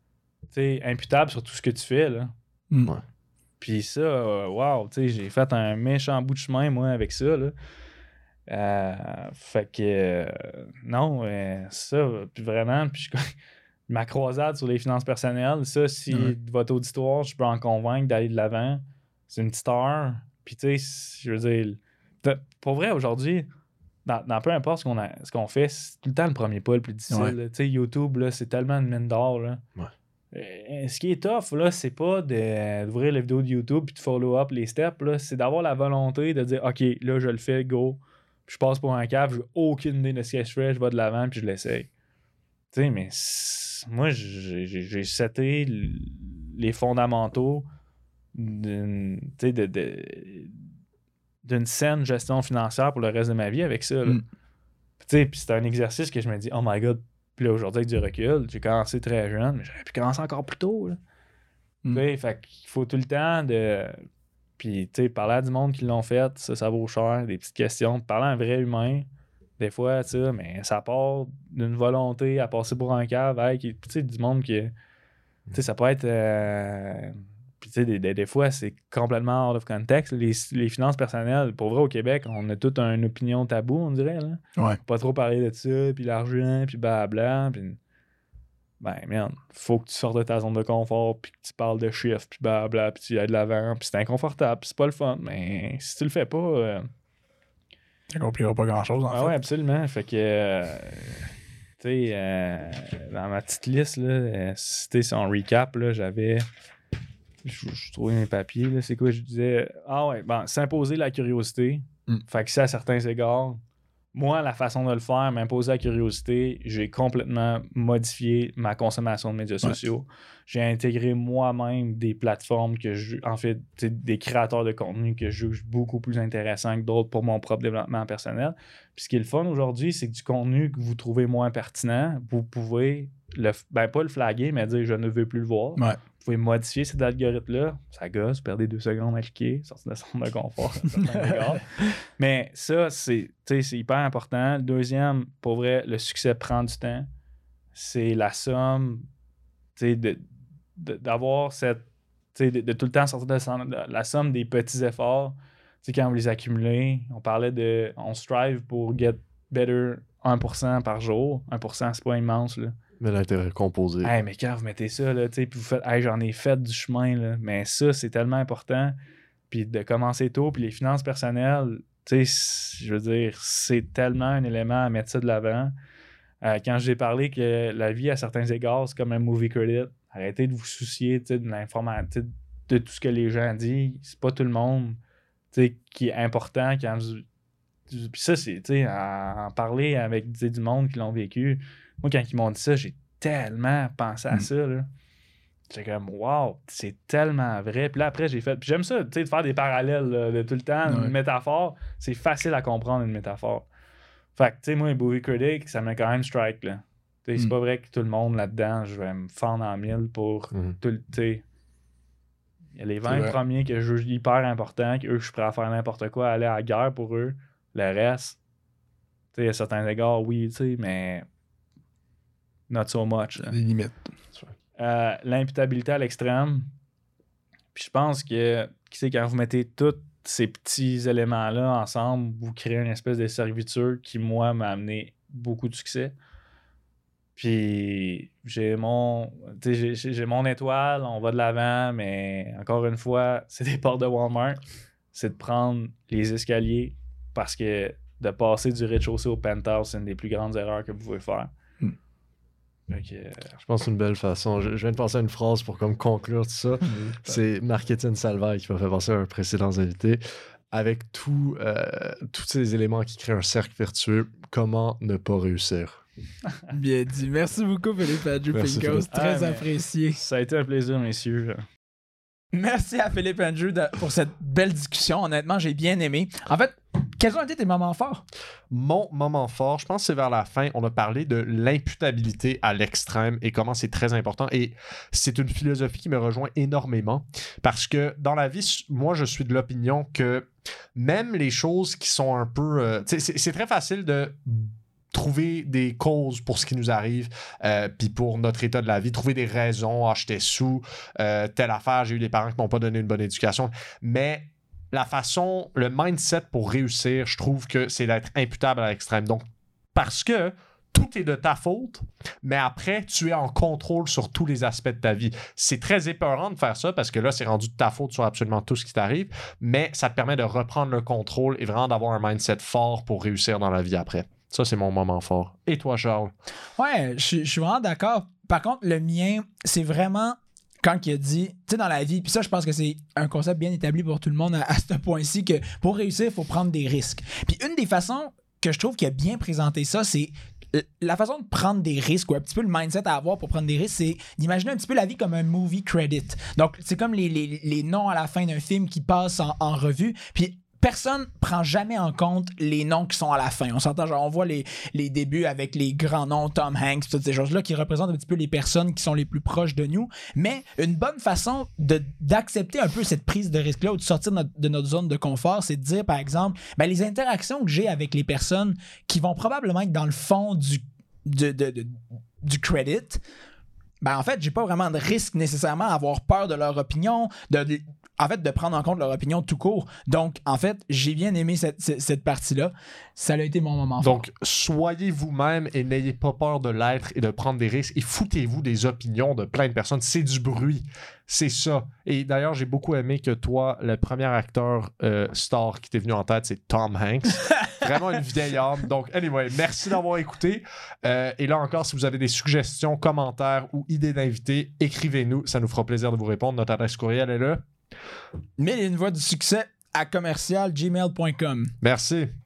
Speaker 6: imputable sur tout ce que tu fais. Là.
Speaker 3: Ouais.
Speaker 6: Puis ça, wow, j'ai fait un méchant bout de chemin, moi, avec ça. Là. Fait que non, ça, puis vraiment, puis ma croisade sur les finances personnelles, ça, si votre auditoire, je peux en convaincre d'aller de l'avant, c'est une petite heure. Puis tu sais, je veux dire, pour vrai, aujourd'hui, dans peu importe ce qu'on fait, c'est tout le temps le premier pas le plus difficile. Tu sais, YouTube, là, c'est tellement une mine d'or. Là. Ce qui est tough, là, c'est pas d'ouvrir la vidéo de YouTube puis de follow up les steps, là, c'est d'avoir la volonté de dire OK, là, je le fais, go. Puis je passe pour un cave, j'ai aucune idée de ce que je fais, je vais de l'avant puis je l'essaye. Tu sais, mais moi, j'ai seté les fondamentaux d'une saine gestion financière pour le reste de ma vie avec ça. Puis c'est un exercice que je me dis, oh my god, puis là aujourd'hui avec du recul, j'ai commencé très jeune, mais j'aurais pu commencer encore plus tôt. Fait qu'il faut tout le temps de. Puis tu sais, parler à du monde qui l'ont fait, ça vaut cher, des petites questions, parler à un vrai humain. Des fois, tu sais, mais ça part d'une volonté à passer pour un cave avec, tu sais, du monde qui. Tu sais, ça peut être. Puis, tu sais, des fois, c'est complètement out of context. Les finances personnelles, pour vrai, au Québec, on a toute une opinion tabou, on dirait. Là.
Speaker 4: Ouais.
Speaker 6: Pas trop parler de ça, puis l'argent, puis blabla. Puis, ben, merde, faut que tu sortes de ta zone de confort, puis que tu parles de chiffres, puis blabla, puis tu ailles de l'avant, puis c'est inconfortable, puis c'est pas le fun. Mais si tu le fais pas.
Speaker 4: Ça n'accomplira pas grand-chose, en fait.
Speaker 6: Oui, absolument. Fait que, tu sais, dans ma petite liste, là, si on recap, là, j'avais. Je trouvais mes papiers, là, c'est quoi? Je disais, s'imposer la curiosité. Fait que ça, à certains égards, moi, la façon de le faire, m'imposer la curiosité, j'ai complètement modifié ma consommation de médias sociaux. J'ai intégré moi-même des plateformes des créateurs de contenu que je juge beaucoup plus intéressants que d'autres pour mon propre développement personnel. Puis ce qui est le fun aujourd'hui, c'est que du contenu que vous trouvez moins pertinent, vous pouvez pas le flaguer, mais dire je ne veux plus le voir.
Speaker 4: Ouais.
Speaker 6: Vous pouvez modifier cet algorithme-là. Ça gosse, perdez 2 secondes à cliquer, sortir de la zone de confort. Mais ça, c'est hyper important. Le deuxième, pour vrai, le succès prend du temps. C'est la somme d'avoir cette. De tout le temps sortir de la somme des petits efforts. Quand vous les accumulez, on parlait de. On strive pour get better 1% par jour. 1%, c'est pas immense, là.
Speaker 3: Mais l'intérêt composé.
Speaker 6: Hey, mais quand vous mettez ça, là, puis vous faites hey, j'en ai fait du chemin, là. Mais ça, c'est tellement important. Puis de commencer tôt, puis les finances personnelles, je veux dire, c'est tellement un élément à mettre ça de l'avant. Quand j'ai parlé que la vie, à certains égards, c'est comme un movie credit, arrêtez de vous soucier de l'information, de tout ce que les gens disent. C'est pas tout le monde qui est important quand vous. Puis ça, c'est en parler avec du monde qui l'ont vécu. Moi, quand ils m'ont dit ça, j'ai tellement pensé à ça. Là. J'étais comme, wow, c'est tellement vrai. Puis là, après, j'ai fait. Puis j'aime ça, de faire des parallèles là, de tout le temps. Une métaphore, c'est facile à comprendre, une métaphore. Fait que, tu sais, moi, un movie critic, ça m'a quand même strike. Là. C'est pas vrai que tout le monde là-dedans, je vais me fendre en mille pour tout le. Il y a les 20 premiers que je juge hyper importants, qu'eux, je suis prêt à faire n'importe quoi, aller à la guerre pour eux. Le reste, tu sais, à certains égards, oui, tu sais, mais. Not so much.
Speaker 4: Des limites.
Speaker 6: L'imputabilité à l'extrême. Puis je pense que quand vous mettez tous ces petits éléments-là ensemble, vous créez une espèce de servitude qui, moi, m'a amené beaucoup de succès. Puis j'ai mon étoile, on va de l'avant, mais encore une fois, c'est des portes de Walmart. C'est de prendre les escaliers parce que de passer du rez-de-chaussée au penthouse, c'est une des plus grandes erreurs que vous pouvez faire.
Speaker 3: Je pense que c'est une belle façon. Je viens de penser à une phrase pour comme conclure tout ça. C'est Marc-Étienne Salvaire qui m'a fait penser à un précédent invité. Avec tous ces éléments qui créent un cercle vertueux, comment ne pas réussir?
Speaker 4: Bien dit. Merci beaucoup, Philippe Andrew Pincos. Très apprécié.
Speaker 6: Ça a été un plaisir, messieurs.
Speaker 4: Merci à Philippe Andrew pour cette belle discussion. Honnêtement, j'ai bien aimé. En fait, quels ont été tes moments forts?
Speaker 5: Mon moment fort, je pense que c'est vers la fin. On a parlé de l'imputabilité à l'extrême et comment c'est très important. Et c'est une philosophie qui me rejoint énormément parce que dans la vie, moi, je suis de l'opinion que même les choses qui sont un peu... c'est très facile de trouver des causes pour ce qui nous arrive, puis pour notre état de la vie, trouver des raisons, j'étais sous, telle affaire, j'ai eu des parents qui m'ont pas donné une bonne éducation, mais la façon, le mindset pour réussir, je trouve que c'est d'être imputable à l'extrême. Donc, parce que tout est de ta faute, mais après, tu es en contrôle sur tous les aspects de ta vie. C'est très épeurant de faire ça parce que là, c'est rendu de ta faute sur absolument tout ce qui t'arrive, mais ça te permet de reprendre le contrôle et vraiment d'avoir un mindset fort pour réussir dans la vie après. Ça, c'est mon moment fort. Et toi, Charles?
Speaker 4: Ouais, je suis vraiment d'accord. Par contre, le mien, c'est vraiment quand il a dit, tu sais, dans la vie, puis ça, je pense que c'est un concept bien établi pour tout le monde à ce point-ci, que pour réussir, il faut prendre des risques. Puis une des façons que je trouve qu'il a bien présenté ça, c'est la façon de prendre des risques, ou un petit peu le mindset à avoir pour prendre des risques, c'est d'imaginer un petit peu la vie comme un movie credit. Donc, c'est comme les noms à la fin d'un film qui passent en revue, puis personne prend jamais en compte les noms qui sont à la fin. On s'entend, genre, on voit les débuts avec les grands noms, Tom Hanks, toutes ces choses-là qui représentent un petit peu les personnes qui sont les plus proches de nous. Mais une bonne façon d'accepter un peu cette prise de risque-là ou de sortir de notre zone de confort, c'est de dire, par exemple, ben, les interactions que j'ai avec les personnes qui vont probablement être dans le fond du credit, ben, en fait, j'ai pas vraiment de risque nécessairement à avoir peur de leur opinion, en fait, de prendre en compte leur opinion tout court. Donc, en fait, j'ai bien aimé cette partie-là. Ça a été mon moment fort.
Speaker 5: Donc, soyez vous-même et n'ayez pas peur de l'être et de prendre des risques. Et foutez-vous des opinions de plein de personnes. C'est du bruit. C'est ça. Et d'ailleurs, j'ai beaucoup aimé que toi, le premier acteur star qui t'est venu en tête, c'est Tom Hanks. Vraiment une vieille âme. Donc, anyway, merci d'avoir écouté. Et là encore, si vous avez des suggestions, commentaires ou idées d'invités, écrivez-nous. Ça nous fera plaisir de vous répondre. Notre adresse courriel est là.
Speaker 4: 1001 voix du succès à commercial gmail.com.
Speaker 5: Merci.